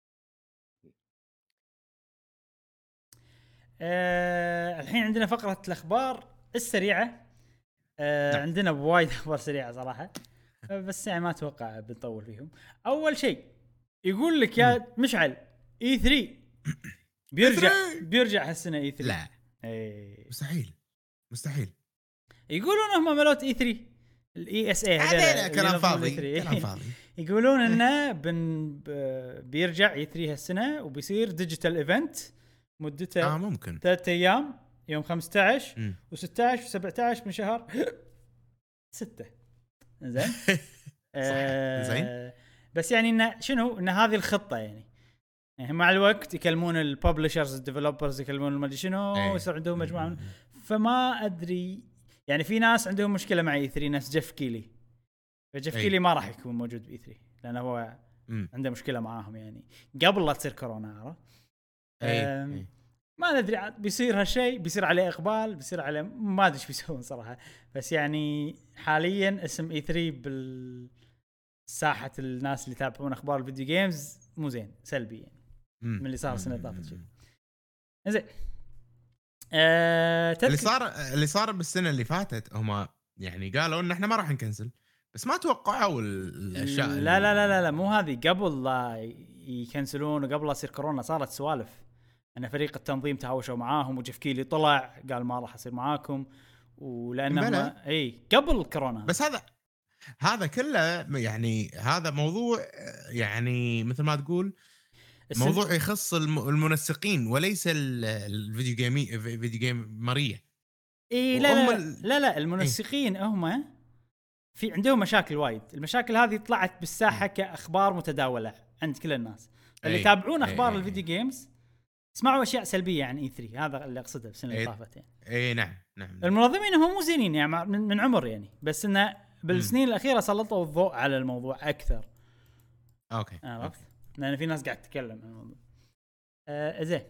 آه الحين عندنا فقره الاخبار السريعه. آه نعم. عندنا وايد اخبار سريعه صراحه، بس يعني ما اتوقع بنطول فيهم. اول شيء يقول لك يا مشعل اي ثري بيرجع بيرجع هالسنه اي ثري. لا اي مستحيل مستحيل. يقولون هم ملوت اي ثري الاي اس اي هذا كلام فاضي كلام فاضي. يقولون انه بن بيرجع اي ثري هالسنه وبيصير ديجيتال ايفنت مدته اه ممكن ثلاثة ايام، يوم خمسة عشر و16 و17 من شهر ستة. زين آه زين. بس يعني انه شنو ان هذه الخطه يعني. يعني مع الوقت يكلمون الببلشرز الديفلوبرز يكلمون ما ادري شنو ويصير عندهم مجموعه من... فما ادري يعني. في ناس عندهم مشكله مع اي ثري، ناس جيف كيلي. فجيف كيلي ما راح يكون موجود باي ثري لانه هو مم. عنده مشكله معاهم يعني قبل لا تصير كورونا، عرفت؟ أي. أم، أي. ما ندري عاد بيصير هالشيء، بيصير عليه اقبال، بيصير عليه ما ادري ايش بيسوون صراحه. بس يعني حاليا اسم اي ثري بالساحه الناس اللي يتابعون اخبار الفيديو جيمز مو زين، سلبي يعني مم. من اللي صار السنه اللي مم. طافت. شيء زين. أه اللي تذكر صار اللي صار بالسنه اللي فاتت هم يعني قالوا ان احنا ما راح نكنسل، بس ما توقعوا ال- الاشياء لا اللي- لا لا لا لا مو هذه، قبل لا يكنسلون وقبل لا يصير كورونا صارت سوالف ان فريق التنظيم تهاوشوا معاهم، وجيف كيلي طلع قال ما راح اصير معاكم، ولانهم بلى. اي قبل كورونا. بس هذا هذا كله يعني هذا موضوع يعني مثل ما تقول السن... موضوع يخص الم- المنسقين وليس ال- الفيديو جيمي فيديو جيم مريه. اي لا لا, وهم لا ال- لا لا المنسقين هم في عندهم مشاكل وايد. المشاكل هذه طلعت بالساحه كاخبار متداوله عند كل الناس اللي أي. يتابعون أي. اخبار أي. الفيديو جيمز. اسمعوا اشياء سلبيه عن اي ثري، هذا اللي اقصده بالسنه اللي أي. طافت يعني. اي نعم نعم. المنظمين هم مو زينين يعني مع- من, من عمر يعني، بس انه بالسنين الاخيره سلطوا الضوء على الموضوع اكثر. اوكي عرفت؟ لان في ناس قاعد تتكلم عن الموضوع. آه زين.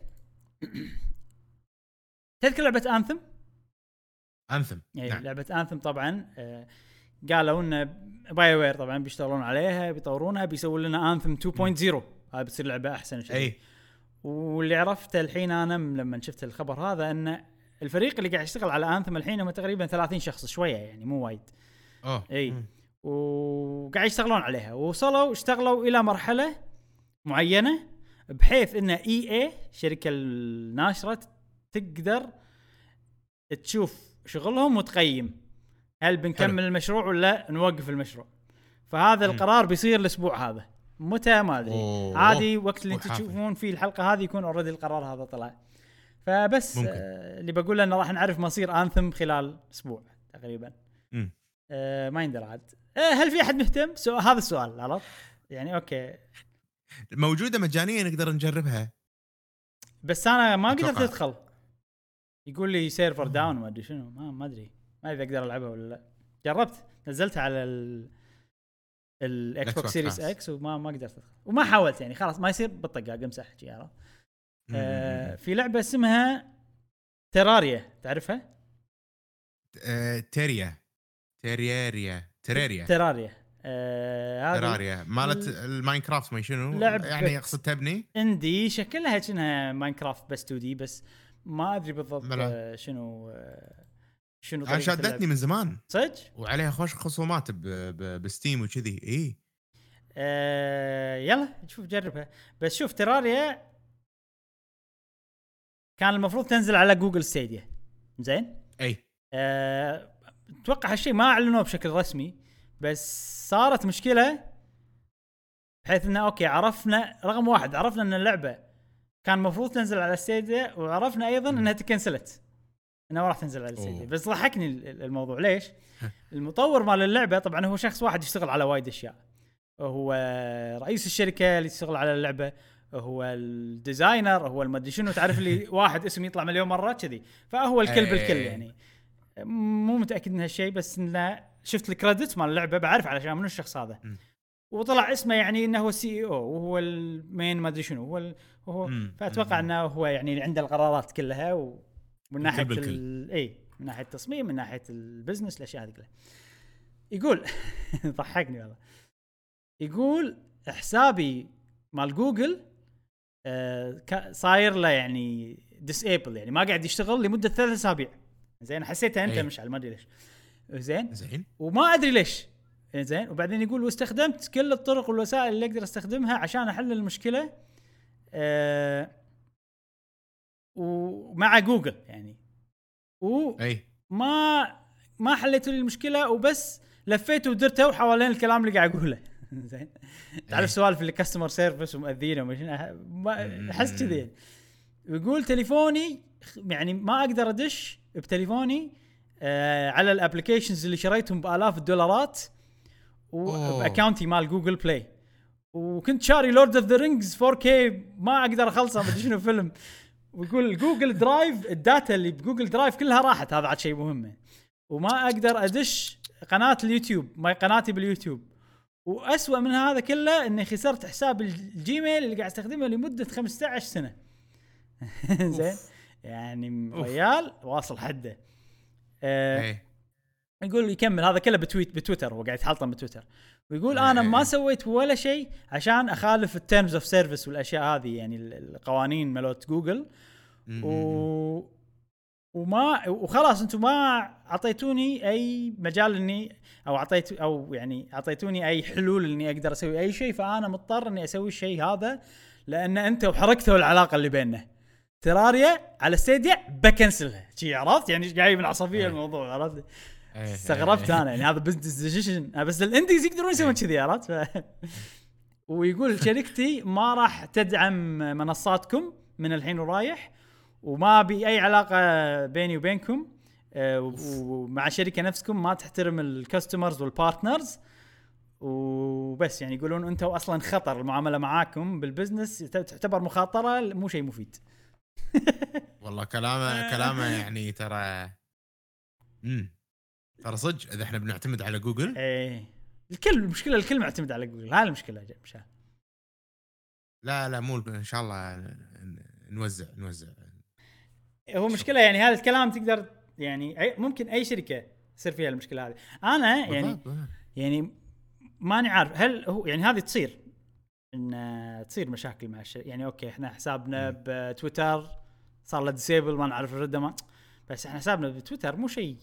تذكر لعبه انثم؟ انثم. يعني نعم. لعبه انثم طبعا آه قالوا ان باي وير طبعا بيشتغلون عليها، بيطورونها، بيسوون لنا انثم تو بوينت زيرو، هاي بتصير لعبه احسن شيء. اي. واللي عرفته الحين انا لما شفت الخبر هذا ان الفريق اللي قاعد يشتغل على انثم الحين هم تقريبا ثلاثين شخص، شويه يعني مو وايد. اوه. اي مم. وقاعد يشتغلون عليها، ووصلوا اشتغلوا الى مرحله معينه بحيث ان اي اي شركه الناشره تقدر تشوف شغلهم وتقيم هل بنكمل حلو. المشروع ولا نوقف المشروع. فهذا م. القرار بيصير الاسبوع هذا، متى ما ادري. أوه. عادي وقت اللي انتم وحافظ. تشوفون فيه الحلقه هذه يكون اوريدي القرار هذا طلع. فبس ممكن. آه اللي بقوله انه راح نعرف مصير انثم خلال اسبوع تقريبا. م. آه ما يندر عاد. آه هل في احد مهتم؟ سو... هذا السؤال عرفت يعني. اوكي موجوده مجانيه نقدر نجربها، بس انا ما أتوقع. قدرت ادخل. يقول لي سيرفر داون ما ادري شنو، ما ما ادري ما اذا اقدر العبها ولا لا. جربت نزلتها على ال الاكس بوكس سيريس اكس وما ما قدرت ادخل، وما حاولت يعني خلاص ما يصير بالطقاق امسح شي. عرفت؟ آه في لعبه اسمها تيراريا، تعرفها؟ آه، تيريا تيرياريا تيريريا تيراريا آه تيراريا مالت الماينكرافت ما شنو لعبة يعني اقصد تبني اندي شكلها كأنها ماينكرافت بس تو دي، بس ما ادري بالضبط بلا. آه شنو آه شنو انا طريقة شادتني اللعب. من زمان صدق؟ وعليها خوش خصومات ب- ب- بستيم وكذي. اي آه يلا شوف جربها. بس شوف تيراريا كان المفروض تنزل على جوجل ستيديا، زين؟ اي أه اتوقع هالشيء ما اعلنوه بشكل رسمي، بس صارت مشكله بحيث انه اوكي عرفنا رقم واحد عرفنا ان اللعبه كان المفروض تنزل على ستيديا، وعرفنا ايضا انها تكنسلت انها ما راح تنزل على ستيديا. بس ضحكني الموضوع ليش؟ المطور مال اللعبه طبعا هو شخص واحد يشتغل على وايد اشياء، هو رئيس الشركه اللي تشتغل على اللعبه، هو الديزاينر، هو المدري شنو، تعرف لي واحد اسم يطلع مليون مره كذي، فهو الكل بالكل يعني. مو متاكد من هالشيء، بس انه شفت الكريدت مال اللعبه بعرف علشان منو الشخص هذا. م. وطلع اسمه يعني انه هو السي اي او وهو المين ما ادري شنو هو ال... هو م. فاتوقع م. انه هو يعني اللي عنده القرارات كلها، ومن ناحيه بالكل. ال... اي من ناحيه التصميم، من ناحيه البزنس، الاشياء هذه كلها. يقول ضحكني والله. يقول حسابي مال جوجل آه صاير له يعني ديسيبل، يعني ما قاعد يشتغل لمده ثلاث اسابيع. زين حسيتها انت أي. مش على ما ادري ليش. زين زين وما ادري ليش. زين وبعدين يقول واستخدمت كل الطرق والوسائل اللي اقدر استخدمها عشان احل المشكله آه ومع جوجل يعني، اي وما ما حليت لي المشكله، وبس لفيت ودرته حوالين الكلام اللي قاعد اقوله. زين تعرف سوالف اللي كاستمر سيرفيس ومؤذينه ومش احس كذي. ويقول تليفوني يعني ما اقدر ادش بتليفوني آه على الابلكيشنز اللي شريتهم بالاف الدولارات وباكاونتي مال جوجل بلاي، وكنت شاري لورد اوف ذا رينجز فور كي ما اقدر اخلصه ما ادري شنو فيلم. ويقول جوجل درايف الداتا اللي بجوجل درايف كلها راحت، هذا عاد شيء مهم. وما اقدر ادش قناه اليوتيوب، ما قناتي باليوتيوب، وأسوأ من هذا كله اني خسرت حساب الجيميل اللي قاعد استخدمه لمده خمسة عشر سنه. زين يعني ريال واصل حده. آه يقول يكمل هذا كله بتويت بتويتر، وقاعد يتحلطم بتويتر ويقول أيه. انا ما سويت ولا شيء عشان اخالف التيرمز اوف سيرفيس والاشياء هذه، يعني القوانين مالت جوجل، و وما وخلاص انتم ما اعطيتوني اي مجال اني او اعطيت او يعني اعطيتوني اي حلول اني اقدر اسوي اي شيء، فانا مضطر اني اسوي الشيء هذا لان انتم حركتوا العلاقه اللي بيننا. تراريا على ستيديا بكنسلها شي، عرفت يعني جاي من عصبيه الموضوع، عرفت؟ استغربت انا يعني هذا بزنس ديسيجن، بس الانديز يقدرون يسوون كذي، عرفت؟ ف... ويقول شركتي ما راح تدعم منصاتكم من الحين ورايح، وما بي اي علاقه بيني وبينكم، ومع شركه نفسكم ما تحترم الكاستمرز والبارتنرز وبس. يعني يقولون انتم اصلا خطر، المعامله معاكم بالبزنس تعتبر مخاطره، مو شيء مفيد. والله كلامه كلامه يعني ترى امم ترى صدق اذا احنا بنعتمد على جوجل. ايه الكل المشكله الكل معتمد على جوجل، هاي المشكله مش ها. لا لا مو ان شاء الله نوزع نوزع هو مشكله يعني هذا الكلام تقدر يعني ممكن اي شركه يصير فيها المشكله هذه. انا يعني يعني ماني عارف هل هو يعني هذه تصير ان تصير مشاكل مع الشركه، يعني اوكي احنا حسابنا بتويتر صار له ديسيبل ما نعرف نرده، ما بس احنا حسابنا بتويتر مو شيء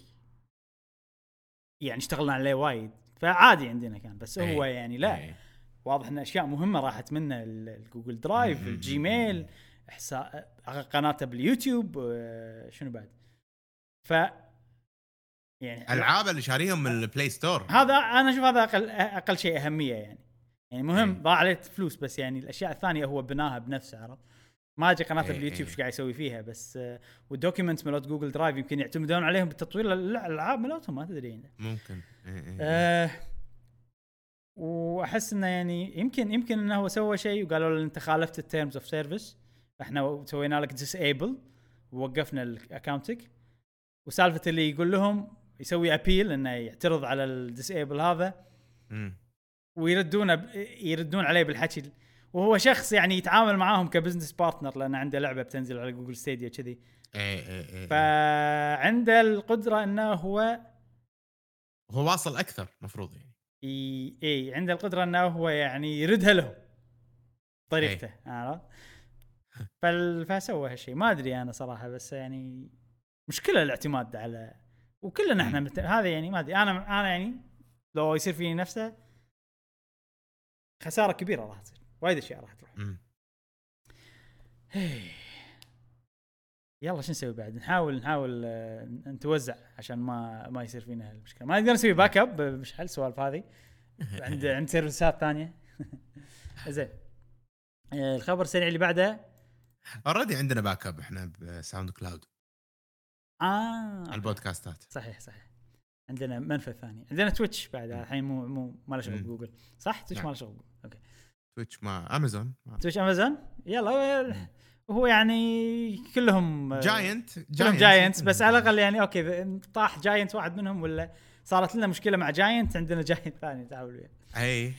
يعني اشتغلنا عليه وايد فعادي عندنا كان، بس هو يعني لا واضح ان اشياء مهمه راحت منه، الجوجل درايف، الجيميل، حساب قناته باليوتيوب، شنو بعد، ف يعني العاب اللي شاريهم من البلاي ستور، هذا انا اشوف هذا اقل اقل شيء اهميه يعني يعني مهم ضاع عليه فلوس، بس يعني الاشياء الثانيه هو بناها بنفسه، عرفت؟ ما اجي قناته باليوتيوب ايش قاعد يسوي فيها، بس والدوكيومنتس مالت جوجل درايف يمكن يعتمدون عليهم بالتطوير الالعاب مالتهم، ما تدري يعني. ممكن آه واحس انه يعني يمكن يمكن انه هو سوى شيء وقالوا له انت خالفت التيرمز اوف سيرفيس، احنا سوينا لك ديسيبل ووقفنا الاكونتك، وسالفه اللي يقول لهم يسوي ابيل انه يعترض على الديسيبل هذا م. ويردون ب... يردون عليه بالحكي، وهو شخص يعني يتعامل معاهم كبزنس بارتنر لان عنده لعبه بتنزل على جوجل ستيديا كذي، فعنده القدره انه هو هو واصل اكثر مفروض يعني اي اي عنده القدره انه هو يعني يردها له طريقته، عرفت؟ فال... فسوى هالشيء، ما ادري انا صراحه، بس يعني مشكله الاعتماد على وكلنا احنا مت... هذا يعني ما ادري انا انا يعني لو يصير فيني نفسه خساره كبيره راح تصير، وايد اشياء راح تروح. يلا شو نسوي بعد؟ نحاول نحاول نتوزع عشان ما ما يصير فينا هالمشكله، ما نقدر نسوي باك اب مش حل سوالف هذه عند عند سيرفيسات ثانيه. زين الخبر السريع اللي بعده، اوريدي عندنا باك اب احنا بساوند كلاود اه البودكاستات، صحيح صحيح عندنا منفذ ثاني، عندنا تويتش بعد الحين مو مو ما له شغل بجوجل، صح؟ تويتش ما له شغل، اوكي تويتش مع امازون، تويتش امازون، يلا هو يعني كلهم جاينت كلهم جاينتس، بس على الاقل يعني اوكي طاح جاينت واحد منهم ولا صارت لنا مشكله مع جاينت، عندنا جاينت ثاني تعاون وياه. اي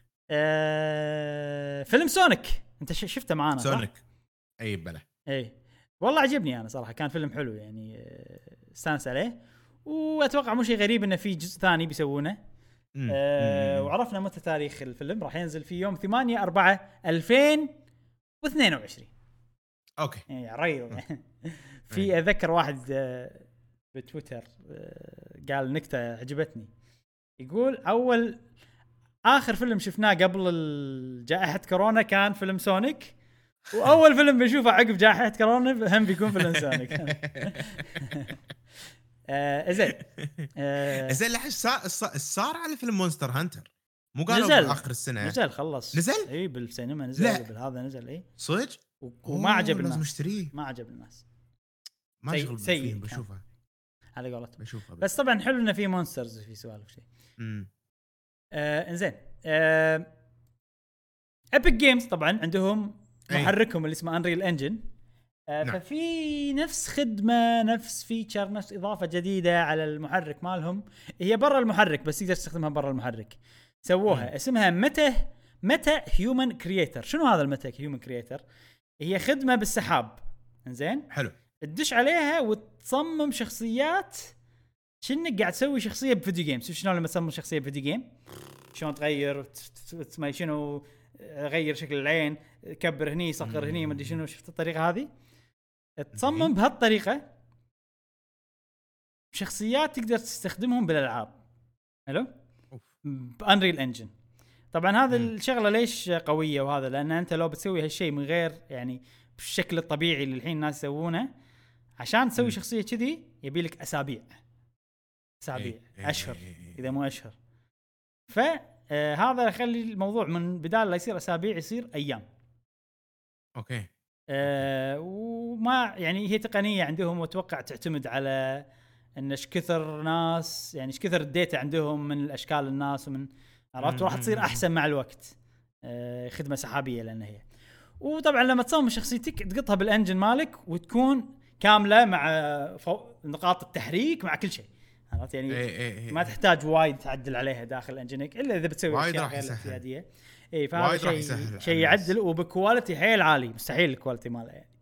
آه فيلم سونيك انت شفته معانا سونيك؟ اي بلا اي والله عجبني انا صراحه، كان فيلم حلو يعني استانس عليه، واتوقع مو شيء غريب انه في جزء ثاني بيسوونه. آه وعرفنا متى تاريخ الفيلم، راح ينزل في يوم ثمانية أربعة ألفين واثنين وعشرين. اوكي يعني ريض. في اذكر واحد بتويتر قال نكته عجبتني، يقول اول اخر فيلم شفناه قبل جائحه كورونا كان فيلم سونيك، واول فيلم بنشوفه عقب جائحه كورونا هم بيكون فيلم سونيك. آه زين آه زين لحش صار صار على فيلم مونستر هانتر، مو قالوا اخر السنه نزل خلص نزل اي بالسينما نزل قبل هذا نزل اي صدق، وما عجب الناس، مشتريه ما عجب الناس، ما شغل فيه بشوفها على قولتهم بشوفها بس طبعا حلو انه في مونسترز في سوالف شيء. امم آه انزين آه ابيك جيمز طبعا عندهم محركهم اللي اسمه انريل انجن، آه نعم. ففي نفس خدمه نفس فيتشر نفس اضافه جديده على المحرك مالهم، هي برا المحرك بس تقدر تستخدمها برا المحرك، سووها اسمها متى متى هيومن كرييتر. شنو هذا المتى هيومن كرييتر؟ هي خدمه بالسحاب، انزين حلو. تدش عليها وتصمم شخصيات، شنك قاعد تسوي شخصيه بفيديو جيمز. شلون لما تصمم شخصيه بفيديو جيم شلون تغير ما شنو، غير شكل العين، كبر هني صغر هني، ما ادري شنو. شفت الطريقه هذه؟ تصمم بهالطريقه شخصيات تقدر تستخدمهم بالالعاب. حلو. بانريل انجن. طبعا هذا الشغله ليش قويه وهذا، لان انت لو بتسوي هالشيء من غير يعني بالشكل الطبيعي اللي الحين الناس يسوونه، عشان تسوي م. شخصيه كذي يبي لك اسابيع اسابيع إيه إيه اشهر إيه إيه. اذا مو اشهر. فهذا يخلي الموضوع من بدال لا يصير اسابيع يصير ايام. اوكي. أه وما يعني هي تقنيه عندهم، واتوقع تعتمد على ان ايش كثر ناس يعني ايش كثر الداتا عندهم من الاشكال الناس ومن عرفت، راح تصير احسن مع الوقت. أه خدمه سحابيه لان هي. وطبعا لما تصمم شخصيتك تقطها بالانجن مالك وتكون كامله مع نقاط التحريك مع كل شيء، عرفت يعني. إيه إيه إيه. ما تحتاج وايد تعدل عليها داخل انجنك الا اذا بتسوي اشياء غير اعتياديه. اي فهذا شيء شيء يعدل وبكواليتي حيل عالي، مستحيل الكواليتي ماله يعني.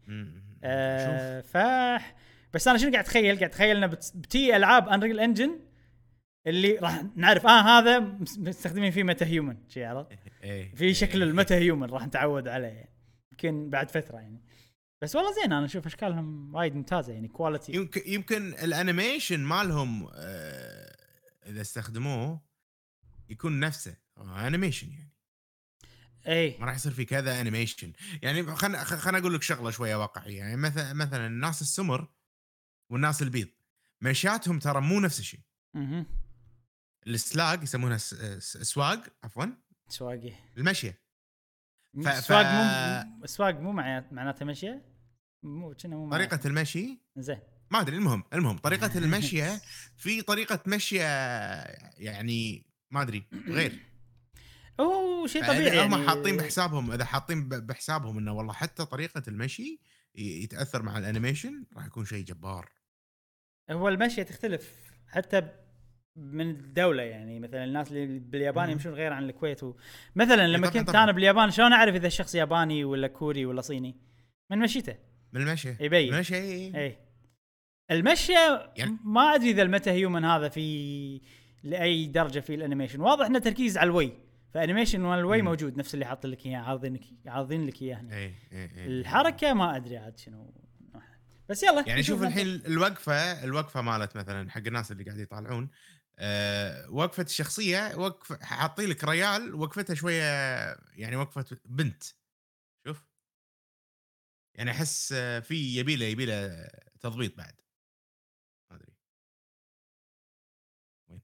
آه ف بس انا شنو قاعد اتخيل قاعد اتخيل انه بتي العاب انريل انجن اللي راح نعرف اه هذا مستخدمين فيه ميتا هيومن شيء، عرفت في شكل الميتا هيومن راح نتعود عليه يعني. يمكن بعد فتره يعني. بس والله زين، انا اشوف اشكالهم وايد ممتازه يعني كواليتي. يمكن يمكن الانيميشن مالهم آه اذا استخدموه يكون نفسه انيميشن يعني. اي ما راح يصير في كذا انيميشن يعني. خلنا خلنا اقول لك شغله شويه واقعيه يعني. مثلا مثلا الناس السمر والناس البيض مشياتهم ترى مو نفس الشيء. اها السلاج يسمونها سواق، عفوا سواقي المشيه. ف... سواق مو سواق مو معناته مشيه، مو كنا مو طريقه المشي زين ما ادري. المهم المهم طريقه المشيه في طريقه مشيه يعني ما ادري غير. اوه شيء طبيعي هم يعني. حاطين بحسابهم اذا حاطين بحسابهم انه والله حتى طريقه المشي يتاثر مع الانيميشن راح يكون شيء جبار. هو المشي تختلف حتى من الدوله يعني. مثلا الناس اللي باليابان يمشون غير عن الكويت. مثلا لما كنت انا باليابان شلون اعرف اذا الشخص ياباني ولا كوري ولا صيني؟ من مشيته، من المشي يبين المشي. اي المشي يعني. ما ادري اذا الميتا هيومن هذا في لاي درجه في الانيميشن. واضح انه تركيز على الوي، فانيميشن مال الوي موجود نفس اللي حاط لك اياه، عارضين عارضين لك اياه هنا. اي اي اي. الحركه ما ادري عاد شنو، بس يلا يعني شوف الحين الوقفه الوقفه مالت مثلا حق الناس اللي قاعد يطالعون. أه وقفه الشخصيه وقف حاطين لك ريال وقفتها شويه يعني وقفه بنت. شوف يعني احس في يبيله يبيله تضبيط بعد ما ادري وين.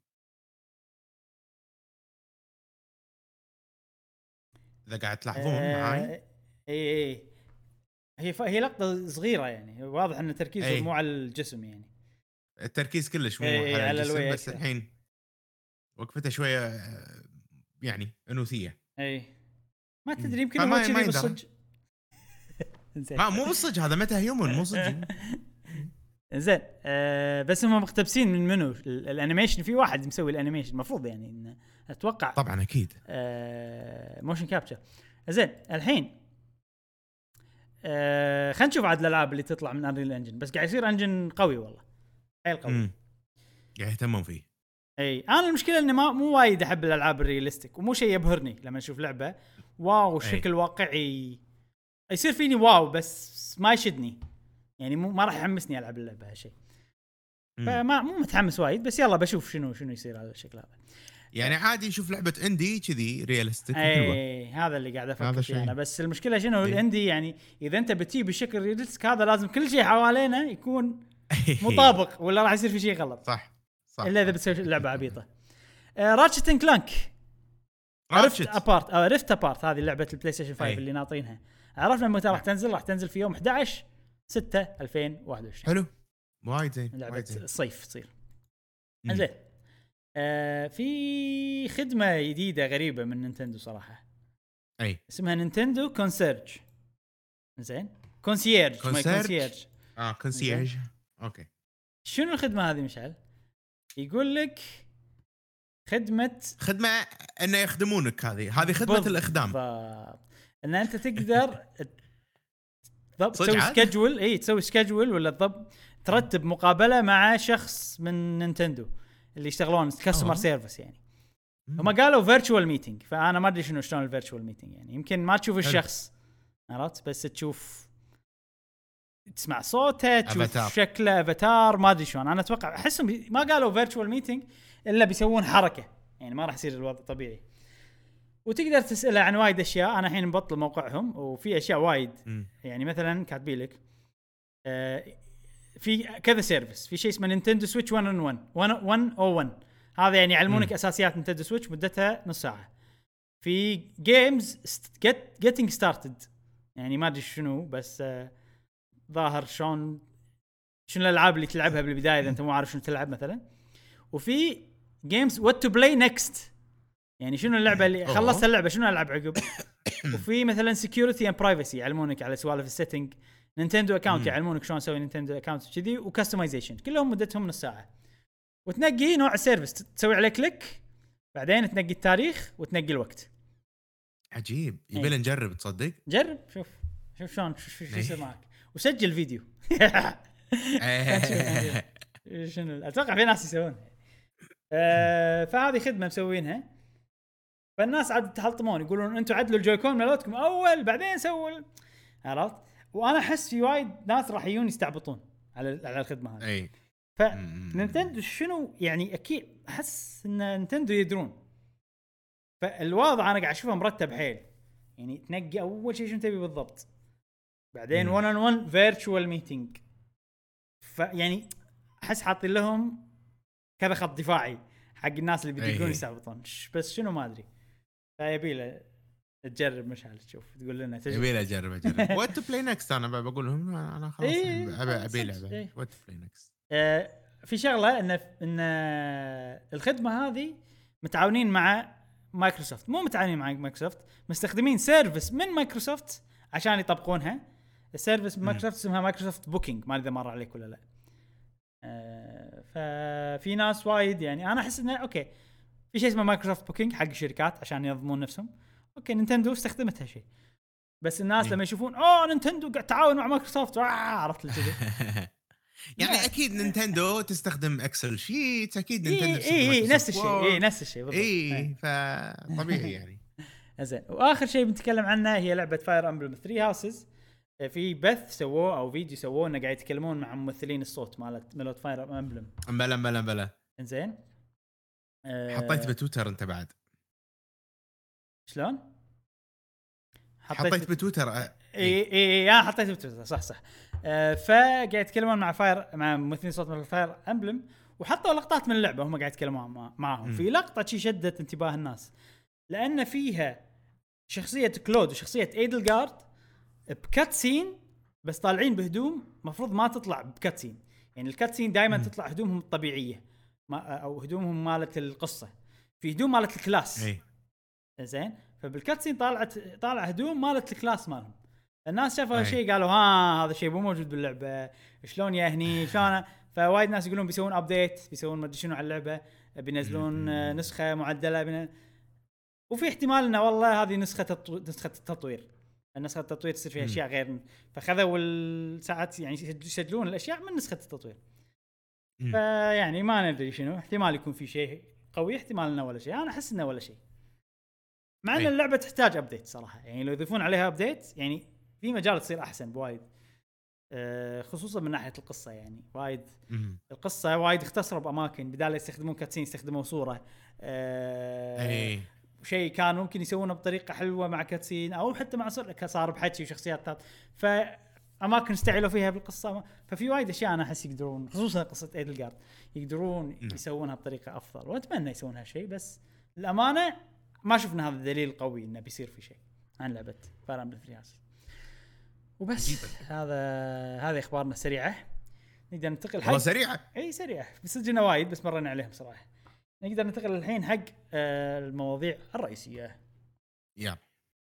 اذا قاعد تلاحظون آه معاي اي اي هي ف... هي لقطه صغيره يعني. واضح ان تركيزه أي. مو على الجسم يعني. التركيز كلش مو أي على, على الجسم بس أكثر. الحين وقفته شويه يعني انوثيه. اي ما تدري يمكن هو ما كذي بالصج. ما مو بالصج هذا متى هيومن مو صج. زين آه بس هم مقتبسين من منو الانيميشن. في واحد مسوي الانيميشن المفروض يعني إن اتوقع طبعا اكيد آه موشن كابتشر. زين الحين آه خلينا نشوف عاد الالعاب اللي تطلع من انريل انجن. بس قاعد يصير انجن قوي والله حيل قوي. امم قاعد يهتمون فيه. اي انا المشكله اني ما مو وايد احب الالعاب الريالستيك، ومو شيء يبهرني لما اشوف لعبه واو الشكل واقعي يصير فيني واو بس ما يشدني يعني. مو ما راح يحمسني العب اللعبه هالشيء. فما مو متحمس وايد. بس يلا بشوف شنو شنو يصير على الشكل هذا يعني. عادي نشوف لعبه اندي كذي ريالستيك اي هذا اللي قاعد افكر فيه انا. بس المشكله شنو الاندي يعني اذا انت بتجي بشكل ريالستيك هذا لازم كل شيء حوالينا يكون مطابق ولا راح يصير في شيء غلط. صح صح. الا اذا بتسوي لعبه عبيطه. راتشت اند كلانك عرفت ابارت او ريفت ابارت. هذه لعبه البلاي ستيشن خمسة اللي ناطرينها. عرفنا متى راح تنزل؟ راح تنزل في يوم أحد عشر ستة ألفين وواحد وعشرين. حلو وايد زين. لعبه الصيف تصير زين. آه في خدمه جديده غريبه من نينتندو صراحه. اي اسمها نينتندو كونسيرج. زين كونسيرج كونسيرج اه كونسيرج اوكي. شنو الخدمه هذه مشعل؟ يقول لك خدمه خدمه انه يخدمونك، هذه هذه خدمه بالضبط. الاخدام. ان انت تقدر ضبط صدق تسوي عادي؟ سكجول، اي تسوي سكجول ولا ضبط ترتب مقابله مع شخص من نينتندو اللي يشتغلون كاستمر أوه. سيرفيس يعني. مم. هم قالوا فيرتشوال ميتنج، فانا ما ادري شنو شلون الفيرتشوال ميتنج يعني. يمكن ما تشوف حلو. الشخص عرفت، بس تشوف تسمع صوته، تشوف أفاتار. شكله افاتار، ما ادري شلون. انا اتوقع احسهم بي... ما قالوا فيرتشوال ميتنج الا بيسوون حركه يعني، ما راح يصير الوضع طبيعي. وتقدر تساله عن وايد اشياء. انا الحين مبطل موقعهم وفي اشياء وايد مم. يعني. مثلا كاتبين لك آه في كذا سيرفيس، في شيء اسمه نينتندو سويتش واحد إن واحد واحد أو واحد، هذا يعني يعلمونك مم. اساسيات نينتندو سويتش، مدتها نص ساعه. في جيمز جيت جيتنج ستارتد يعني ما ادري شنو، بس آه ظاهر شلون شنو الالعاب اللي تلعبها بالبدايه اذا انت مو عارف شنو تلعب مثلا. وفي جيمز وات تو بلاي نيكست، يعني شنو اللعبه اللي أوه. خلصت اللعبه شنو العب عقب. وفي مثلا سكيورتي اند برايفسي يعلمونك على سوالف السيتنج. نينتندو اكاونت يعلمونك شلون تسوي نينتندو اكاونت كذي، وكستمايزيشن، كلهم مدتهم نص ساعه. وتنقي نوع السيرفيس، تسوي عليه كليك، بعدين تنقي التاريخ وتنقي الوقت. عجيب، إيه. يبي نجرب تصدق. جرب شوف شوف شلون شو شو يصير معك، وسجل فيديو. شنو اتوقع في ناس يسوونها. آه فهذه خدمه مسوينها، فالناس عاد تحلطمون يقولون انتم عدلوا الجويكون مالتكم اول بعدين سووا، عرفت. وانا احس في وايد ناس راح يجون يستعبطون على على الخدمه هذه. اي فنينتندو شنو يعني، اكيد احس ان نينتندو يدرون. فالوضع انا قاعد اشوفه مرتب حيل يعني. تنقي اول شيء شنو تبي بالضبط، بعدين واحد اون واحد فيرتشوال ميتنج. فيعني احس حاطين لهم كذا خط دفاعي حق الناس اللي بيقدرون يستعبطون، بس شنو ما ادري. فيبي له تجرب مشعل تشوف تقول لنا تجرب. يبي له اجرب اجرب. وات تو بلاي نكست انا بقول لهم انا خلاص إيه ابي ابي لعبه وات تو بلاي نكست. في شغله ان ان الخدمه هذه متعاونين مع مايكروسوفت، مو متعاونين مع مايكروسوفت، مستخدمين سيرفيس من مايكروسوفت عشان يطبقونها. السيرفيس من مايكروسوفت اسمها مايكروسوفت بوكينج، ما ادري اذا مر عليك ولا لا. آه ففي ناس وايد يعني انا احس انه اوكي في شيء اسمه مايكروسوفت بوكينج حق الشركات عشان ينظمون نفسهم. اوكي نينتندو استخدمت هالشيء، بس الناس لما يشوفون اوه نينتندو قاعد تعاون مع مايكروسوفت، عرفت كذا. يعني اكيد نينتندو تستخدم اكسل شيت، اكيد نينتندو تستخدم اي اي نفس الشيء، اي نفس الشيء بالضبط. اي فطبيعي يعني. زين، واخر شيء بنتكلم عنه هي لعبه فاير امبلم ثري هاوسز. في بث سووه او فيديو سووه انه قاعد يتكلمون مع ممثلين الصوت مالت ملوت فاير امبلم. بلا بلا بلا زين أه حطيت بتويتر انت بعد شلون؟ حطيت, حطيت بتويتر. اي اي اي انا حطيت بتويتر صح صح. أه فقاعد يتكلمون مع فاير مع ممثلين صوت ملوت فاير امبلم، وحطوا لقطات من اللعبه هم قاعد يتكلمون معاهم. في لقطه شي شدت انتباه الناس لان فيها شخصيه كلود وشخصيه ايدلغارد بكاتسين، بس طالعين بهدوم مفروض ما تطلع بكاتسين. يعني الكاتسين دائما تطلع هدومهم الطبيعيه ما او هدومهم مالت القصه، في هدوم مالت الكلاس. اي زين، فبالكاتسين طالعت طالع هدوم مالت الكلاس مالهم. الناس شافوا هالشيء قالوا ها هذا الشيء مو موجود باللعبه، شلون يا هني شلون. فوايد ناس يقولون بيسوون ابديت، بيسوون ما ادري شنو على اللعبه، بينزلون نسخه معدله بنا... وفي احتمال انه والله هذه نسخه تطو... نسخه التطوير، النسخه التطوير تصير فيها اشياء غير، فخذوا الساعات يعني يسجلون الاشياء من نسخه التطوير. فيعني ما ندري شنو، احتمال يكون في شيء قوي، احتمال انه ولا شيء. انا احس انه ولا شيء، مع ان اللعبه تحتاج ابديت صراحه. يعني لو يضيفون عليها ابديت يعني في مجال تصير احسن بوايد، أه خصوصا من ناحيه القصه. يعني وايد القصه وايد اختصروا باماكن، بدال يستخدمون كاتسين يستخدموا صوره. أه شيء كان ممكن يسوونه بطريقه حلوه مع كاتسين او حتى مع صور صار بحكي وشخصيات، فاماكن استعلوا فيها بالقصه. ففي وايد اشياء انا احس يقدرون، خصوصا قصه ايدلغارد يقدرون يسوونها بطريقه افضل، واتمنى يسوون هالشيء. بس الامانه ما شفنا هذا الدليل قوي انه بيصير في شيء عن لعبه فاير امبلم ثري هاوسز. وبس هذا هذه اخبارنا سريعه، نقدر ننتقل حق سريعه اي سريعه بسجلنا وايد بس مرينا عليهم صراحه. نقدر ننتقل الحين حق آه المواضيع الرئيسيه. يا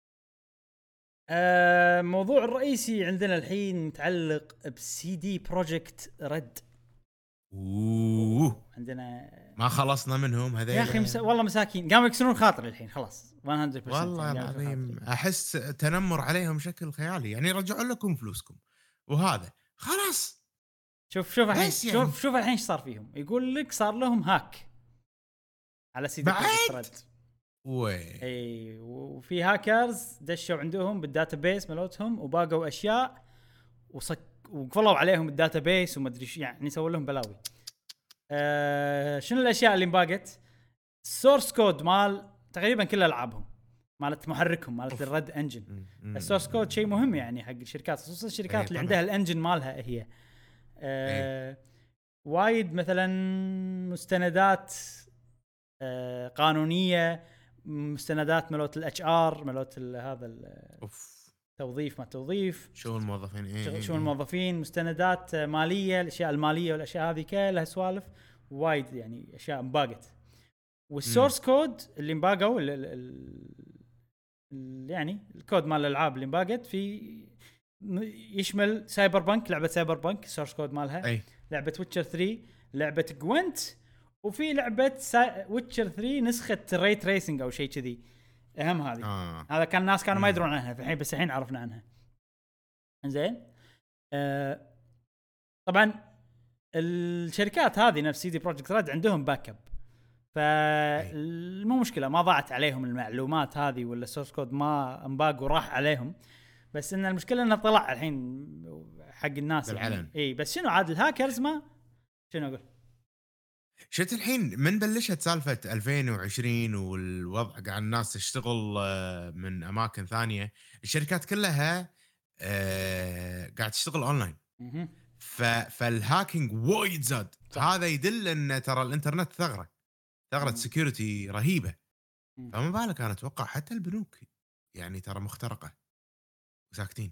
آه الموضوع الرئيسي عندنا الحين متعلق بسي دي بروجكت ريد. اوه عندنا ما خلصنا منهم هذول يا اخي مس... والله مساكين قاموا يكسرون خاطري الحين خلاص مية بالمية. والله العظيم احس تنمر عليهم بشكل خيالي، يعني رجعوا لكم فلوسكم وهذا خلاص. شوف شوف الحين يعني. شوف شوف الحين ايش صار فيهم. يقول لك صار لهم هاك على سيدي بروجكت وي اي، وفي هاكرز دشوا عندهم بالداتابيس مالتهم وباقوا اشياء وصك وقفلوا عليهم الداتابيس وما ادري ايش، يعني سووا لهم بلاوي. أه شنو الاشياء اللي انباقت؟ السورس كود مال تقريبا كل العابهم، مالت محركهم مالت الريد انجن. السورس كود شيء مهم يعني حق الشركات، خصوصا الشركات اللي عندها الانجن مالها هي. أه وايد مثلا مستندات أه قانونيه، مستندات ملوت الاتش ار ملوت هذا التوظيف ما توظيف شو الموظفين ايه شو الموظفين، مستندات ماليه، الاشياء الماليه والاشياء هذه كلها سوالف وايد يعني اشياء انباقت. والسورس كود اللي انباقوا ال ال ال يعني الكود مال الالعاب اللي انباقت في يشمل سايبر بانك، لعبه سايبر بانك السورس كود مالها أي. لعبه ويتشر ثري، لعبه جوينت، وفي لعبه سا... ويتشر ثري نسخه ري تريسنج او شيء كذي. اهم هذه آه. هذا كان الناس كانوا ما يدرون عنها الحين، بس الحين عرفنا عنها. زين آه طبعا الشركات هذه نفس سيدي بروجكت ريد عندهم باك اب، فمو مشكله ما ضاعت عليهم المعلومات هذه ولا السورس كود ما انباق وراح عليهم، بس ان المشكله انه طلع الحين حق الناس يعني. اي بس شنو عاد الهاكرز ما شنو اقول. شفت الحين من بلشت سالفه ألفين وعشرين والوضع قاعد الناس تشتغل من اماكن ثانيه، الشركات كلها أه قاعد تشتغل اونلاين، فالهاكينج وايد زاد. هذا يدل ان ترى الانترنت ثغره ثغره سكيورتي رهيبه. مم. فما بالك انا اتوقع حتى البنوك يعني ترى مخترقه وساكتين.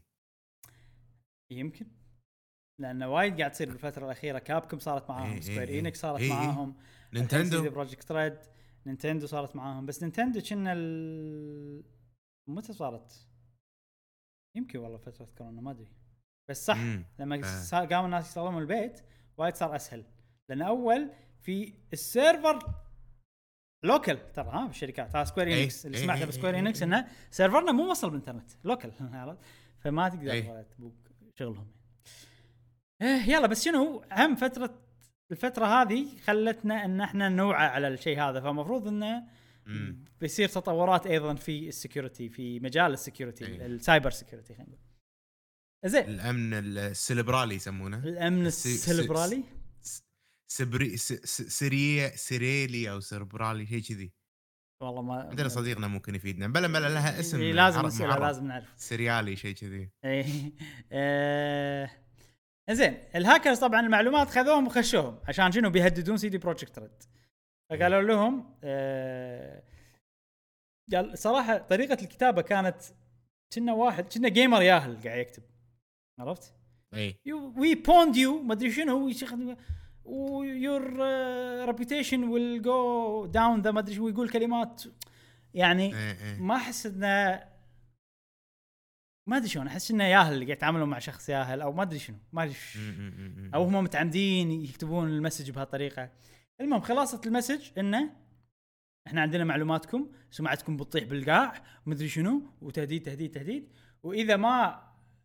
يمكن لانه وايد قاعد تصير بالفتره الاخيره. كابكم صارت معاهم، إيه سكوير إيه إينكس صارت إيه معاهم، نينتندو سيدي بروجكت ريد، نينتندو صارت معاهم. بس نينتندو كنا ال... متى صارت؟ يمكن والله فتره كورونا ما ادري، بس صح. مم. لما آه. قاموا الناس يشتغلون من البيت وايد صار اسهل، لان اول في السيرفر لوكال ترى ها بالشركات. ها سكوير إينكس اللي سمعته بسكوير إينكس انه سيرفرنا مو موصل بالانترنت لوكال، فما تقدر تبوك شغلهم. ايه يلا بس شنو اهم فتره الفتره هذه خلتنا ان احنا نوعى على الشيء هذا، فمفروض انه مم. بيصير تطورات ايضا في السكيورتي، في مجال السكيورتي أيه. السايبر سكيورتي خلينا نقول. زين الامن السيلبرالي يسمونه الامن السيلبرالي سبري سريه سيريلي او سيربرالي شيء كذي. والله ما عندنا صديقنا ممكن يفيدنا. بلا بلا لها اسم إيه لازم نسأله، لازم نعرف سريالي شيء كذي. ايه آه. زين الهاكرز طبعا المعلومات خذوهم وخشوهم عشان شنو بيهددون سيدي بروجكت ريد، فقالوا لهم آه قال صراحه طريقه الكتابه كانت كنا واحد كنا جيمر ياهل قاعد يكتب، عرفت؟ اي وي بوند يو ما ادري شنو ويور ريبيوتيشن ويل جو داون ذا ما ادري شو يقول كلمات يعني. ما احس انه ما ادري شلون، احس انه ياهل اللي قاعد يتعاملون مع شخص ياهل او ما ادري شنو، ما ادري او هم متعمدين يكتبون المسج بهالطريقه. المهم خلاصه المسج انه احنا عندنا معلوماتكم، سمعتكم بتطيح بالقاع ما ادري شنو، وتهديد تهديد تهديد، واذا ما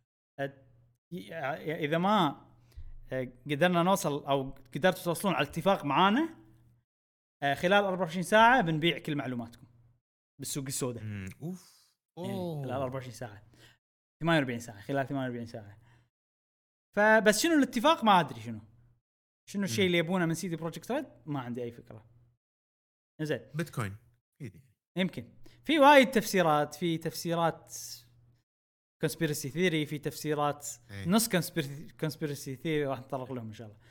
اذا ما قدرنا نوصل او قدرتوا توصلون على اتفاق معانا خلال أربعة وعشرين ساعه بنبيع كل معلوماتكم بالسوق السوداء. اوف اوه خلال أربعة وعشرين ساعه، ثمانية وأربعين ساعه، خلال ثمانية وأربعين ساعه. فبس شنو الاتفاق ما ادري شنو شنو الشيء اللي يبونه من سيدي بروجكت ريد، ما عندي اي فكره. زين بيتكوين يمكن في وايد تفسيرات، في تفسيرات كونسبيرسي ثيوري، في تفسيرات ايه. نص كونسبيرسي ثيوري راح نتطرق لهم ان شاء الله.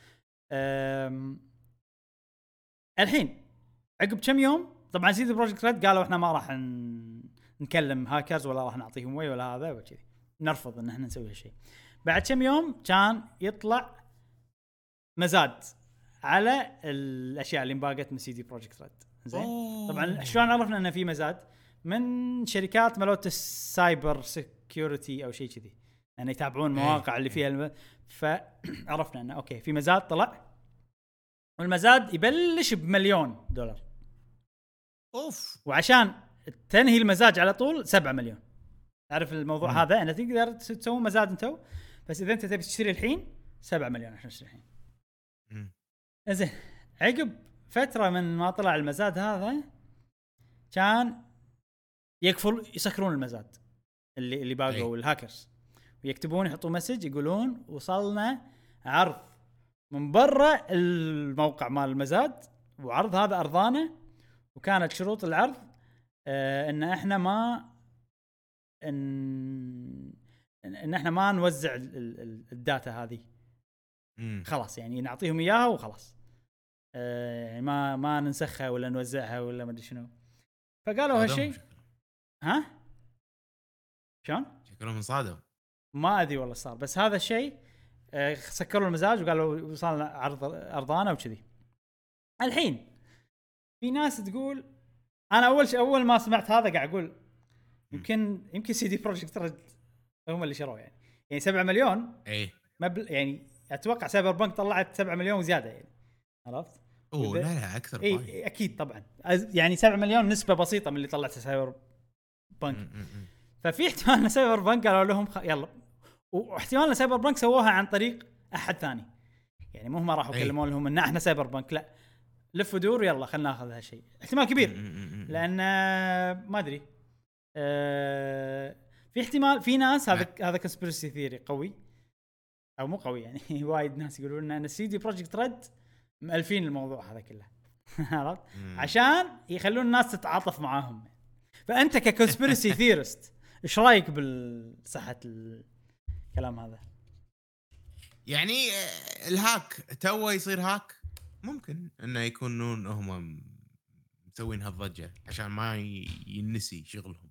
الحين عقب كم يوم طبعا سيدي بروجكت ريد قالوا احنا ما راح نكلم هاكرز ولا راح نعطيهم وي ولا هذا وكذي، نرفض ان احنا نسوي هالشيء. بعد كم يوم كان يطلع مزاد على الاشياء اللي انباقت من سيدي بروجكت ريد. زين طبعا شلون عرفنا ان في مزاد؟ من شركات مالوت السايبر سيكيورتي او شيء كذي، يعني يتابعون مواقع اللي فيها الم... فعرفنا انه اوكي في مزاد طلع والمزاد يبلش بمليون دولار. اوف. وعشان تنهي المزاج على طول سبعة مليون. تعرف الموضوع مم. هذا؟ أنا تقدر تسوي مزاد انتو، بس اذا انت تبي تشتري الحين سبعة مليون عشان تشتري الحين. مم. زين، عقب فتره من ما طلع المزاد هذا كان يكفل يسكرون المزاد اللي اللي باقوا الهاكرز، ويكتبون يحطوا مسج يقولون وصلنا عرض من برا الموقع مال المزاد، وعرض هذا ارضانا، وكانت شروط العرض آه ان احنا ما ان ان احنا ما نوزع ال ال الداتا هذه. مم. خلاص يعني نعطيهم اياها وخلاص، آه ما ما ننسخها ولا نوزعها ولا ما ادري شنو. فقالوا هالشيء. ها شلون شكلهم انصادوا. ما ادري والله صار، بس هذا الشيء آه سكروا المزاج وقالوا وصلنا عرض ارضانا وكذي. الحين في ناس تقول، انا اول شيء اول ما سمعت هذا قاعد اقول يمكن يمكن سي دي بروجكت ريد هم اللي شروه يعني يعني سبعة مليون اي مبل يعني اتوقع سايبر بانك طلعت سبعة مليون وزياده يعني، عرفت؟ اوه لا لا اكثر اي باي. اكيد طبعا يعني سبعة مليون نسبه بسيطه من اللي طلعته سايبر بانك. م- م- م. ففي احتمال ان سايبر بانك قالوا لهم خ... يلا، واحتمال ان سايبر بانك سووها عن طريق احد ثاني، يعني مو هم راحوا أي. كلموا لهم ان احنا سايبر بانك، لا لف ودور يلا خلينا ناخذ هالشيء. احتمال كبير م- م- م- م. لان ما ادري أه... في احتمال في ناس هذا هذا كونسبيرسي ثيوري قوي او مو قوي يعني وايد ناس يقولون ان سي دي بروجكت ريد مألفين الموضوع هذا كله عرفت م. عشان يخلون الناس تتعاطف معاهم. فانت ككونسبيرسي ثيورست ايش رايك بالصحه الكلام هذا؟ يعني آه، الهاك توه يصير هاك، ممكن انه يكونون هم مسوين هالضجه عشان ما ي- ينسي شغلهم.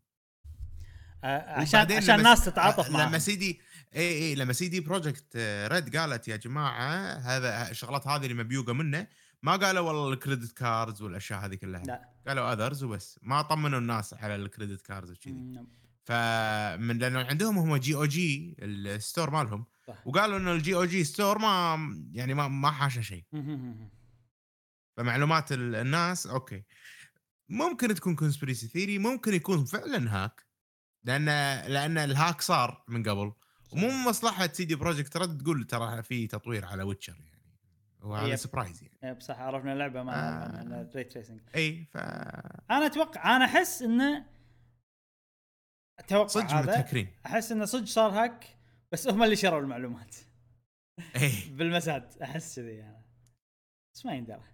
آه عشان وبعدين عشان لما الناس س- تتعاطف آه، معاهم. لما سيدي اي اي لما سيدي بروجكت ريد قالت يا جماعه هذا الشغلات هذه اللي مبيوقه منه، ما قالوا والله الكريدت كاردز والاشياء هذه كلها، لا قالوا اذرز وبس، ما طمنوا الناس على الكريدت كاردز وكذي. مم، فمن لانه عندهم هم جي او جي الستور مالهم، صح. وقالوا انه الجي او جي ستور ما يعني ما ما حاشه شيء. فمعلومات ال- الناس اوكي، ممكن تكون كونسبيرسي ثيري، ممكن يكون فعلا هاك، لان لان الهاك صار من قبل، ومو من مصلحه سي دي بروجكت رد تقول ترى في تطوير على ويتشر يعني، وهذا يب. سبرايز يعني. يب صح، عرفنا اللعبه ما آه. انا ري تريسنج. اي ف انا اتوقع انا احس انه اتوقع صدق هذا متهكرين. احس انه صدق صار هاك، بس هم اللي شروا المعلومات اي بالمزاد. احس كذي يعني، بس ما يندرى.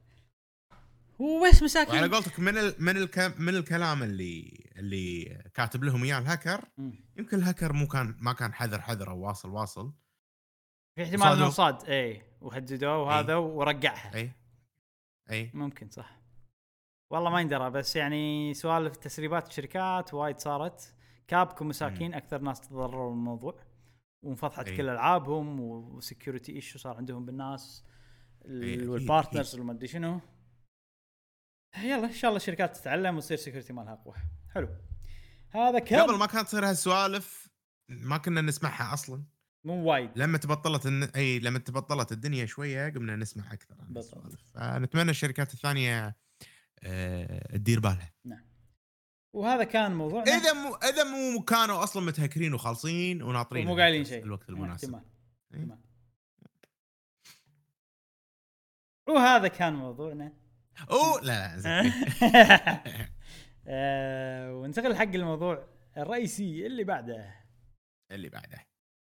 هو بس مساكين. وعلى قولتك من ال من الك من الكلام اللي اللي كاتب لهم اياه الهاكر، مم. يمكن الهاكر مو كان ما كان حذر حذر او واصل واصل، في احتمال انه وصادوا. صاد اي وهددوه وهذا ورجعها. اي اي ممكن صح، والله ما يندرى. بس يعني سوالف تسريبات الشركات وايد صارت. كابكم مساكين اكثر ناس تضرروا من الموضوع، وانفضحت أي. كل العابهم، وسكيورتي ايشو صار عندهم بالناس أي. والبارتنرز وما ادري شنو. يلا ان شاء الله الشركات تتعلم وتصير سكيورتي مالها اقوى. حلو. هذا كان قبل ما كانت تصير هالسوالف ما كنا نسمعها اصلا، مو وايد. لما تبطلت الن... اي لما تبطلت الدنيا شويه قمنا نسمع اكثر عن السوالف. فنتمنى الشركات الثانيه أه... تدير بالها. نعم. وهذا كان موضوعنا. اذا مو اذا مو كانوا اصلا متهكرين وخالصين وناطرين مو قايلين شيء الوقت المناسب. احتمال. احتمال. وهذا كان موضوعنا. اوه لا لا زين. آه، وننتقل حق الموضوع الرئيسي اللي بعده. اللي بعده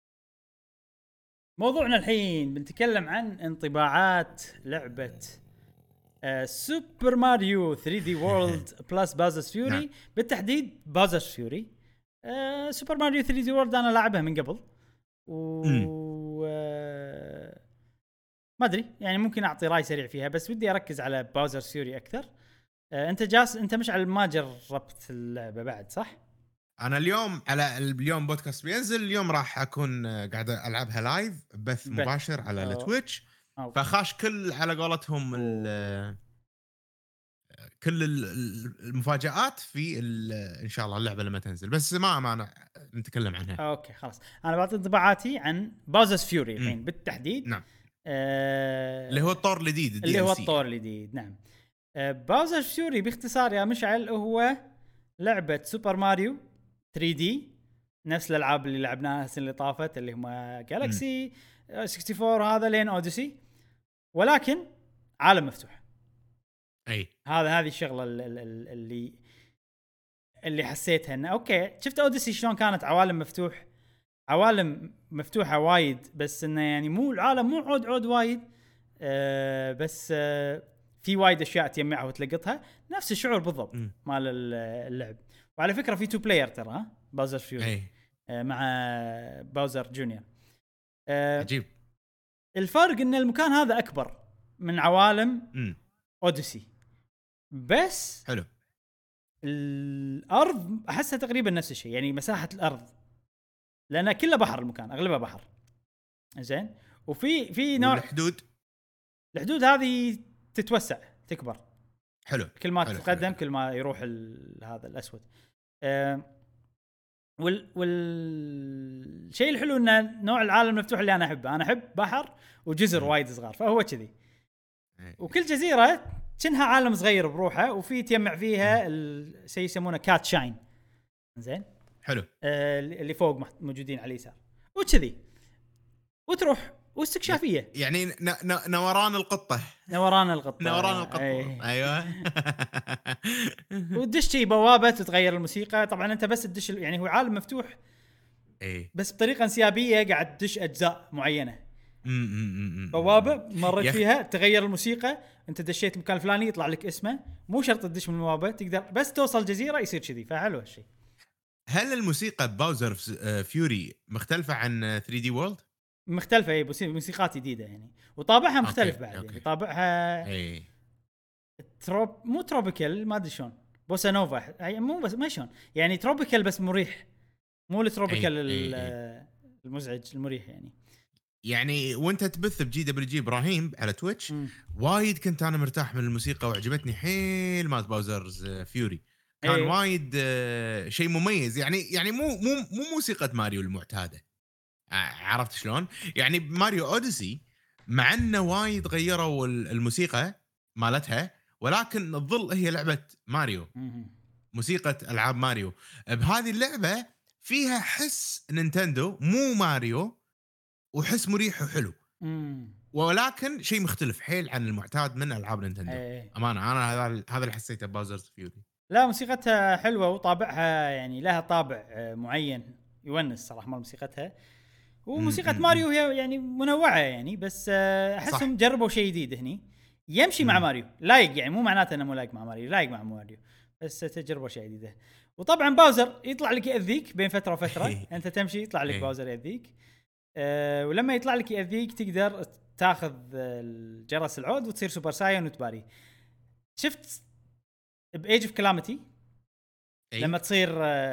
موضوعنا الحين بنتكلم عن انطباعات لعبة آه سوبر ماريو ثري دي وورلد بلس بازرز فيوري. بالتحديد بازرز فيوري. آه سوبر ماريو ثري دي وورلد انا لعبها من قبل و آه ما ادري يعني ممكن اعطي راي سريع فيها، بس ودي اركز على باوزر فيوري اكثر. آه انت جاس انت مش على ما جربت اللعبه بعد صح؟ انا اليوم على اليوم بودكاست بينزل اليوم راح اكون قاعد العبها لايف بث مباشر على أوه. التويتش. أوه. فخاش كل على قولتهم كل المفاجآت في ان شاء الله اللعبه لما تنزل، بس ما ما نتكلم عنها. اوكي خلاص، انا بعطي انطباعاتي عن باوزرز فيوري الحين بالتحديد. نعم. آه اللي هو الطور الجديد اللي هو الطور الجديد. نعم. آه باوزر فيوري باختصار يا مشعل هو لعبه سوبر ماريو ثري دي، نفس الالعاب اللي لعبناها السنه اللي طافت اللي هم جالكسي أربعة وستين هذا لين اوديسي، ولكن عالم مفتوح. اي هذا هذه الشغله اللي اللي حسيتها انه اوكي. شفت اوديسي شلون كانت عوالم مفتوح، عوالم مفتوحه وايد، بس انه يعني مو العالم مو عود عود وايد، آه بس آه في وايد اشياء تجمعها وتلقطها. نفس الشعور بالضبط م. مال اللعب. وعلى فكره في تو بلاير ترى، ها باوزر فيوري آه مع باوزر جونيور. آه عجيب. الفرق ان المكان هذا اكبر من عوالم م. اوديسي، بس حلو. الارض احسها تقريبا نفس الشيء، يعني مساحه الارض لان كله بحر، المكان اغلبها بحر. زين. وفي في نوع الحدود الحدود هذه تتوسع تكبر. حلو. كل ما حلو. تتقدم حلو. كل ما يروح هذا الاسود. أه وال والشيء الحلو ان نوع العالم المفتوح اللي انا احبه، انا احب بحر وجزر وايد صغار، فهو كذي. وكل جزيره كأنها عالم صغير بروحه، وفي تجمع فيها الشيء يسمونه كات شاين. زين. حلو. آه اللي فوق موجودين على اليسار وكذي، وتروح واستكشافيه، يعني ن- ن- نوران القطه نوران القطه نوران القطه أي. ايوه. وتدش شي بوابه وتغير الموسيقى. طبعا انت بس تدش، يعني هو عالم مفتوح اي بس بطريقه انسيابيه، قاعد تدش اجزاء معينه. امم بوابه مرت يخ... فيها تغير الموسيقى، انت دشيت المكان الفلاني يطلع لك اسمه، مو شرط تدش من البوابه، تقدر بس توصل جزيره يصير كذي. فحلو هالشيء. هل الموسيقى باوزر فيوري مختلفه عن ثري دي وورلد؟ مختلفه، اي بس موسيقات جديده يعني، وطابعها مختلف. أوكي. بعد أوكي. يعني طابعها اي تروب مو تروبيكال، ما ادري شلون، بوسا نوفا يعني، مو بس ما شلون يعني تروبيكال بس مريح، مو التروبيكال أي. أي. المزعج، المريح يعني. يعني وانت تبث بجي دبليو جي ابراهيم على تويتش م. وايد كنت انا مرتاح من الموسيقى وعجبتني حيل مال باوزرز فيوري. كان أي. وايد آه، شيء مميز يعني يعني مو مو مو موسيقى ماريو المعتاده. آه، عرفت شلون؟ يعني ماريو اوديسي مع انه وايد غيروا الموسيقى مالتها، ولكن تظل هي لعبه ماريو، م. موسيقى العاب ماريو. بهذه اللعبه فيها حس نينتندو مو ماريو، وحس مريح وحلو، م. ولكن شيء مختلف حيل عن المعتاد من العاب نينتندو. أي. امانه انا هذا هذا اللي حسيته باوزرز فيوري. لا موسيقتها حلوه، وطابعها يعني لها طابع معين يونس صراحه مال موسيقتها. وموسيقى م- م- ماريو هي يعني منوعه يعني، بس احسهم جربوا شيء جديد هني يمشي م. مع ماريو، لايق يعني، مو معناته انه مو لايق مع ماريو، لايق مع ماريو، بس تجربه شيء جديد. وطبعا باوزر يطلع لك يأذيك بين فتره وفتره، انت تمشي يطلع لك باوزر يأذيك. أه ولما يطلع لك يأذيك تقدر تاخذ الجرس العود وتصير سوبر ساين وتباري. شفت بايج اوف كلامتي لما تصير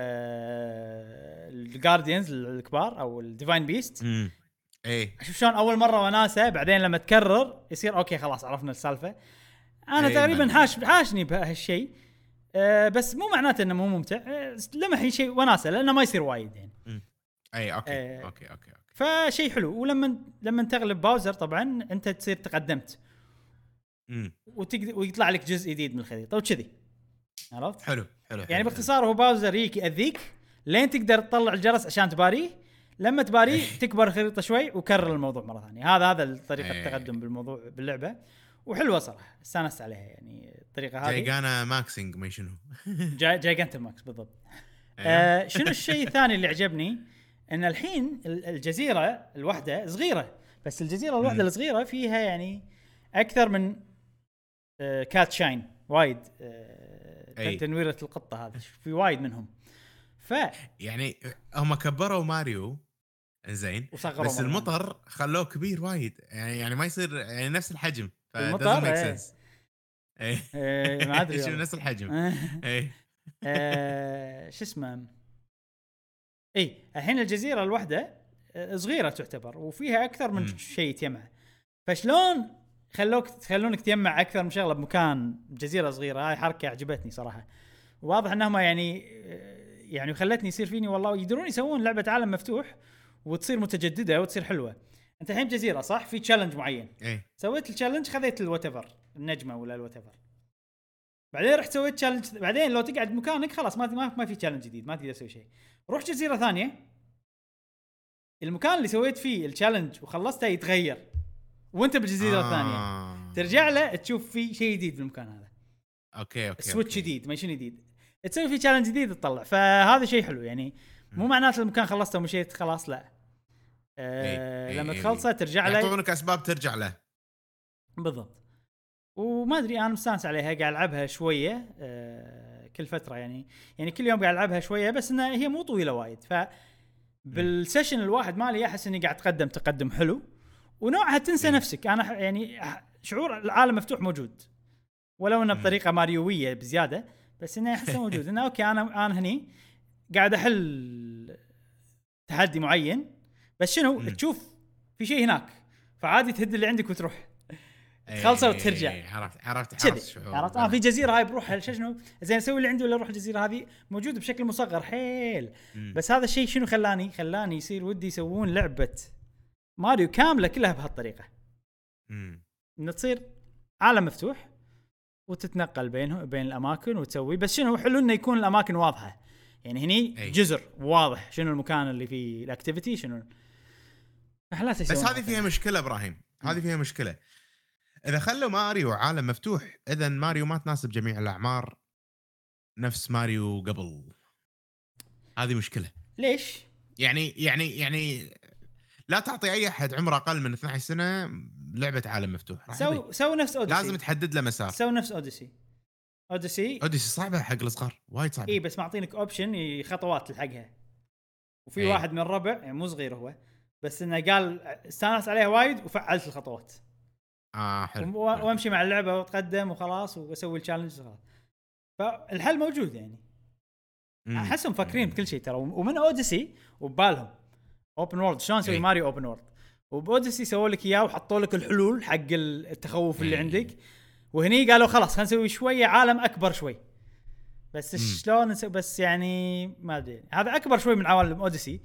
الجارديانز الكبار او الديفاين بيست، اي شوف شلون اول مره وناسه، بعدين لما تكرر يصير اوكي خلاص عرفنا السالفه. انا تقريبا حاش حاشني بهالشيء، أه بس مو معناته انه مو ممتع، أه لمحي شيء وناسه لانه ما يصير وايد يعني. م. اي اوكي أه اوكي اوكي اوكي فشيء حلو. ولما لما تغلب باوزر طبعا انت تصير تقدمت، م. وتقدر ويطلع لك جزء جديد من الخريطه وكذي. عرفت؟ حلو حلو يعني باختصار هو باوزر يجيك يأذيك لين تقدر تطلع الجرس عشان تباريه، لما تباريه تكبر الخريطه شوي وكرر الموضوع مره ثانيه. هذا هذا طريقه التقدم بالموضوع باللعبه، وحلوه صراحه استانست عليها يعني الطريقه هذه. جايجانا ماكسينج ما شنو جاي جايجانتا ماكس بالضبط. آه شنو الشيء الثاني اللي عجبني؟ ان الحين الجزيره الواحده صغيره، بس الجزيره الواحده الصغيره فيها يعني اكثر من آه كات شاين وايد، آه تنويره القطه هذه في وايد منهم. ف يعني هم كبروا ماريو زين، بس المطر خلوه كبير وايد، يعني يعني ما يصير يعني نفس الحجم. المطر ايه ايه ما ادري شو نفس الحجم. ايه شو اسمه، اي الحين الجزيره الواحده صغيره تعتبر وفيها اكثر من م. شيء يتجمع، فشلون خلوك تخلونك تجمع اكثر من شغله بمكان جزيره صغيره. هاي حركه عجبتني صراحه، واضح انهم يعني يعني خلتني يصير فيني والله يقدرون يسوون لعبه عالم مفتوح وتصير متجدده وتصير حلوه. انت الحين جزيره صح في تشالنج معين ايه سويت التشالنج خذيت الوات ايفر النجمه ولا الوات ايفر بعدين رحت سويت تشالنج بعدين لو تقعد مكانك خلاص ما ما, ما في تشالنج جديد ما تقدر تسوي شيء روح جزيره ثانيه المكان اللي سويت فيه التشالنج وخلصته يتغير وانت بالجزيره الثانيه آه. ترجع له تشوف في شيء جديد بالمكان هذا اوكي اوكي سويتش جديد ما شنو جديد تسوي فيه تشالنج جديد تطلع فهذا شيء حلو يعني مو معناته المكان خلصته ومشيت خلاص لا أه إيه لما إيه تخلصه ترجع له يعطونك اسباب ترجع له بالضبط وما ادري انا مستانس عليها قاعد العبها شويه أه كل فتره يعني يعني كل يوم قاعد العبها شويه بس انها هي مو طويله وايد ف بالسيشن الواحد مالي احس اني قاعد اتقدم تقدم حلو ونوعها تنسى إيه. نفسك انا يعني شعور العالم مفتوح موجود ولو انه بطريقه ماريويه بزياده بس انه احسه موجود انه اوكي انا انا هني قاعد احل تحدي معين بس شنو مم. تشوف في شيء هناك فعادي تهد اللي عندك وتروح تخلصه وترجع إيه، عرفت عرفت كذي عرفت شعور عرفت اه في جزيره هاي بروح شنو زين اسوي اللي عندي ولا اروح الجزيره هذه موجود بشكل مصغر حيل مم. بس هذا الشيء شنو خلاني خلاني يصير ودي يسوون لعبه ماريو كامله كلها بهالطريقه مم. انه تصير عالم مفتوح وتتنقل بينه بين الاماكن وتسوي بس شنو حلو انه يكون الاماكن واضحه يعني هني أي. جزر واضح شنو المكان اللي فيه الاكتيفيتي شنو احلى بس هذه فيها مشكله ابراهيم هذه فيها مشكله اذا خلوا ماريو عالم مفتوح اذا ماريو ما تناسب جميع الاعمار نفس ماريو قبل هذه مشكله ليش يعني يعني يعني لا تعطي اي احد عمره اقل من اثنعش سنه لعبه عالم مفتوح راح سو يضيع. سو نفس اوديسي لازم تحدد له مسار سو نفس اوديسي اوديسي اوديسي صعبه حق الصغار وايد صعبه اي بس معطينك اوبشن خطوات تلحقها وفي أي. واحد من الربع يعني مو صغير هو بس انه قال استانس عليها وايد وفعلت الخطوات اه حلو و- وامشي مع اللعبه واتقدم وخلاص واسوي التشالنج وخلاص فالحل موجود يعني مم. احسهم مفكرين بكل شيء ترى ومن اوديسي وببالهم اوبن وورلد شلون نسوي أي. ماريو اوبن وورلد وباوديسي سووا لك اياه وحطوا لك الحلول حق التخوف اللي أي. عندك وهني قالوا خلاص خلينا نسوي شويه عالم اكبر شوي بس مم. شلون نسوي بس يعني ما ادري هذا اكبر شوي من عوالم اوديسي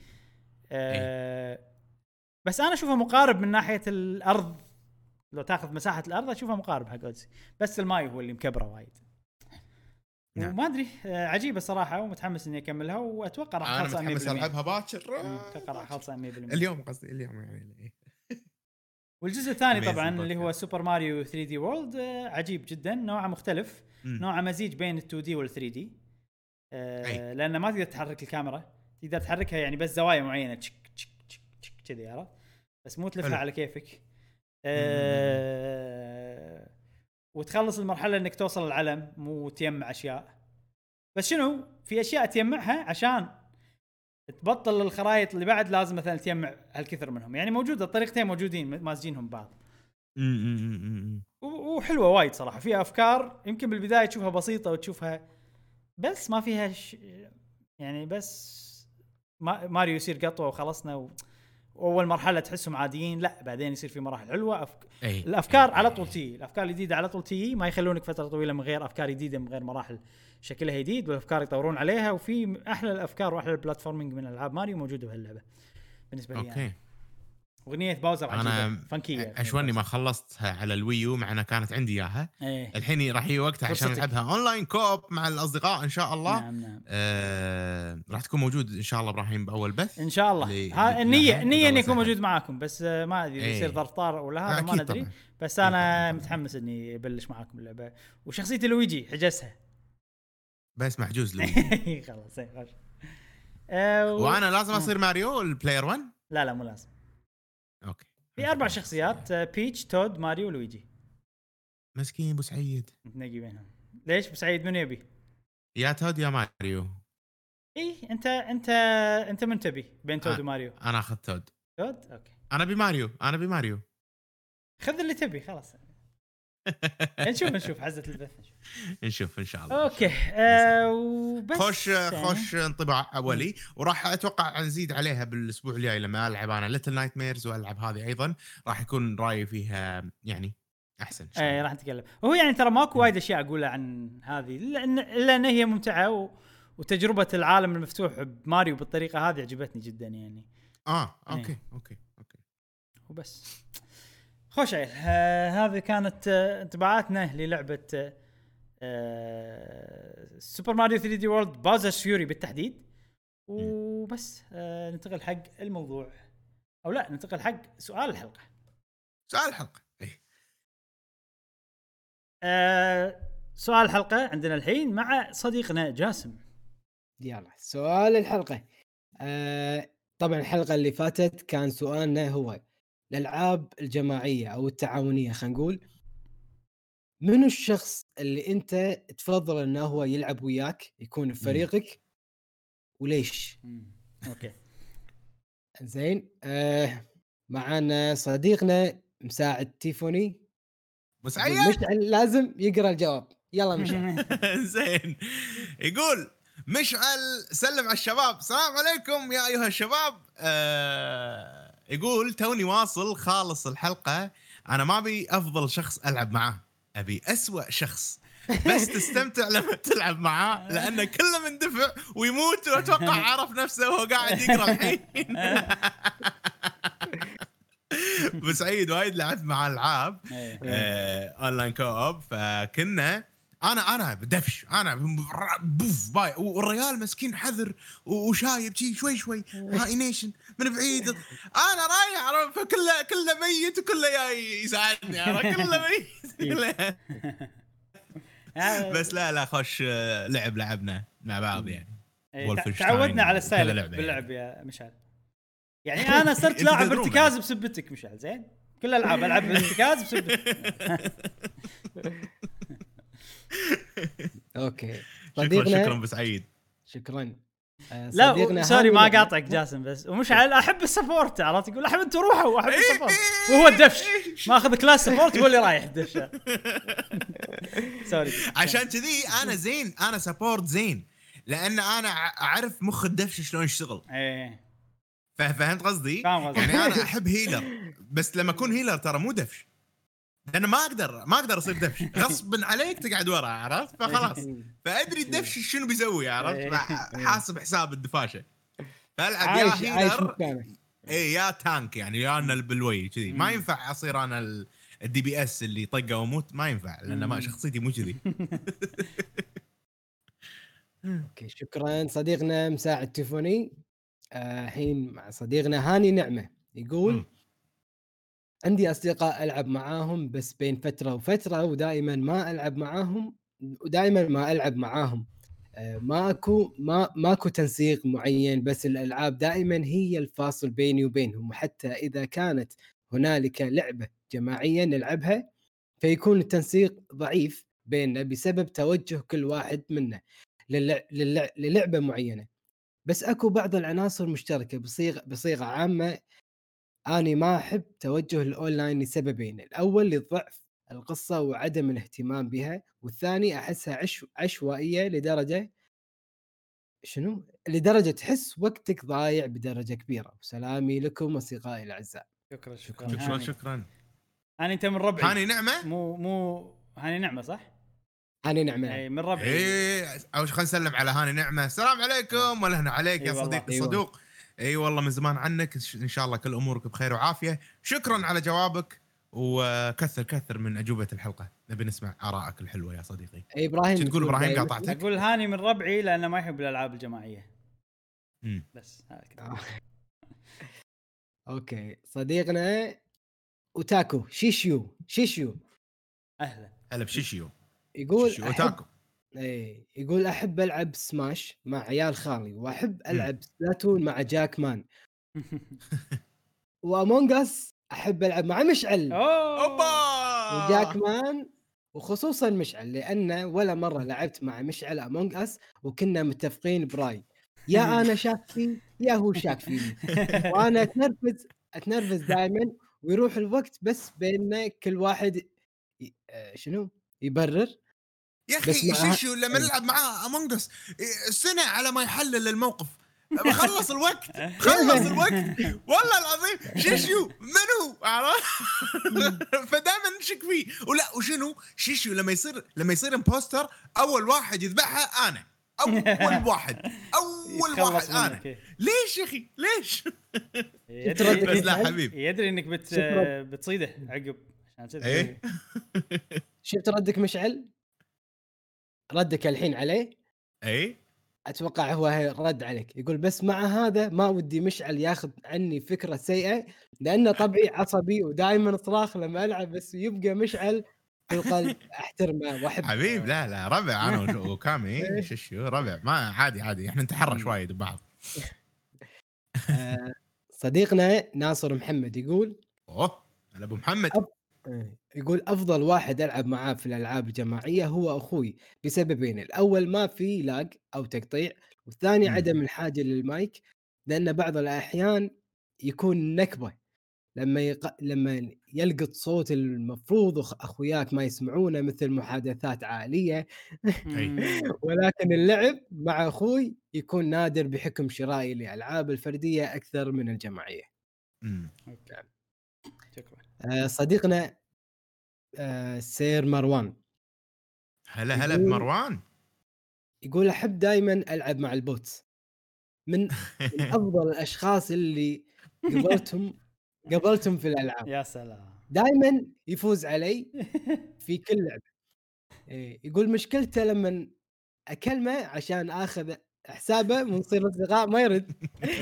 أه بس انا اشوفه مقارب من ناحيه الارض لو تاخذ مساحه الارض اشوفه مقارب حق اوديسي بس الماي هو اللي مكبره وايد نعم. وما ادري آه، عجيبه صراحه ومتحمس اني اكملها واتوقع راح انا اخلصها متحمس مية بالمية. العبها باكر اتوقع راح اخلصها مية بالمية. اليوم قصدي اليوم يعني والجزء الثاني Amazing طبعا اللي هو podcast. سوبر ماريو ثري دي وورلد عجيب جدا نوعه مختلف مم. نوعه مزيج بين ال تو دي وال ثري دي أي. لان ما تقدر تحرك الكاميرا تقدر تحركها يعني بس زوايا معينه تشك تشك تشك تشك كذي عرفت بس مو تلفها حلو. على كيفك أه وتخلص المرحله انك توصل العلم مو تجمع اشياء بس شنو في اشياء تجمعها عشان تبطل الخرائط اللي بعد لازم مثلا تجمع هالكثر منهم يعني موجوده الطريقتين موجودين مازجينهم بعض امم و- وحلوه وايد صراحه فيها افكار يمكن بالبدايه تشوفها بسيطه وتشوفها بس ما فيها ش... يعني بس ما... ماريو يصير قطوه وخلصنا و... واول مرحله تحسهم عاديين لا بعدين يصير في مراحل حلوه أفك... أي. الافكار على طول تي الافكار الجديده على طول تي ما يخلونك فتره طويله من غير افكار جديده من غير مراحل شكلها جديد والافكار يطورون عليها وفي احلى الافكار واحلى البلاتفورمينج من العاب ماريو موجوده بهاللعبه بالنسبه لي اوكي يعني. اغنيه باوزر عجيبه انا فانكيه اشوني ما خلصتها على الويو مع انها كانت عندي اياها ايه. الحين راح يجي وقتها عشان فرصتك. نلعبها اونلاين كوب مع الاصدقاء ان شاء الله نعم نعم آه، راح تكون موجود ان شاء الله ابراهيم باول بث ان شاء الله اللي- ها اللي النيه لها النيه اني إضافة اكون سهل. موجود معاكم بس آه، ما ادري إيه. يصير ظرف طارئ ولا هذا ما أكيد ندري طبعاً. بس أكيد انا طبعاً. متحمس اني ابلش معاكم اللعبه وشخصيه لويجي حجزها بس محجوز لي خلاص إيه، خلاص آه، و- وانا لازم اصير ماريو البلاير واحد لا لا مو لازم اوكي في اربع شخصيات آه، بيتش تود ماريو ولويجي مسكين ابو سعيد نتنقي بينهم ليش بسعيد من يبي يا تود يا ماريو ايه انت انت انت من تبي بين تود آه. وماريو انا اخذ تود تود اوكي انا بماريو انا بماريو خذ اللي تبي خلاص نشوف نشوف حزه البث نشوف نشوف ان شاء الله اوكي آه وبس خوش يعني. خوش انطباع اولي وراح اتوقع نزيد عليها بالاسبوع الجاي لما العب انا ليتل نايت ميرز والعب هذه ايضا راح يكون رايي فيها يعني احسن إن شاء ايه الله. راح نتكلم وهو يعني ترى ماكو وايد اشياء اقولها عن هذه لان الا ان هي ممتعه و... وتجربه العالم المفتوح بماريو بالطريقه هذه عجبتني جدا يعني اه إيه. اوكي اوكي اوكي وبس. خوش عيل. آه هذه كانت آه انطباعاتنا للعبه آه سوبر ماريو ثري دي وورلد باوزرز فيوري بالتحديد. وبس آه ننتقل حق الموضوع، او لا ننتقل حق سؤال الحلقه. سؤال الحلقه ايه آه سؤال الحلقه عندنا الحين مع صديقنا جاسم. يلا سؤال الحلقه. آه طبعا الحلقه اللي فاتت كان سؤالنا هو الالعاب الجماعيه او التعاونيه، خلينا نقول منو الشخص اللي انت تفضل انه هو يلعب وياك، يكون بفريقك وليش؟ مم. اوكي زين. آه معنا صديقنا مساعد تيفوني مسعيد. مشعل لازم يقرا الجواب. يلا مشعل. زين. يقول مشعل سلم على الشباب. السلام عليكم يا ايها الشباب. آه يقول توني واصل خالص الحلقه، انا ما ابي افضل شخص العب معاه، ابي أسوأ شخص بس تستمتع لما تلعب معاه، لانه كله مندفع ويموت واتوقع عرف نفسه وهو قاعد يقرا الحين. بسعيد وايد لعبت مع العاب آه اونلاين كوب، فكنا انا انا بدفش انا بوف باي، والريال مسكين حذر وشايب شي شوي شوي هاي نيشن من بعيد، انا رايح فكله كله ميت وكله جاي يساعدني، انا كله ميت. بس لا لا خوش لعب لعبنا مع بعض يعني. تعودنا على ستايل باللعب يا مشعل. يعني انا صرت لاعب ارتكاز بسبتك مشعل. زين كل العاب العب ارتكاز بسبتك. اوكي صديقنا شكرا بسعيد. شكرا. آه لا سوري ما قاطعك جاسم، بس ومشعل احب السبورت، عرفت يقول احب انتوا روحوا واحب السبورت وهو الدفش ما اخذ كلاس سبورت يقول لي رايح دفش. سوري عشان كذي انا زين، انا سبورت زين لان انا اعرف مخ الدفش شلون يشتغل. ايه فهمت قصدي؟ يعني انا احب هيلر، بس لما اكون هيلر ترى مو دفش، لأن ما أقدر ما أقدر أصير دفش غصب عليك تقعد ورا، عرفت؟ فخلاص فأدري الدفش شنو بيسوي، عرفت؟ حاسب حساب الدفاشة. فألعب يا هيلر إيه يا تانك، يعني يا أنا بالوي كذي. ما ينفع أصير أنا الدي بي إس اللي طقه وموت، ما ينفع لأن ما شخصيتي مو كذي. أوكي شكرا صديقنا مساعد تيفوني. الحين آه مع صديقنا هاني نعمة يقول م. عندي أصدقاء ألعب معاهم بس بين فترة وفترة ودائما ما ألعب معاهم ودائما ما ألعب معاهم آه ماكو ما ماكو تنسيق معين، بس الألعاب دائما هي الفاصل بيني وبينهم، وحتى إذا كانت هنالك لعبة جماعية نلعبها فيكون التنسيق ضعيف بيننا بسبب توجه كل واحد منا للع... للع... للعبة معينة. بس أكو بعض العناصر مشتركة بصيغة بصيغة عامة. أنا ما أحب توجه الأونلاين لسببين: الأول لضعف القصة وعدم الاهتمام بها، والثاني أحسها عشو... عشوائية لدرجة شنو لدرجة تحس وقتك ضايع بدرجة كبيرة. وسلامي لكم أصدقائي الأعزاء. شكرا شكرا شكرا شكرا. هاني أنت من ربعي. هاني نعمة مو مو هاني نعمة صح؟ هاني نعمة اي من ربعي. ايه او خلينا نسلم على هاني نعمة. السلام عليكم ولهنا عليك يا صديقي الصدوق. اي والله من زمان عنك، ان شاء الله كل امورك بخير وعافيه. شكرا على جوابك، وكثر كثر من اجوبه الحلقه، نبي نسمع ارائك الحلوه يا صديقي. اي ابراهيم شو تقول ابراهيم؟ قاطعتك. اقول هاني من ربعي لانه ما يحب الالعاب الجماعيه. امم بس هذا كذا. اوكي صديقنا وتاكو شيشيو شيشيو اهلا هلا بشيشيو. يقول شيشيو وتاكو. ايه يقول احب العب سماش مع عيال خالي، واحب العب سبلاتون مع جاك مان. وامونج اس احب العب مع مشعل اوبا وجاك مان، وخصوصا مشعل لانه ولا مره لعبت مع مشعل امونج اس وكنا متفقين براي، يا انا شاك فيه يا هو شاك فيني. وانا اتنرفز اتنرفز دائما ويروح الوقت بس بيننا كل واحد شنو يبرر. يا اخي شيشو لما نلعب معاه امونج اس سنه على ما يحلل الموقف، بخلص الوقت خلص الوقت والله العظيم. شيشو منو عرفت؟ فدائما نشك فيه. ولا وشنو شيشو لما يصير لما يصير امبوستر اول واحد يذبحها انا، اول واحد اول واحد انا. ليش يا اخي ليش؟ يدري بس لا حبيب يدري انك بت شوف رد. بتصيده عقب عشان كذا. ايه شفت ردك مشعل؟ ردك الحين عليه اي اتوقع هو رد عليك، يقول بس مع هذا ما ودي مشعل ياخذ عني فكره سيئه، لانه طبعي عصبي ودائما صراخ لما العب، بس يبقى مشعل في القلب احترمه واحبه. حبيب لا لا ربع انا وكامي ششو ربع ما عادي عادي احنا نتحرش وايد ببعض. آه، صديقنا ناصر محمد يقول اوه انا ابو محمد. أف... آه، يقول افضل واحد العب معاه في الالعاب الجماعيه هو اخوي بسببين، الاول ما في لاج او تقطيع، والثاني مم. عدم الحاجه للمايك، لان بعض الاحيان يكون نكبه لما يق... لما يلقط صوت المفروض أخ- اخوياك ما يسمعونه مثل محادثات عائليه. ولكن اللعب مع اخوي يكون نادر بحكم شرائي لالعاب الفرديه اكثر من الجماعيه. مم. اوكي شكرا. آه، صديقنا آه، سير مروان هلا هلا يقول- بمروان. يقول احب دائما العب مع البوتس، من من افضل الاشخاص اللي قابلتهم قابلتهم في الالعاب، يا سلام. دائما يفوز علي في كل لعبه. إيه، يقول مشكلته لما اكلمه عشان اخذ حسابه ونصير اصدقاء ما يرد.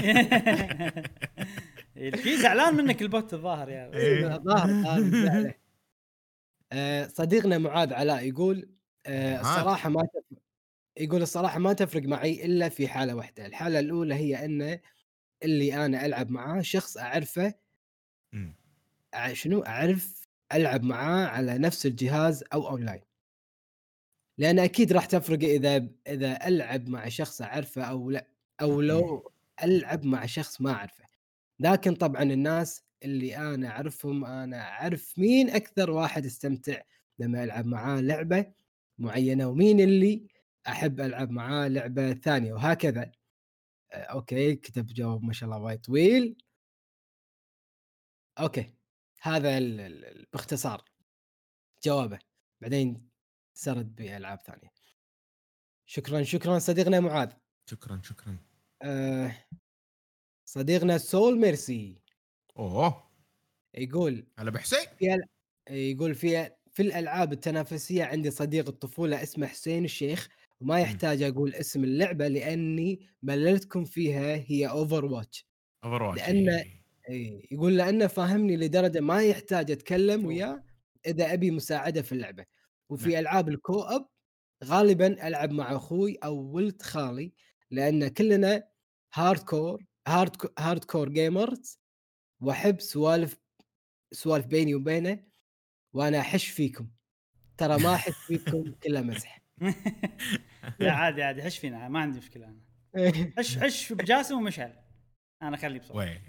في زعلان منك البوت الظاهر يا إيه، الظاهر هذا زعله. آه، صديقنا معاذ علاء يقول آه، معاذ. الصراحه ما تفرق. يقول الصراحه ما تفرق معي الا في حاله واحده، الحاله الاولى هي ان اللي انا العب معاه شخص اعرفه، مم. ع- شنو اعرف العب معاه على نفس الجهاز او اونلاين، لان اكيد راح تفرق اذا اذا العب مع شخص اعرفه او لا، او لو العب مع شخص ما اعرفه. لكن طبعا الناس اللي انا اعرفهم انا اعرف مين اكثر واحد استمتع لما العب معاه لعبه معينه، ومين اللي احب العب معاه لعبه ثانيه، وهكذا. آه، اوكي كتب جواب ما شاء الله وايد طويل. اوكي هذا ال- ال- ال- باختصار جوابه، بعدين سرد بالعاب ثانيه. شكرا شكرا صديقنا معاذ. شكرا شكرا. أه صديقنا سول ميرسي اوه يقول هلا بحسين. في ال- يقول في في الالعاب التنافسيه عندي صديق الطفوله اسمه حسين الشيخ، وما يحتاج اقول اسم اللعبه لاني مللتكم فيها، هي اوفر واتش. اوفر واتش. لأن إيه، يقول لانه فاهمني لدرجه ما يحتاج اتكلم وياه اذا ابي مساعده في اللعبه. وفي نعم. العاب الكو اب غالبا العب مع اخوي او ولد خالي، لان كلنا هارد كور هارد هارد كور جيمرز، واحب سوالف سوالف بيني وبينه، وانا احش فيكم، ترى ما احس فيكم كله مزح. لا عادي عادي حش فينا ما عندي مشكله انا. حش حش بجاسم ومشعل انا خليه بصراحه. وي.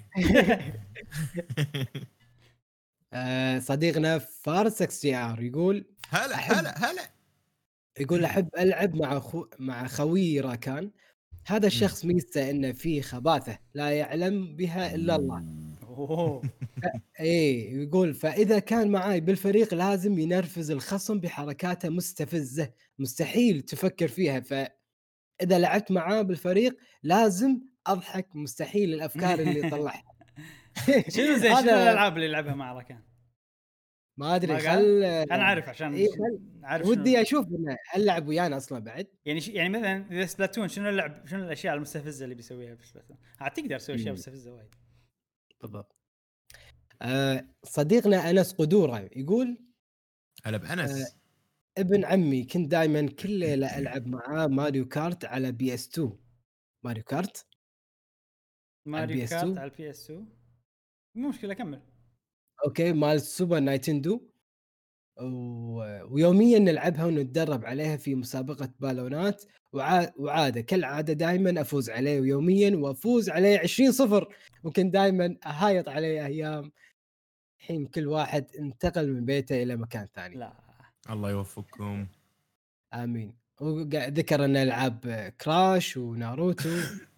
آه، صديقنا فارس اكس جي ار يقول هلا أحب- هلا هلا. يقول احب العب مع خو... مع خوي راكان، هذا الشخص ميزته انه فيه خباثه لا يعلم بها الا الله. اوه ايه يقول فاذا كان معاي بالفريق لازم ينرفز الخصم بحركاته مستفزه مستحيل تفكر فيها، فاذا لعبت معاه بالفريق لازم اضحك، مستحيل الافكار اللي يطلعها. شنو زين شنو هذا الالعاب اللي يلعبها مع راكان؟ ما ادري ما خل انا عارف عشان إيه خل... عارف شنو. ودي اشوف انه هل لعب ويانا اصلا بعد. يعني ش... يعني مثلا اذا سبلاتون شنو اللعب شنو الاشياء المستفزه اللي بيسويها في سبلاتون؟ عاد تقدر تسوي اشياء مم. مستفزه وايد. بالضبط. آه صديقنا انس قدوره يقول هلا بأنس. آه ابن عمي كنت دائما كل ليله العب معاه ماريو كارت على بي اس تو. ماريو كارت ماريو بي إس كارت تو؟ على البي اس تو مو مشكله كمل. اوكي مال سوبر نايتندو، و... ويوميا نلعبها ونتدرب عليها في مسابقه بالونات، وع... وعاده كالعاده دائما افوز عليه، ويوميا وافوز عليه عشرين صفر، وكنت دائما اهايط عليه ايام. الحين كل واحد انتقل من بيته الى مكان ثاني. لا الله يوفقكم. امين. وذكر ان العاب كراش وناروتو.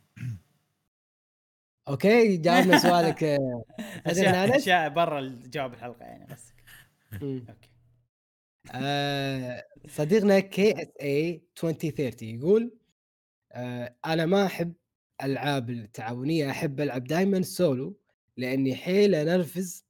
اوكي جاوبنا سؤالك. اشياء اشياء برا جواب الحلقه يعني بس. اوكي. آه صديقنا كي اس اي ألفين وثلاثين يقول آه انا ما احب الالعاب التعاونيه احب العب دائما سولو لاني حيل انرفز.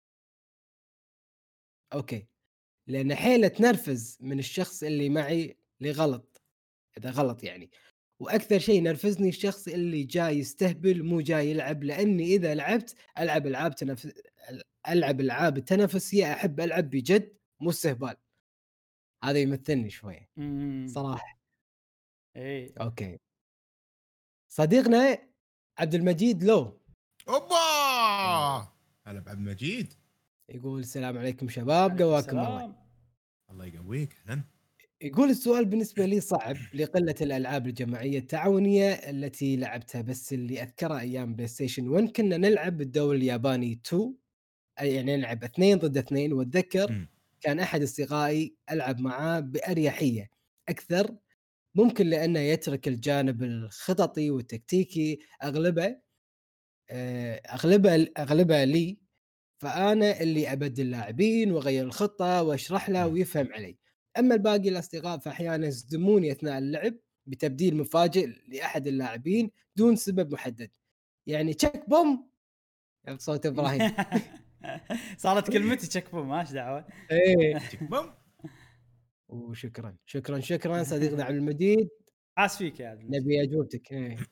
اوكي، لان حيل اتنرفز من الشخص اللي معي لغلط، اذا غلط يعني. واكثر شيء ينرفزني الشخص اللي جاي يستهبل مو جاي يلعب، لاني اذا لعبت العب العاب تنف... العب العاب التنافسيه احب العب بجد مو استهبال. هذا يمثلني شويه امم صراحه. اي اوكي، صديقنا عبد المجيد لو اوبا هلا بعبد المجيد، يقول السلام عليكم شباب، عليكم قواكم الله. السلام. الله يقويك. اهلا. يقول السؤال بالنسبة لي صعب لقلة الألعاب الجماعية التعاونية التي لعبتها، بس اللي أذكره أيام بلاي ستيشن واحد كنا نلعب بالدوري الياباني اثنين، أي يعني نلعب اثنين ضد اثنين. وأتذكر مم. كان أحد أصدقائي ألعب معاه بأريحية أكثر، ممكن لأنه يترك الجانب الخططي والتكتيكي أغلبه آه، أغلبه أغلبه لي، فأنا اللي أبدل اللاعبين وأغير الخطة وأشرح له مم. ويفهم علي. أما الباقي الأصدقاء فأحيانا يصدموني أثناء اللعب بتبديل مفاجئ لأحد اللاعبين دون سبب محدد، يعني تشيك بوم بصوت إبراهيم. صارت كلمتي تشيك بوم، ماش دعوه. إيه، تشيك بوم. وشكرا شكرا شكرا صديقنا عبد المجيد، عاس فيك يا عبد المجيد. نبي أجوبتك. إيه.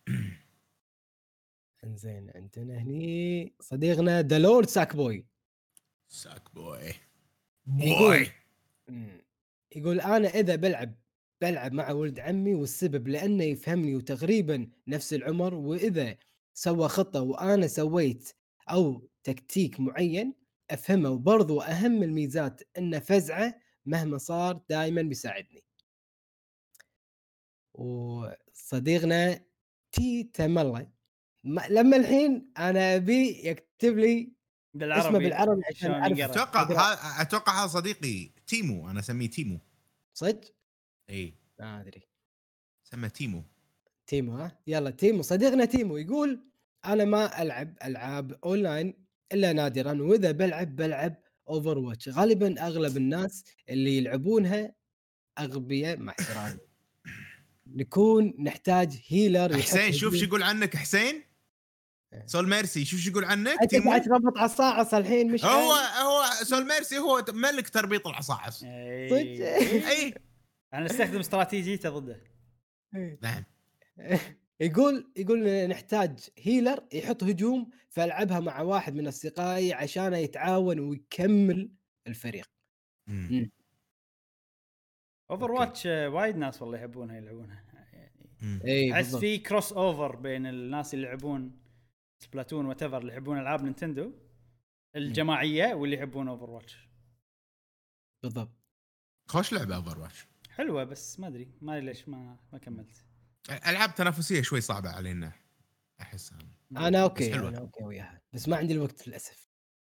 انزين عندنا هني صديقنا ذا لورد ساك بوي ساك بوي يقول بوي. مم. يقول أنا إذا بلعب بلعب مع ولد عمي، والسبب لأنه يفهمني وتقريبا نفس العمر، وإذا سوى خطة وأنا سويت أو تكتيك معين أفهمه، وبرضو أهم الميزات أنه فزعة مهما صار دائما بيساعدني. وصديقنا تي تملى لما الحين أنا أبي يكتب لي اسمه بالعربي بالعربي عشان شلون أعرف ينقرا؟ اتوقع أقرأ. ها... اتوقع هذا صديقي تيمو، انا اسميه تيمو. صدق؟ اي ما أدري. سمى تيمو. تيمو، ها يلا تيمو صديقنا تيمو يقول انا ما العب العاب اونلاين الا نادرا، واذا بلعب بلعب اوفر واتش. غالبا اغلب الناس اللي يلعبونها اغبياء مع احترامي، نكون نحتاج هيلر يحط حسين شوف شو هجوم. يقول عنك حسين. سول ميرسي شوف شو يقول عنك انت تيمو. قاعد تربط عصاعص الحين مش هو هو سول ميرسي هو ملك تربيط العصاعص. صدق. اي انا استخدم استراتيجيته ضده. نعم. يقول يقول نحتاج هيلر يحط هجوم، فالعبها مع واحد من اصدقائي عشان يتعاون ويكمل الفريق. مم. اوفر واتش وايد ناس والله يحبونها يلعبونها، يعني اي احس بالضبط. في كروس اوفر بين الناس اللي يلعبون سبلاتون وتفر اللي يحبون العاب نينتندو الجماعيه واللي يحبون اوفر واتش. بالضبط. خوش لعبه اوفر واتش، حلوه بس ما ادري ما أدري ليش ما ما كملت. العاب تنافسيه شوي صعبه علينا احس. انا اوكي حلوة. انا اوكي وياها بس ما عندي الوقت للاسف.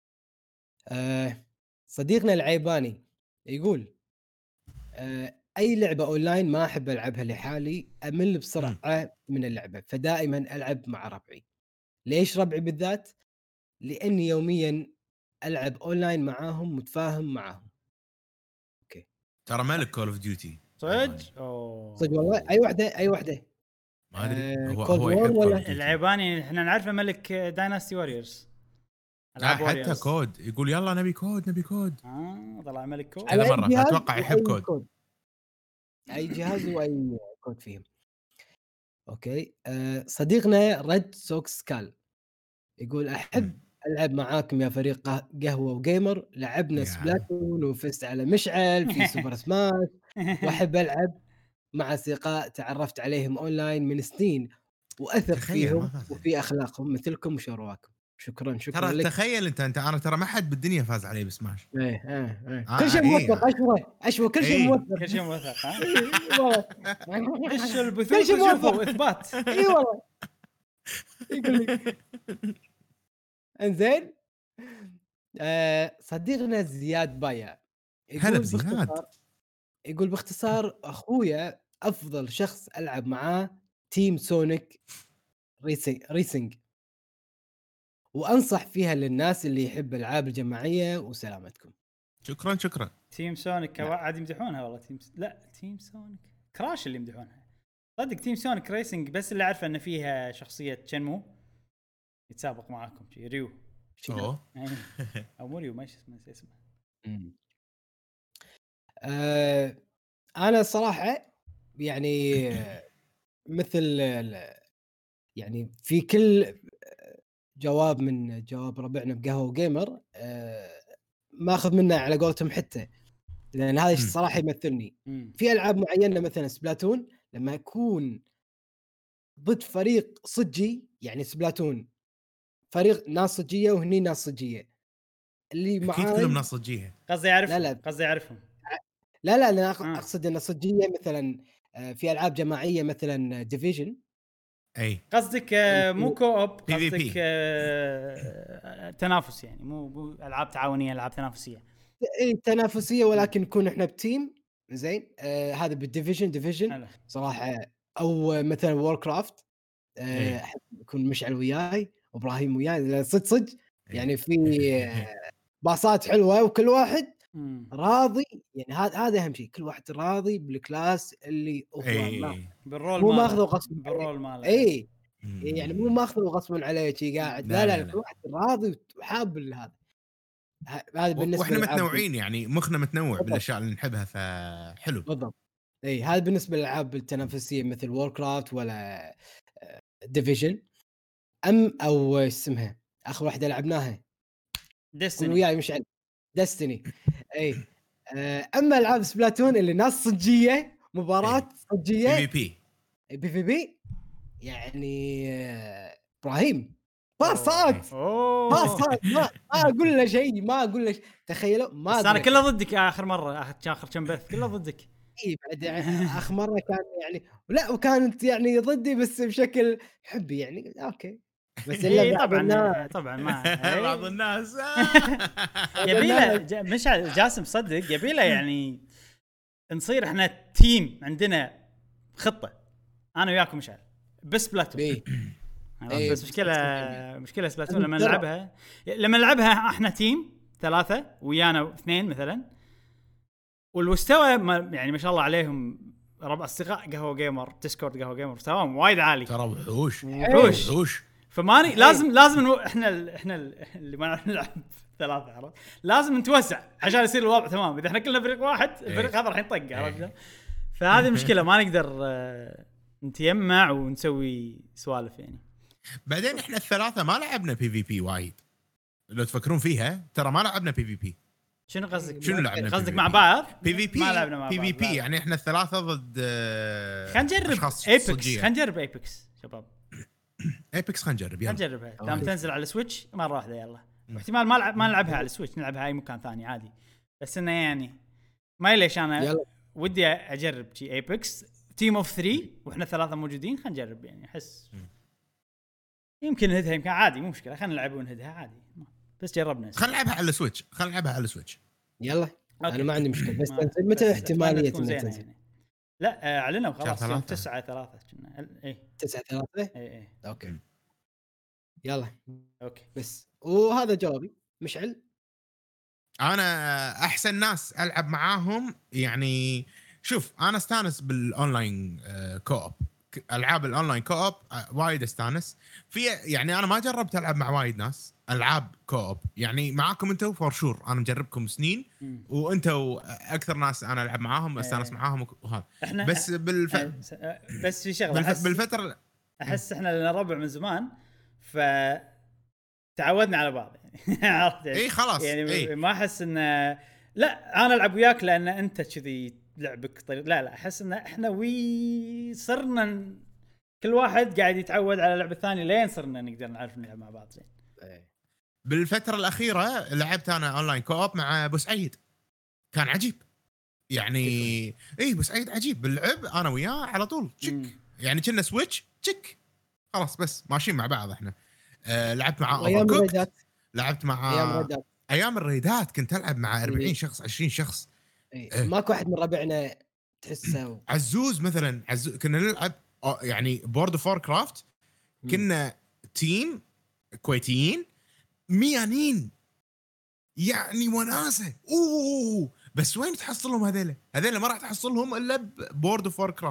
آه صديقنا العيباني يقول آه اي لعبه اونلاين ما احب العبها لحالي، امل بسرعه من اللعبه، فدائما العب مع ربعي. ليش ربعي بالذات؟ لاني يوميا العب اونلاين معاهم، متفاهم معاهم. اوكي ترى مالك كول اوف ديوتي صدق اوه صدق والله. اي وحده اي وحده ما ادري. آه هو كولد هو وور يحب كول ولا اوف ديوتي. العيباني احنا نعرفه ملك دايناستي واريورز. لا حتى كود يقول يلا نبي كود نبي كود. اه طلع ملك كود كذا مرة، جهاز فأتوقع يحب وأي كود. كود. اي جهاز واي كود فيهم. اوكي آه صديقنا ريد سوكس كال يقول احب مم. العب معاكم يا فريق قه- قهوه وجيمر، لعبنا يا. سبلاتون وفزت على مشعل في سوبر سماش، واحب العب مع اصدقاء تعرفت عليهم اونلاين من سنين، واثق تخيل ما فيهم فاز عليه. وفي اخلاقهم مثلكم وشرواكم. شكرا شكرا ترى لك. تخيل انت انت انا ترى ما حد بالدنيا فاز عليه بسماش. ايه ايه ايه آه، كل شيء إيه. موثق. اشوى اشوى كل شيء إيه. موثق. كل شيء موثق ها. والله. دش كل البثوث شيء وشوفوا موثق. اثبات. اي والله. يقول لي انزين آه صديقنا زياد بايع هلا يقول بزياد. باختصار يقول باختصار اخويا افضل شخص العب معاه تيم سونيك ريسينج ريسينج وانصح فيها للناس اللي يحب العاب الجماعيه. وسلامتكم. شكرا شكرا. تيم سونيك عاد يمدحونها والله. تيم لا تيم سونيك كراش اللي يمدحونها. صدق تيم سونيك ريسنج بس اللي عارفه ان فيها شخصيه تشنمو يتسابق معاكم شي ريو اوه او مو ريو ما اسمه اسمه امم آه انا الصراحه يعني مثل يعني في كل جواب من جواب ربعنا بقهوه جيمر آه ماخذ منه على قولتهم حتى، لان هذا الصراحه يمثلني. في العاب معينه مثلا سبلاتون لما اكون ضد فريق صجي، يعني سبلاتون فريق ناس صجيه وهني ناس صجيه اللي معاي اكيد كلهم ناس صجيه. قصدي يعرفهم لا لا قصدي يعرفهم لا لا انا آه. اقصد ان صجيه مثلا في العاب جماعيه مثلا ديفيجن. اي قصدك مو كوب، قصدك تنافس يعني مو مو العاب تعاونيه، العاب تنافسيه. اي تنافسيه ولكن نكون احنا بتيم زين. آه هذا بالديفيجن ديفيجن صراحه، او مثلا وور كرافت آه يكون مشعل وياي وابراهيم وياي صدق صدق يعني في باصات حلوه وكل واحد راضي، يعني هذا هذا اهم شيء، كل واحد راضي بالكلاس اللي هو أي. بالرول مو ماخذه غصب بالرول ماله. اي يعني مو ماخذه غصب عليه شي قاعد، لا لا, لا, لا. كل واحد راضي وحاب هذا. هذا بالنسبه واحنا للعاب متنوعين، يعني مخنا متنوع بالاشياء اللي نحبها، فحلو بالضبط. اي هذا بالنسبه للالعاب التنافسيه مثل وور كرافت ولا ديفيجن. ام او اسمها اخر واحده لعبناها ديستني وياي مش عن ديستني. اي اما العاب سبلاتون اللي ناس صجيه مباراه صجيه بي في بي بي في بي يعني ابراهيم باصات باصات ما ما اقول له شيء، ما اقول له تخيلوا ما بس انا كله ضدك اخر مره، اخر اخر كم بث كله ضدك. اي بعد اخر مره كان يعني لا وكانت يعني ضدي بس بشكل حبي يعني اوكي، بس الا بعض طبعا طبعا ما بعض الناس يبيله مش جاسم صدق يبيله يعني نصير احنا تيم عندنا خطه انا وياكم مشعل بس بلاتون. أيه بس مشكله مشكله سبلاتون لما نلعبها لما نلعبها احنا تيم ثلاثه ويانا اثنين مثلا، والمستوى ما يعني ما شاء الله عليهم ربع اصدقاء قهوه جيمر ديسكورد قهوه جيمر مستواهم وايد عالي ترى وحوش وحوش وحوش. فماني لازم لازم نو... احنا ال... احنا ال... اللي ما نعرف نلعب ثلاثه عرفت لازم نتوسع عشان يصير الوضع تمام. اذا احنا كلنا فريق واحد الفريق هذا راح يطق عرفت. فهذه مشكله ما نقدر نتيمع ونسوي سوالف يعني. بعدين احنا الثلاثه ما لعبنا بي في بي وايد لو تفكرون فيها، ترى ما لعبنا بي في بي. شنو قصدك؟ شنو لعبنا قصدك مع بعض بي في بي؟ ما لعبنا مع بي بعض في بي يعني احنا الثلاثه ضد خلينا نجرب ايبكس. خلينا نجرب ايبكس شباب. ايبكس خلينا نجرب يلا نجربها دام تنزل على السويتش مره واحده يلا. واحتمال ما لعب ما نلعبها على السويتش نلعبها اي مكان ثاني عادي، بس انه يعني ما ليش انا يلا. ودي اجرب شي ايبكس تيم اوف ثري واحنا ثلاثه موجودين. خلينا نجرب يعني احس يمكن نهدها يمكن عادي مو مشكله. خلينا نلعب ونهدها عادي بس جربنا. خلينا نلعبها على السويتش خلينا نلعبها على السويتش يلا أوكي. انا ما عندي مشكله بس متى احتماليه انها تنزل يعني. لا اعلنوا خلاص يوم تسعة ثلاثة كنا اي تسعة ثلاثة اي اي اوكي يلا اوكي بس وهذا جوابي. مشعل انا احسن ناس العب معاهم يعني شوف انا استانس بالاونلاين كوب، العاب الاونلاين كوب وايد استانس في يعني. انا ما جربت العب مع وايد ناس العاب كوب يعني معاكم انتم فور شور. انا مجربكم سنين وانتم اكثر ناس انا العب معاهم استانس معاهم وهذا. بس بالف... بس في شغله بالف... بالفتره احس احنا لنا ربع من زمان ف تعودنا على بعض يعني عرفت اي خلاص يعني إيه؟ ما احس ان لا انا العب وياك لان انت كذي لعبك طريق. لا لا احس ان احنا وي صرنا كل واحد قاعد يتعود على اللعبه الثانيه لين صرنا نقدر نعرف نلعب مع بعض زين. بالفتره الاخيره لعبت انا اونلاين كوب مع ابو سعيد كان عجيب يعني. اي ابو سعيد عجيب باللعب انا وياه على طول تشك يعني كنا سويتش تشك خلاص بس ماشيين مع بعض احنا. آه لعبت مع ايام الريدات لعبت مع ايام الريدات ايام الريدات كنت العب مع أربعين شخص عشرين شخص. إيه. ماكو واحد من ربعنا تحسه عزوز مثلا عزوز كنا نلعب يعني بورد فور كرافت كنا تيم كويتيين ميانين يعني وناسه اوه. بس وين تحصلهم هذيله هذيله ما راح تحصلهم الا بورد فور كرافت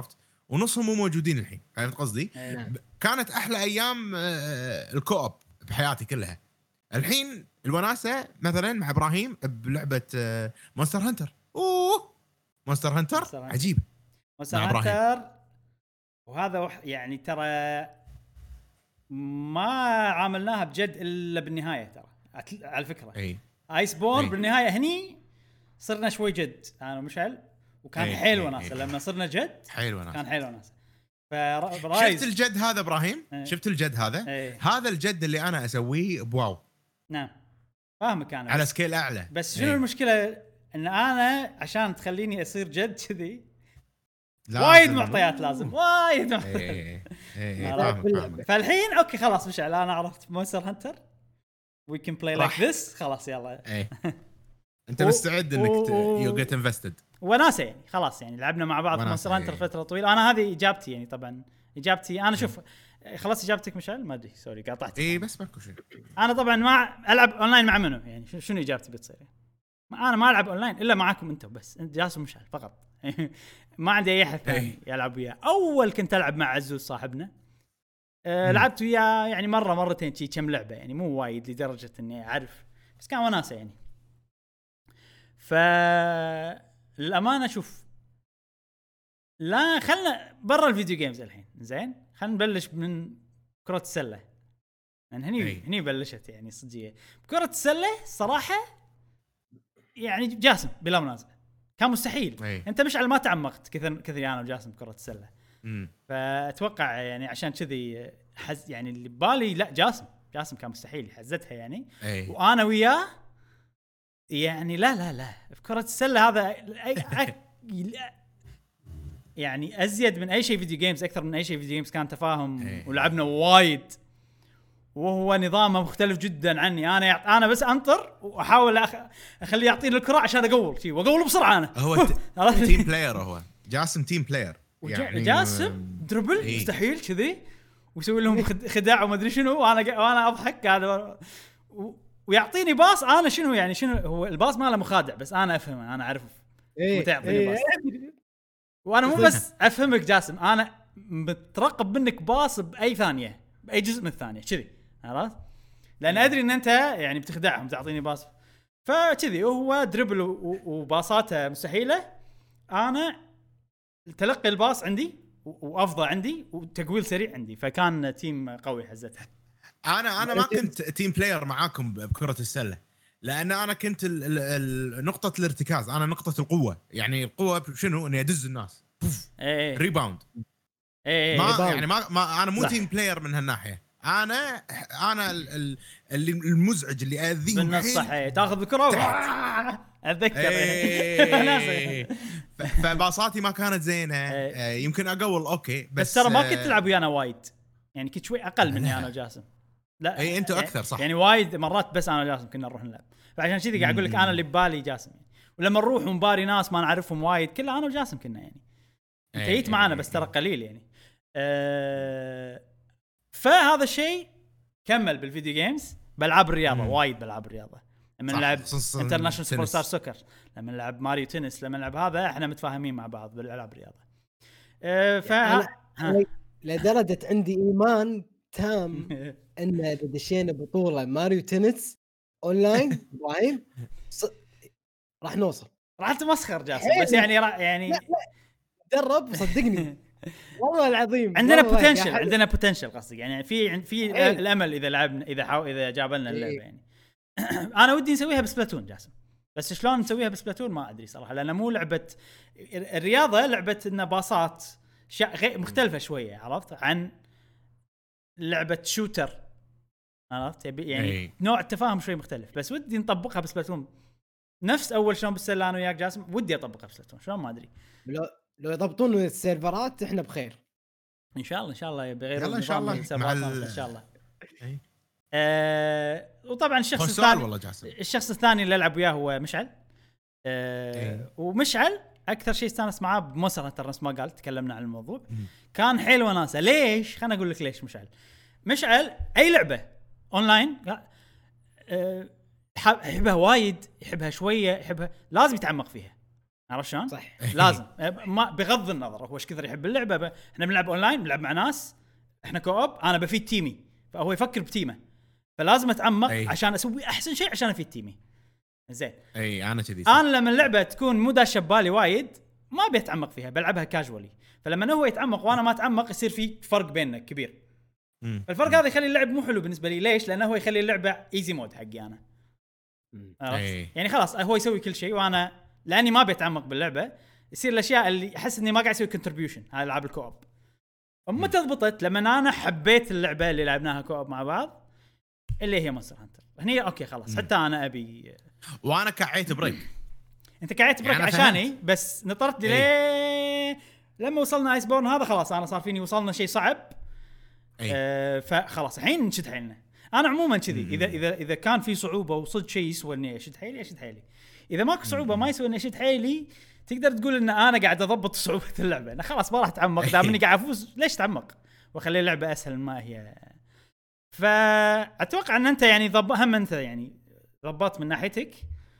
ونصهم مو موجودين الحين. فهمت قصدي؟ نعم. كانت احلى ايام الكوب بحياتي كلها. الحين الوناسه مثلا مع ابراهيم بلعبه مونستر هانتر. اوه مونستر هانتر عجيب. مونستر هانتر وهذا وح يعني ترى ما عاملناها بجد الا بالنهايه ترى على الفكره. اي ايس بورن بالنهايه هني صرنا شوي جد انا ومشعل وكان أي. حيل أي. وناسه أي. لما صرنا جد حيل وناسه كان حيل وناسه. فرايز شفت الجد هذا ابراهيم؟ أي. شفت الجد هذا؟ أي. هذا الجد اللي انا اسويه بواو. نعم فاهمك انا على سكيل اعلى. بس شنو المشكله ان انا عشان تخليني اصير جد كذي وايد معطيات لازم وايد اي اي اي. فالحين اوكي خلاص مشعل انا عرفت مونستر هانتر وي كان بلاي لايك ذس خلاص يلا. اي انت مستعد انك يو جيت انفستد وناسه يعني خلاص يعني لعبنا مع بعض مونستر هانتر فتره طويله. انا هذه اجابتي يعني طبعا اجابتي انا شوف خلاص اجابتك مشعل ما ادري سوري قاطعت. اي بس ماكو شيء. انا طبعا ما العب اونلاين مع منو يعني شنو اجابتي بتصير؟ انا ما العب اونلاين الا معاكم انتم بس انت جاسم مشعل فقط. ما عندي اي احد ثاني يلعب وياه. اول كنت العب مع عزوز صاحبنا أه لعبت وياه يعني مره مرتين شي كم لعبه يعني مو وايد لدرجه اني اعرف بس كان وناسه يعني. فالامانه شوف لا خلنا برا الفيديو جيمز الحين زين خلينا نبلش من كرة السله لان هني أي. هني بلشت يعني صدقيه. كرة السله صراحه يعني جاسم بلا منازع كان مستحيل. أي. انت مش على ما تعمقت كثر كثر انا وجاسم بكرة السله. امم فاتوقع يعني عشان كذي حز يعني اللي ببالي لا جاسم جاسم كان مستحيل حزتها يعني. أي. وانا وياه يعني لا لا لا في كرة السله هذا أي أي يعني ازيد من اي شيء فيديو جيمز اكثر من اي شيء فيديو جيمز كان تفاهم. أي. ولعبنا وايد وهو نظامه مختلف جدا عني. انا يعط... انا بس انطر واحاول أخ... اخليه يعطيني الكره عشان اقول شيء واقول بسرعه. انا هو ت... تيم بلاير. هو جاسم تيم بلاير يعني جاسم دربل إيه؟ مستحيل كذي ويسوي لهم خداع وما ادري شنو وانا وانا اضحك قاعد و... ويعطيني باص. انا شنو يعني شنو هو الباص ماله مخادع بس انا افهمه انا اعرف متى يعطيني باص. وانا مو بس افهمك جاسم انا مترقب منك باص باي ثانيه باي جزء من الثانيه كذي عرفت لان ادري ان انت يعني بتخدعهم تعطيني باص. فكذي هو دربل وباصاته مستحيله. انا تلقي الباص عندي وافضل عندي وتقويل سريع عندي فكان تيم قوي حزتها. انا انا ما كنت تيم بلاير معاكم بكرة السله لان انا كنت ال ال نقطه الارتكاز. انا نقطه القوه يعني القوه شنو اني ادز الناس ايه ريباوند ايه ما ريباوند. يعني ما, ما انا مو صح. تيم بلاير من هالناحيه. انا انا ال ال اللي المزعج اللي اذيهم بالنص صح ايه تاخذ الكره اتذكر ايه. فباصاتي ما كانت زينه. ايه. يمكن اقول اوكي بس, بس ترى ما كنت تلعب ويانا وايد يعني كنت شوي اقل مني انا وجاسم. لا اي انتوا اكثر صح يعني وايد مرات بس انا وجاسم كنا نروح نلعب فعشان كذي قاعد اقول لك انا اللي ببالي جاسم يعني. ولما نروح ونباري ناس ما نعرفهم وايد كلها انا وجاسم كنا يعني انت جيت معانا بس ترى قليل يعني. أه فهذا الشيء كمل بالفيديو جيمز بالعاب الرياضه. وايد بالعاب الرياضه لما نلعب انترناشونال سوبر ستار سوكر لما نلعب ماريو تنس لما نلعب هذا احنا متفاهمين مع بعض بالالعاب الرياضه. أه ف يعني لدرجه عندي ايمان تام ان اذا دشينا بطوله ماريو تنس اونلاين ابراهيم ص... راح نوصل راح تمسخر جاسم بس يعني را... يعني لا لا درب صدقني والله العظيم عندنا بوتنشل عندنا بوتنشل قصدي يعني في في ايه؟ الامل اذا لعبنا اذا حاول اذا جاب لنا اللعبه ايه؟ يعني انا ودي نسويها بسبلاتون جاسم بس شلون نسويها بسبلاتون ما ادري صراحه لان مو لعبه الرياضه لعبه انها باصات غير مختلفه شويه عرفت عن لعبه شوتر عرفت يعني أي. نوع التفاهم شوي مختلف بس ودي نطبقها بسبلاتون نفس اول شلون بالسله انا وياك جاسم ودي اطبقها بسبلاتون شلون ما ادري لو لو يضبطون السيرفرات احنا بخير ان شاء الله ان شاء الله بغير ان شاء الله مع ال... ان شاء الله آه وطبعا الشخص الثاني والله جاسم الشخص الثاني اللي العب وياه هو مشعل آه ومشعل اكثر شيء استانس معاه بمونستر هانتر نفس ما قال تكلمنا عن الموضوع م. كان حيل وناسه. ليش خليني اقول لك ليش مشعل مشعل اي لعبه اونلاين أه يحبها وايد يحبها شويه يحبها لازم يتعمق فيها عرفت شلون؟ صح. لازم ما بغض النظر هو ايش كثر يحب اللعبه ب... احنا بنلعب اونلاين بنلعب مع ناس احنا كوب انا بفيد تيمي فهو يفكر بتيمه فلازم اتعمق أي. عشان اسوي احسن شيء عشان افيد تيمي زين. اي انا كذي انا لما اللعبه تكون مو داشه ببالي وايد ما بيتعمق فيها بلعبها كاجوالي فلما هو يتعمق وانا ما اتعمق يصير في فرق بيننا كبير. مم. الفرق هذا يخلي اللعب مو حلو بالنسبه لي ليش لانه هو يخلي اللعبه ايزي مود حقي انا أي. يعني خلاص هو يسوي كل شيء وانا لاني ما بيتعمق باللعبه يصير الاشياء اللي احس اني ما قاعد اسوي كونتريبيوشن هاي العاب الكوب. اما تضبطت لما انا حبيت اللعبه اللي لعبناها كوب مع بعض اللي هي مونستر هانتر هني اوكي خلاص مم. حتى انا ابي وانا كعيت بريك انت قاعد بريك يعني عشاني فهمت. بس نطرت لي لما وصلنا ايس بورن هذا خلاص انا صار فيني وصلنا شيء صعب آه فخلاص الحين نشد حيلنا. انا عموما كذي اذا اذا اذا كان في صعوبه وصد شيء يسوى اني اشد حيلي اشد حيلي اذا ماكو صعوبه ما يسوى اني اشد حيلي تقدر تقول ان انا قاعد اضبط صعوبه اللعبه انا خلاص ما راح اتعمق دام اني قاعد افوز ليش تعمق واخلي اللعبه اسهل ما هي. فاتوقع ان انت يعني ضب هم انت يعني ضبطت من ناحيتك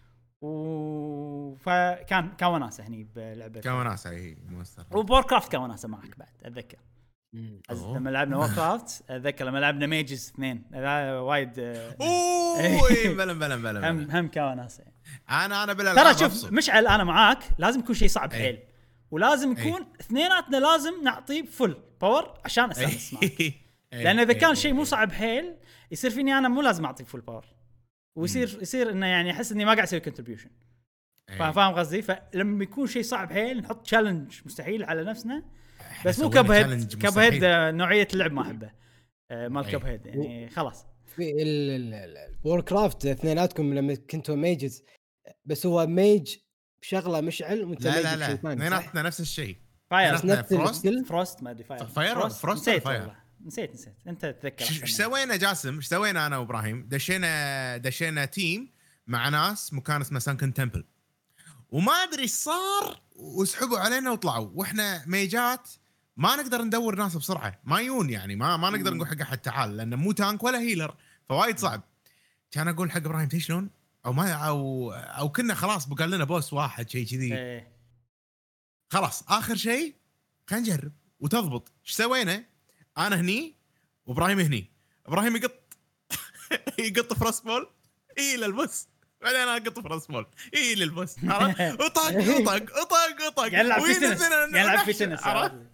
و فكان كان وناسه هني بلعبه كان وناسه هي مونستر وبور كرافت كان وناسه معك بعد اتذكر أوه. لما لعبنا وور كرافت اتذكر لما لعبنا ميجز اثنين هذا وايد اوه بلا بلا بلا هم هم كان وناسه. انا انا بلا ترى شوف مشعل انا معاك لازم يكون شيء صعب حيل ولازم يكون اثنيناتنا لازم نعطي فل باور عشان استانس معك لان اذا كان شيء مو صعب حيل يصير فيني انا مو لازم اعطي فل باور ويصير يصير انه يعني احس اني ما قاعد اسوي كونتريبيوشن فاهم قصدي. فلما يكون شيء صعب حيل نحط تشالنج مستحيل على نفسنا بس مو كب هيد كب هيد نوعيه اللعب ما احبه مال كب هيد يعني خلاص. في البور كرافت اثنيناتكم لما كنتوا ميجز بس هو ميج بشغله مشعل وانت لا ميج لا لا ثاني اثنيناتنا نفس الشيء فاير فروست فروست ما ادري فاير فاير فروست نسيت فاير والله نسيت نسيت انت تتذكر ايش سوينا جاسم ايش سوينا انا وابراهيم دشينا دشينا تيم مع ناس مكان اسمه سانكن تمبل وما ادري ايش صار وسحبوا علينا وطلعوا واحنا ميجات ما نقدر ندور ناس بسرعه ما يون يعني ما ما نقدر نقول حق احد تعال لانه مو تانك ولا هيلر فوايد صعب. كان اقول حق ابراهيم تيش شلون او ما او او كنا خلاص بقى لنا بوس واحد شيء كذي ايه. خلاص اخر شيء خلينا نجرب وتضبط. ايش سوينا انا هني وابراهيم هني ابراهيم يقط يقط فراس بول اي للبوس بعدين انا اقط فراس بول اي للبوس عرفت وطق وطق وطق وطق قاعد نلعب في تنس قاعد نلعب في تنس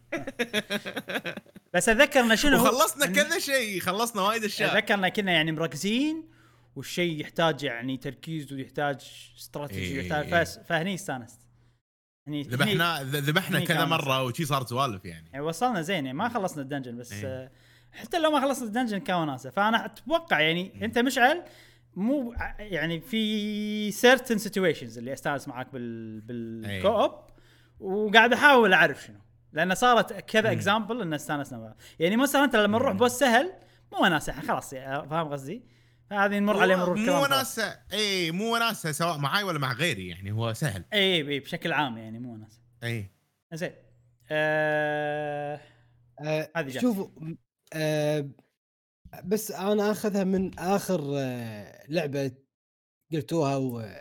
بس اتذكرنا شنو وخلصنا كذا شيء خلصنا وايد اشياء اتذكرنا كنا يعني مركزين والشيء يحتاج يعني تركيز ويحتاج استراتيجي ويحتاج فاس فهني استانست يعني ذبحنا ذبحنا كذا مره وشي صار سوالف يعني. يعني وصلنا زين يعني ما خلصنا الدنجن بس إيه. حتى لو ما خلصنا الدنجن كان وناسه. فانا اتوقع يعني م. انت مشعل مو يعني في certain situations اللي استانس معاك بال بالكوب وقاعد احاول اعرف شنو لان صارت كذا اكزامبل ان استانسنا معه. يعني مثلا انت لما نروح بوس سهل مو وناسه خلاص فاهم قصدي هذه نمر عليه مرور مو وناسه اي مو وناسه سواء معاي ولا مع غيري يعني هو سهل اي اي بشكل عام يعني مو وناسه اي زين أه... أه شوفوا أه بس انا اخذها من اخر أه لعبه قلتوها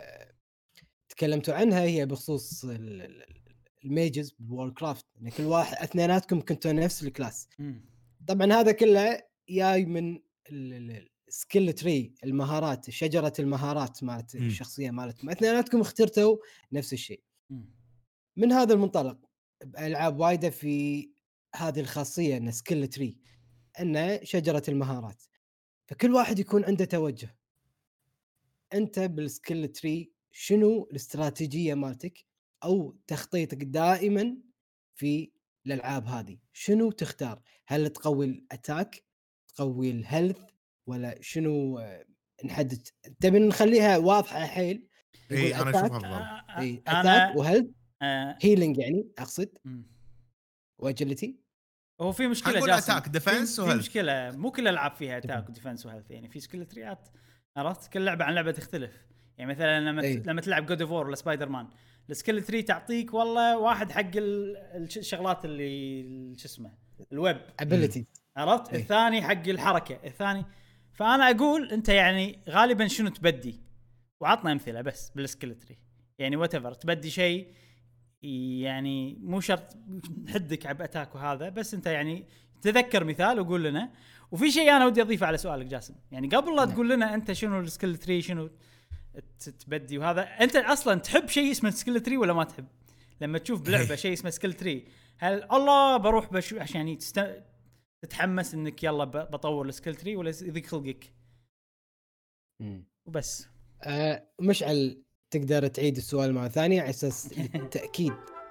وتكلمتوا عنها هي بخصوص الميجز بوور كرافت ان كل واحد اثنيناتكم كنتوا نفس الكلاس. طبعا هذا كله جاي من السكيل تري المهارات شجره المهارات مالت الشخصيه مالتكم اثنيناتكم اخترتوا نفس الشيء. من هذا المنطلق بألعاب وايده في هذه الخاصيه ان سكيل تري ان شجره المهارات فكل واحد يكون عنده توجه. انت بالسكيل تري شنو الاستراتيجيه مالتك او تخطيطك دائما في الالعاب هذه شنو تختار؟ هل تقوي الاتاك تقوي الهيلث ولا شنو؟ نحدد تبي نخليها واضحه حيل. اي انا اشوف افضل اي اتاك وهيلث هيلينج يعني اقصد واجيلتي. هو في مشكله جاسم اتاك ديفنس وهيلث في مشكله مو كل الالعاب فيها اتاك وديفنس وهيلث يعني في سكيل تريات عرفت كل لعبه عن لعبه تختلف. يعني مثلا لما أي. لما تلعب جود اوف وور ولا سبايدر مان السكيل تري تعطيك والله واحد حق الشغلات اللي شو اسمه الويب ابيليتي عرفت أي. الثاني حق الحركه الثاني. فانا اقول انت يعني غالبا شنو تبدي وعطنا امثله بس بالسكيل تري يعني وات ايفر تبدي شيء يعني مو شرط نحدك على اتاك وهذا، بس انت يعني تذكر مثال وقول لنا. وفي شيء انا ودي اضيفه على سؤالك جاسم، يعني قبل لا تقول لنا انت شنو السكيل تري، شنو تبدي وهذا، انت اصلا تحب شيء اسمه سكيل تري ولا ما تحب؟ لما تشوف بلعبه شيء اسمه سكيل تري، هل الله بروح بشو عشان يعني تست... تتحمس انك يلا بطور السكيل تري، ولا يضيق خلقك؟ امم وبس. آه مشعل تقدر تعيد السؤال مرة ثانية على أساس التأكيد؟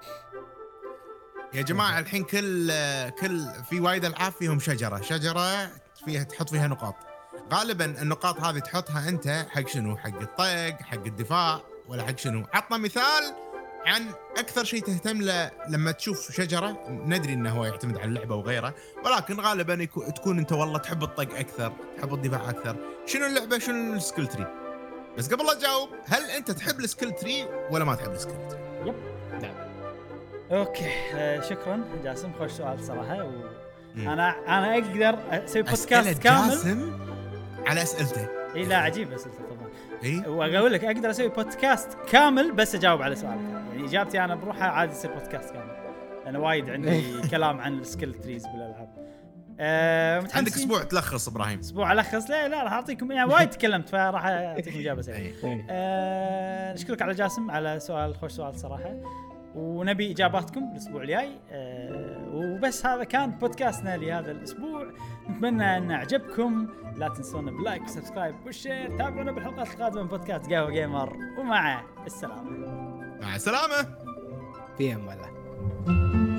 يا جماعة الحين كل كل في وايد ألعاب فيهم شجرة شجرة فيها تحط فيها نقاط. غالبا النقاط هذه تحطها أنت حق شنو؟ حق الطق، حق الدفاع، ولا حق شنو؟ عطنا مثال عن أكثر شيء تهتم له لما تشوف شجرة. ندري إنه هو يعتمد على اللعبة وغيره، ولكن غالبا يكو تكون أنت والله تحب الطق أكثر، تحب الدفاع أكثر. شنو اللعبة؟ شنو السكيل تري؟ بس قبل لا تجاوب، هل أنت تحب السكيل تري ولا ما تحب السكيل تري؟ يب. نعم. اوكي آه شكرا جاسم، خوش سؤال صراحه. و... انا انا اقدر اسوي بودكاست كامل جاسم على اسئلته. اي لا عجيب اسئلته طبعا. اي واقول لك اقدر اسوي بودكاست كامل بس اجاوب على سؤالك، يعني اجابتي انا بروحها عادي يصير بودكاست كامل. انا وايد عندي كلام عن السكيل تريز بالالعاب. أه عندك اسبوع تلخص ابراهيم؟ اسبوع الخص؟ لا لا راح اعطيكم يعني وايد تكلمت فراح اعطيكم اجابه سريعه. أه نشكرك على جاسم على سؤال خوش سؤال صراحه، ونبي اجاباتكم الاسبوع الجاي. أه وبس هذا كان بودكاستنا لهذا الاسبوع، نتمنى ان عجبكم. لا تنسونا بلايك وسبسكرايب والشير، تابعونا بالحلقات القادمه من بودكاست قهوه جيمر، ومع السلامه. مع السلامه. في امان الله.